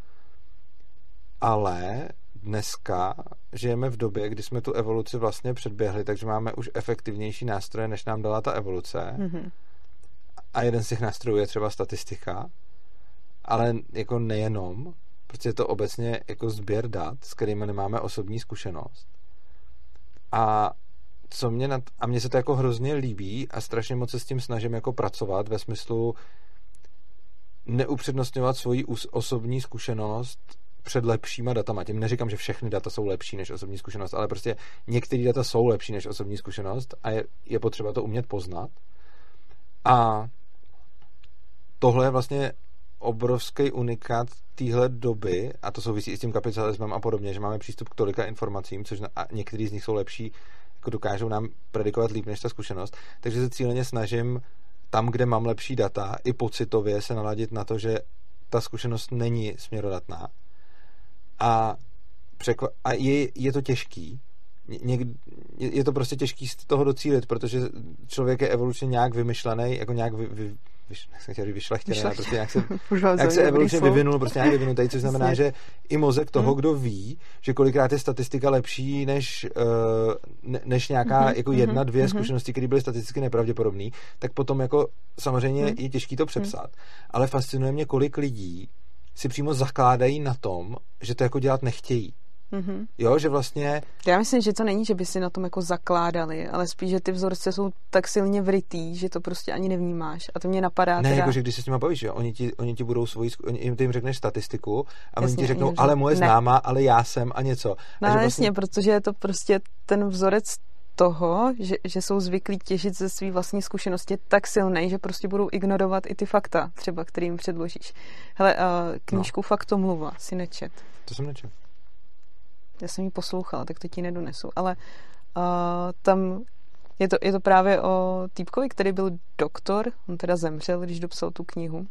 Ale dneska žijeme v době, kdy jsme tu evoluci vlastně předběhli, takže máme už efektivnější nástroje, než nám dala ta evoluce. Mm-hmm. A jeden z těch nástrojů je třeba statistika, ale jako nejenom, protože je to obecně jako sběr dat, s kterými nemáme osobní zkušenost. A co mě nad, a mně se to jako hrozně líbí a strašně moc se s tím snažím jako pracovat ve smyslu neupřednostňovat svoji osobní zkušenost před lepšíma datama. Tím neříkám, že všechny data jsou lepší než osobní zkušenost, ale prostě některé data jsou lepší než osobní zkušenost a je, je potřeba to umět poznat. A tohle je vlastně obrovský unikát téhle doby, a to souvisí i s tím kapitalismem a podobně, že máme přístup k tolika informacím, což na, a některý z nich jsou lepší, jako dokážou nám predikovat líp než ta zkušenost. Takže se cíleně snažím tam, kde mám lepší data, i pocitově se naladit na to, že ta zkušenost není směrodatná. A, překva- a je, je to těžký. Někdy, je to prostě těžký z toho docílit, protože člověk je evolučně nějak vymyšlený, jako nějak vy, vy, vyš, vyšlechtěný, ale prostě nějak se, jak se evolučně vyvinul, prostě nějak vyvinutý, což znamená, že i mozek toho, hmm. kdo ví, že kolikrát je statistika lepší než, uh, než nějaká hmm. jako jedna, dvě hmm. zkušenosti, které byly statisticky nepravděpodobné, tak potom jako samozřejmě hmm. je těžký to přepsat. Hmm. Ale fascinuje mě, kolik lidí si přímo zakládají na tom, že to jako dělat nechtějí. Mm-hmm. Jo, že vlastně... Já myslím, že to není, že by si na tom jako zakládali, ale spíš, že ty vzorce jsou tak silně vrytý, že to prostě ani nevnímáš. A to mě napadá ne, teda... jako, že když se s nima bavíš, že oni ti, oni ti budou svoji... Oni, ty jim řekneš statistiku a jasně, oni ti řeknou, oni ale moje ne. známá, ale já jsem a něco. No a že vlastně... jasně, protože je to prostě ten vzorec toho, že, že jsou zvyklí těžit ze své vlastní zkušenosti tak silnej, že prostě budou ignorovat i ty fakta, třeba, který jim předložíš. Hele, uh, knížku no. Faktomluva si nečet. To jsem nečet. Já jsem ji poslouchala, tak to ti nedonesu. Ale uh, tam je to, je to právě o týpkovi, který byl doktor, on teda zemřel, když dopsal tu knihu.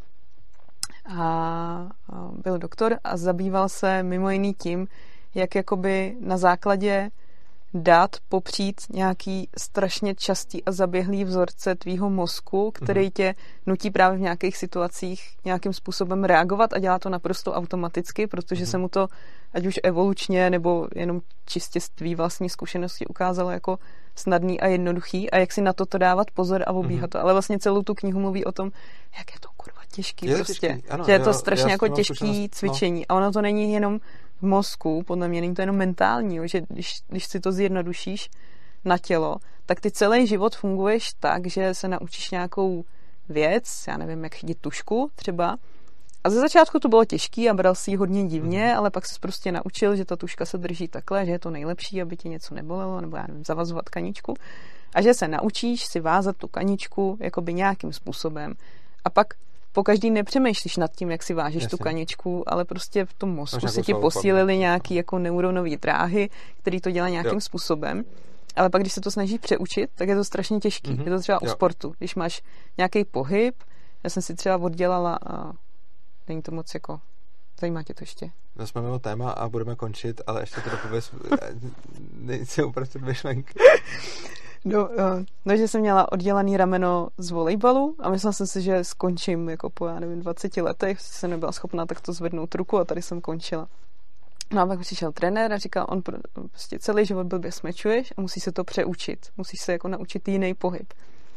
A uh, byl doktor a zabýval se mimo jiný tím, jak jakoby na základě dát popřít nějaký strašně častý a zaběhlý vzorce tvýho mozku, který mm-hmm. tě nutí právě v nějakých situacích nějakým způsobem reagovat a dělá to naprosto automaticky, protože mm-hmm. se mu to, ať už evolučně nebo jenom čistě z tvý vlastní zkušenosti ukázalo jako snadný a jednoduchý a jak si na toto dávat pozor a obíhat mm-hmm. to. Ale vlastně celou tu knihu mluví o tom, jak je to kurva těžký je prostě. Těžký. Ano, že je to já, strašně já jako těžký cvičení. No. A ono to není jenom v mozku, podle mě není to jenom mentální, jo, že když, když si to zjednodušíš na tělo, tak ty celý život funguješ tak, že se naučíš nějakou věc, já nevím, jak chytit tušku třeba. A ze začátku to bylo těžký a bral si ji hodně divně, mm. ale pak se prostě naučil, že ta tuška se drží takhle, že je to nejlepší, aby ti něco nebolelo, nebo já nevím, zavazovat kaničku. A že se naučíš si vázat tu kaničku jakoby nějakým způsobem. A pak po každý nepřemýšlíš nad tím, jak si vážeš Jasně. tu kaničku, ale prostě v tom mozku si ti posílili nějaký jako neuronové dráhy, který to dělá nějakým jo. způsobem. Ale pak, když se to snaží přeučit, tak je to strašně těžký. Mm-hmm. Je to třeba jo. o sportu. Když máš nějaký pohyb, já jsem si třeba oddělala a není to moc jako... Zajímá tě to ještě? No jsme mimo téma a budeme končit, ale ještě teda pověz... Nejsi uprostřed myšlenky. No, no, že jsem měla oddělaný rameno z volejbalu a myslela jsem si, že skončím jako po, já nevím, dvaceti letech, jsem nebyla schopná takto zvednout ruku a tady jsem končila. No a pak přišel trenér a říkal, on prostě celý život blbě smečuješ a musí se to přeučit. Musíš se jako naučit jiný pohyb.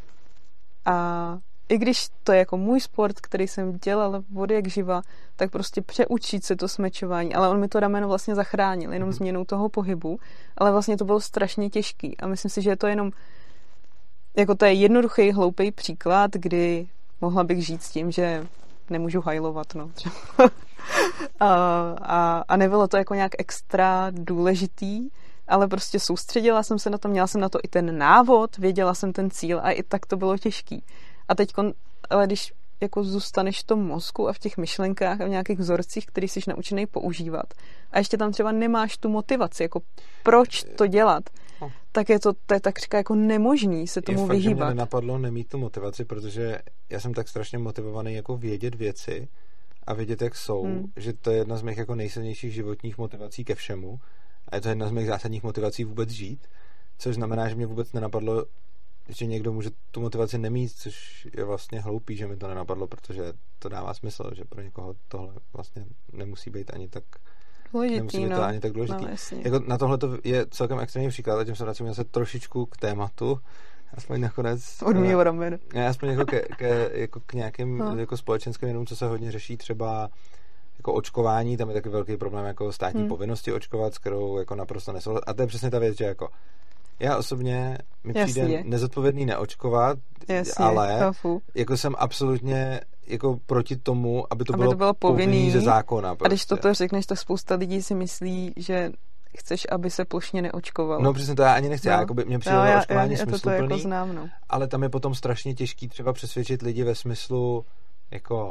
A i když to je jako můj sport, který jsem dělala vody jak živa, tak prostě přeučit se to smečování. Ale on mi to rameno vlastně zachránil, jenom změnou toho pohybu. Ale vlastně to bylo strašně těžký. A myslím si, že je to jenom jako to je jednoduchý, hloupý příklad, kdy mohla bych žít s tím, že nemůžu hajlovat, no. a, a, a nebylo to jako nějak extra důležitý, ale prostě soustředila jsem se na to, měla jsem na to i ten návod, věděla jsem ten cíl a i tak to bylo těžký. A teď, ale když jako zůstaneš v tom mozku a v těch myšlenkách a v nějakých vzorcích, který jsi naučený používat a ještě tam třeba nemáš tu motivaci, jako proč to dělat, no. tak je to, to je tak říká jako nemožný se tomu je vyhýbat. Je fakt, že mě nenapadlo nemít tu motivaci, protože já jsem tak strašně motivovaný jako vědět věci a vědět, jak jsou, hmm. že to je jedna z mých jako nejsilnějších životních motivací ke všemu a je to jedna z mých zásadních motivací vůbec žít, což znamená, že mě vůbec nenapadlo, že někdo může tu motivaci nemít, což je vlastně hloupý, že mi to nenapadlo, protože to dává smysl, že pro někoho tohle vlastně nemusí být ani tak důležitý, nemusí být to no. ani tak důležitý. No, jako na tohle to je celkem extrémní příklad, a tím se vracím zase trošičku k tématu, aspoň nakonec... Od mýho ramene. Ne, aspoň jako, ke, ke, jako k nějakým no. jako společenským jenom, co se hodně řeší třeba jako očkování, tam je taky velký problém jako státní hmm. povinnosti očkovat, s kterou jako naprosto nesouhlasím. A to je přesně ta věc, že jako Já osobně mi přijde Jasně. nezodpovědný neočkovat, Jasně, ale chápu. jako jsem absolutně jako proti tomu, aby to, aby bylo, to bylo povinný, povinný ze zákona. Prostě. A když toto řekneš, tak spousta lidí si myslí, že chceš, aby se plošně neočkovalo. No přesně to já ani nechci, no. já, jakoby, mě přijde no, já, očkování já, já smysluplný, to jako znám, no. ale tam je potom strašně těžký třeba přesvědčit lidi ve smyslu, jako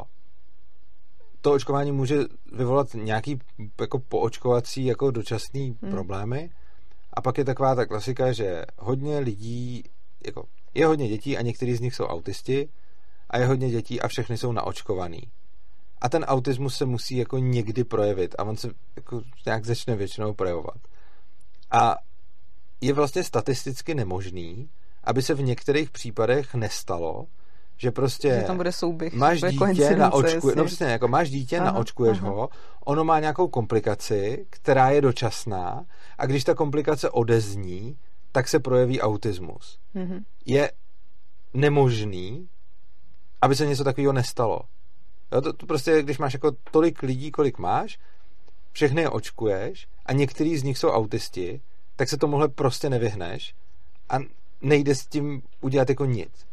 to očkování může vyvolat nějaký jako poočkovací jako dočasný hmm. problémy a pak je taková ta klasika, že hodně lidí, jako je hodně dětí a některý z nich jsou autisti a je hodně dětí a všechny jsou naočkovaný. A ten autismus se musí jako někdy projevit a on se jako nějak začne většinou projevovat. A je vlastně statisticky nemožný, aby se v některých případech nestalo, že prostě že tam bude souběh, máš dítě, naočkuje, no přesně, jako máš dítě, aha, naočkuješ aha. ho, ono má nějakou komplikaci, která je dočasná a když ta komplikace odezní, tak se projeví autismus. Mm-hmm. Je nemožný, aby se něco takového nestalo. Jo, to, to prostě, když máš jako tolik lidí, kolik máš, všechny je očkuješ a některý z nich jsou autisti, tak se tomuhle prostě nevyhneš a nejde s tím udělat jako nic.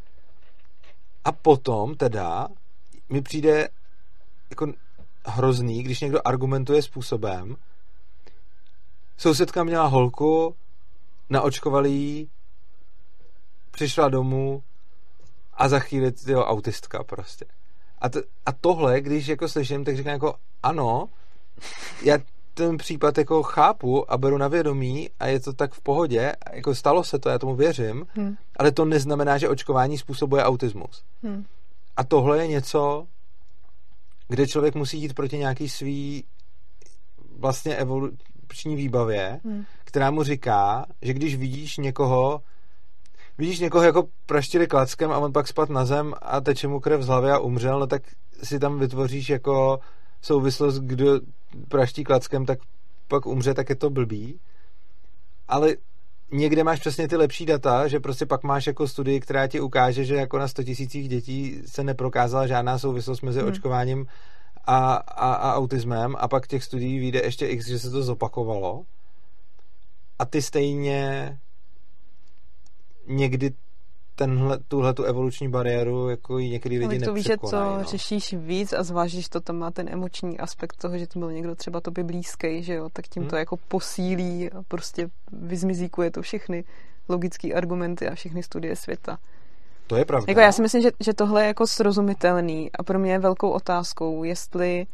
A potom teda mi přijde jako hrozný, když někdo argumentuje způsobem, sousedka měla holku, naočkovali jí, přišla domů a za chvíli tyjo, autistka prostě. A, to, a tohle, když jako slyším, tak říkám jako ano, já ten případ jako chápu a beru na vědomí a je to tak v pohodě, jako stalo se to, já tomu věřím, hmm. ale to neznamená, že očkování způsobuje autismus. Hmm. A tohle je něco, kde člověk musí jít proti nějaký svý vlastně evoluční výbavě, hmm. která mu říká, že když vidíš někoho vidíš někoho jako praštili klackem a on pak spad na zem a teče mu krev z hlavy a umřel, no tak si tam vytvoříš jako souvislost, kdo praští klackem, tak pak umře, tak je to blbý. Ale někde máš přesně ty lepší data, že prostě pak máš jako studii, která ti ukáže, že jako na sto tisících dětí se neprokázala žádná souvislost mezi hmm. očkováním a, a, a autismem a pak těch studií vyjde ještě x, že se to zopakovalo. A ty stejně někdy tenhle, tuhle tu evoluční bariéru jako i některý lidi nepřekonají. To víš, že to no. řešíš víc a zvlášť, že to tam má ten emoční aspekt toho, že to byl někdo třeba tobě blízký, že jo, tak tím hmm. to jako posílí a prostě vyzmizíkuje to všechny logické argumenty a všechny studie světa. To je pravda. Jako já si myslím, že, že tohle je jako srozumitelný a pro mě je velkou otázkou, jestli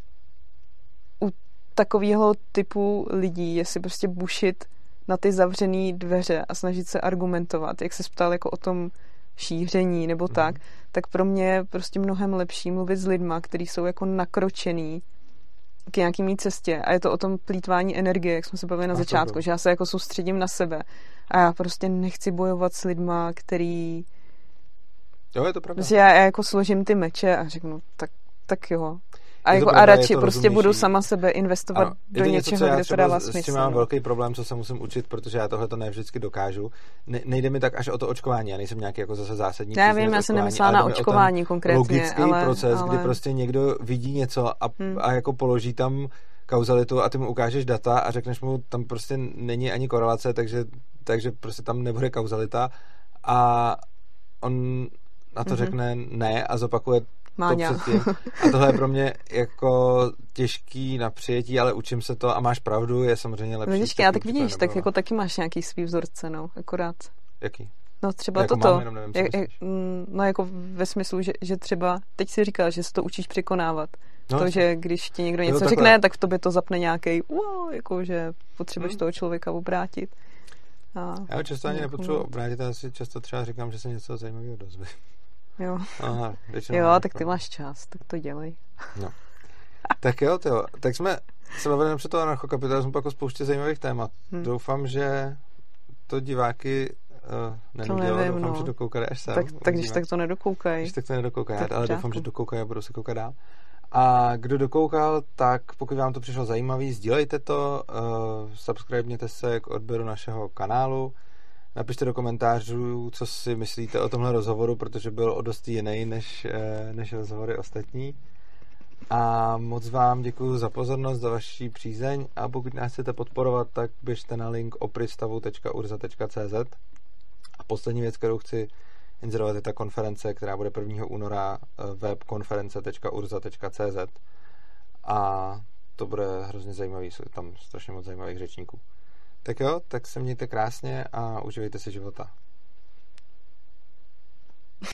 u takového typu lidí, jestli prostě bušit na ty zavřený dveře a snažit se argumentovat, jak se ptal jako o tom šíření nebo tak, mm. tak pro mě je prostě mnohem lepší mluvit s lidma, kteří jsou jako nakročený k nějakým cestě a je to o tom plýtvání energie, jak jsme se bavili na a začátku, to, že já se jako soustředím na sebe a já prostě nechci bojovat s lidma, který jo, je to pravda. Prostě já, já jako složím ty meče a řeknu, tak, tak jo. A, jako, pravda, a radši prostě budu sama sebe investovat ano, do něčeho, kde to dává smysl. S tím mám velký problém, co se musím učit, protože já tohle to ne vždycky dokážu. Ne, nejde mi tak až o to očkování, já nejsem nějaký jako zase zásadní. Já vím, já jsem nemyslela na očkování konkrétně. Logický ale, proces, ale... kdy prostě někdo vidí něco a, hmm. a jako položí tam kauzalitu a ty mu ukážeš data a řekneš mu, tam prostě není ani korelace, takže, takže prostě tam nebude kauzalita a on na to mm-hmm. řekne ne a zopakuje Máňa. to předtím. A tohle je pro mě jako těžký na přijetí, ale učím se to a máš pravdu, je samozřejmě lepší. Vidíš, já tak vidíš, tak jako taky máš nějaký svý vzorce, no, akorát. Jaký? No třeba jako toto. Mám, jenom nevím, jak, jak, no jako ve smyslu, že, že třeba, teď si říkal, že se to učíš překonávat. No, to, že když ti někdo něco řekne, takhle. Tak v tobě to zapne nějaký, wow, jako že potřebuješ hmm. toho člověka obrátit. A já často ani nepotřebuji obrátit, já si často třeba říkám, že se něco zajímavého dozvím. Jo. Aha, jo, tak ty máš čas, tak to dělej. No. Tak jo, tyjo. Tak jsme se bavili napřed toho anarchokapitalismu, pak o spoustě zajímavých témat. Hmm. Doufám, že to diváky uh, nenudilo, doufám, no. že dokoukali až sem. Tak, tak když tak to nedokoukají. Když tak to nedokoukají, ale přátku. Doufám, že dokoukají a budou se koukat dál. A kdo dokoukal, tak pokud vám to přišlo zajímavý, sdílejte to, uh, subscribněte se k odběru našeho kanálu, napište do komentářů, co si myslíte o tomhle rozhovoru, protože byl o dost jiný než, než rozhovory ostatní. A moc vám děkuji za pozornost, za vaši přízeň a pokud nás chcete podporovat, tak běžte na link opristavu tečka urza tečka cé zet. A poslední věc, kterou chci inzerovat, je ta konference, která bude prvního února, web konference tečka urza tečka cé zet. A to bude hrozně zajímavý, jsou tam strašně moc zajímavých řečníků. Tak jo, tak se mějte krásně a uživejte si života.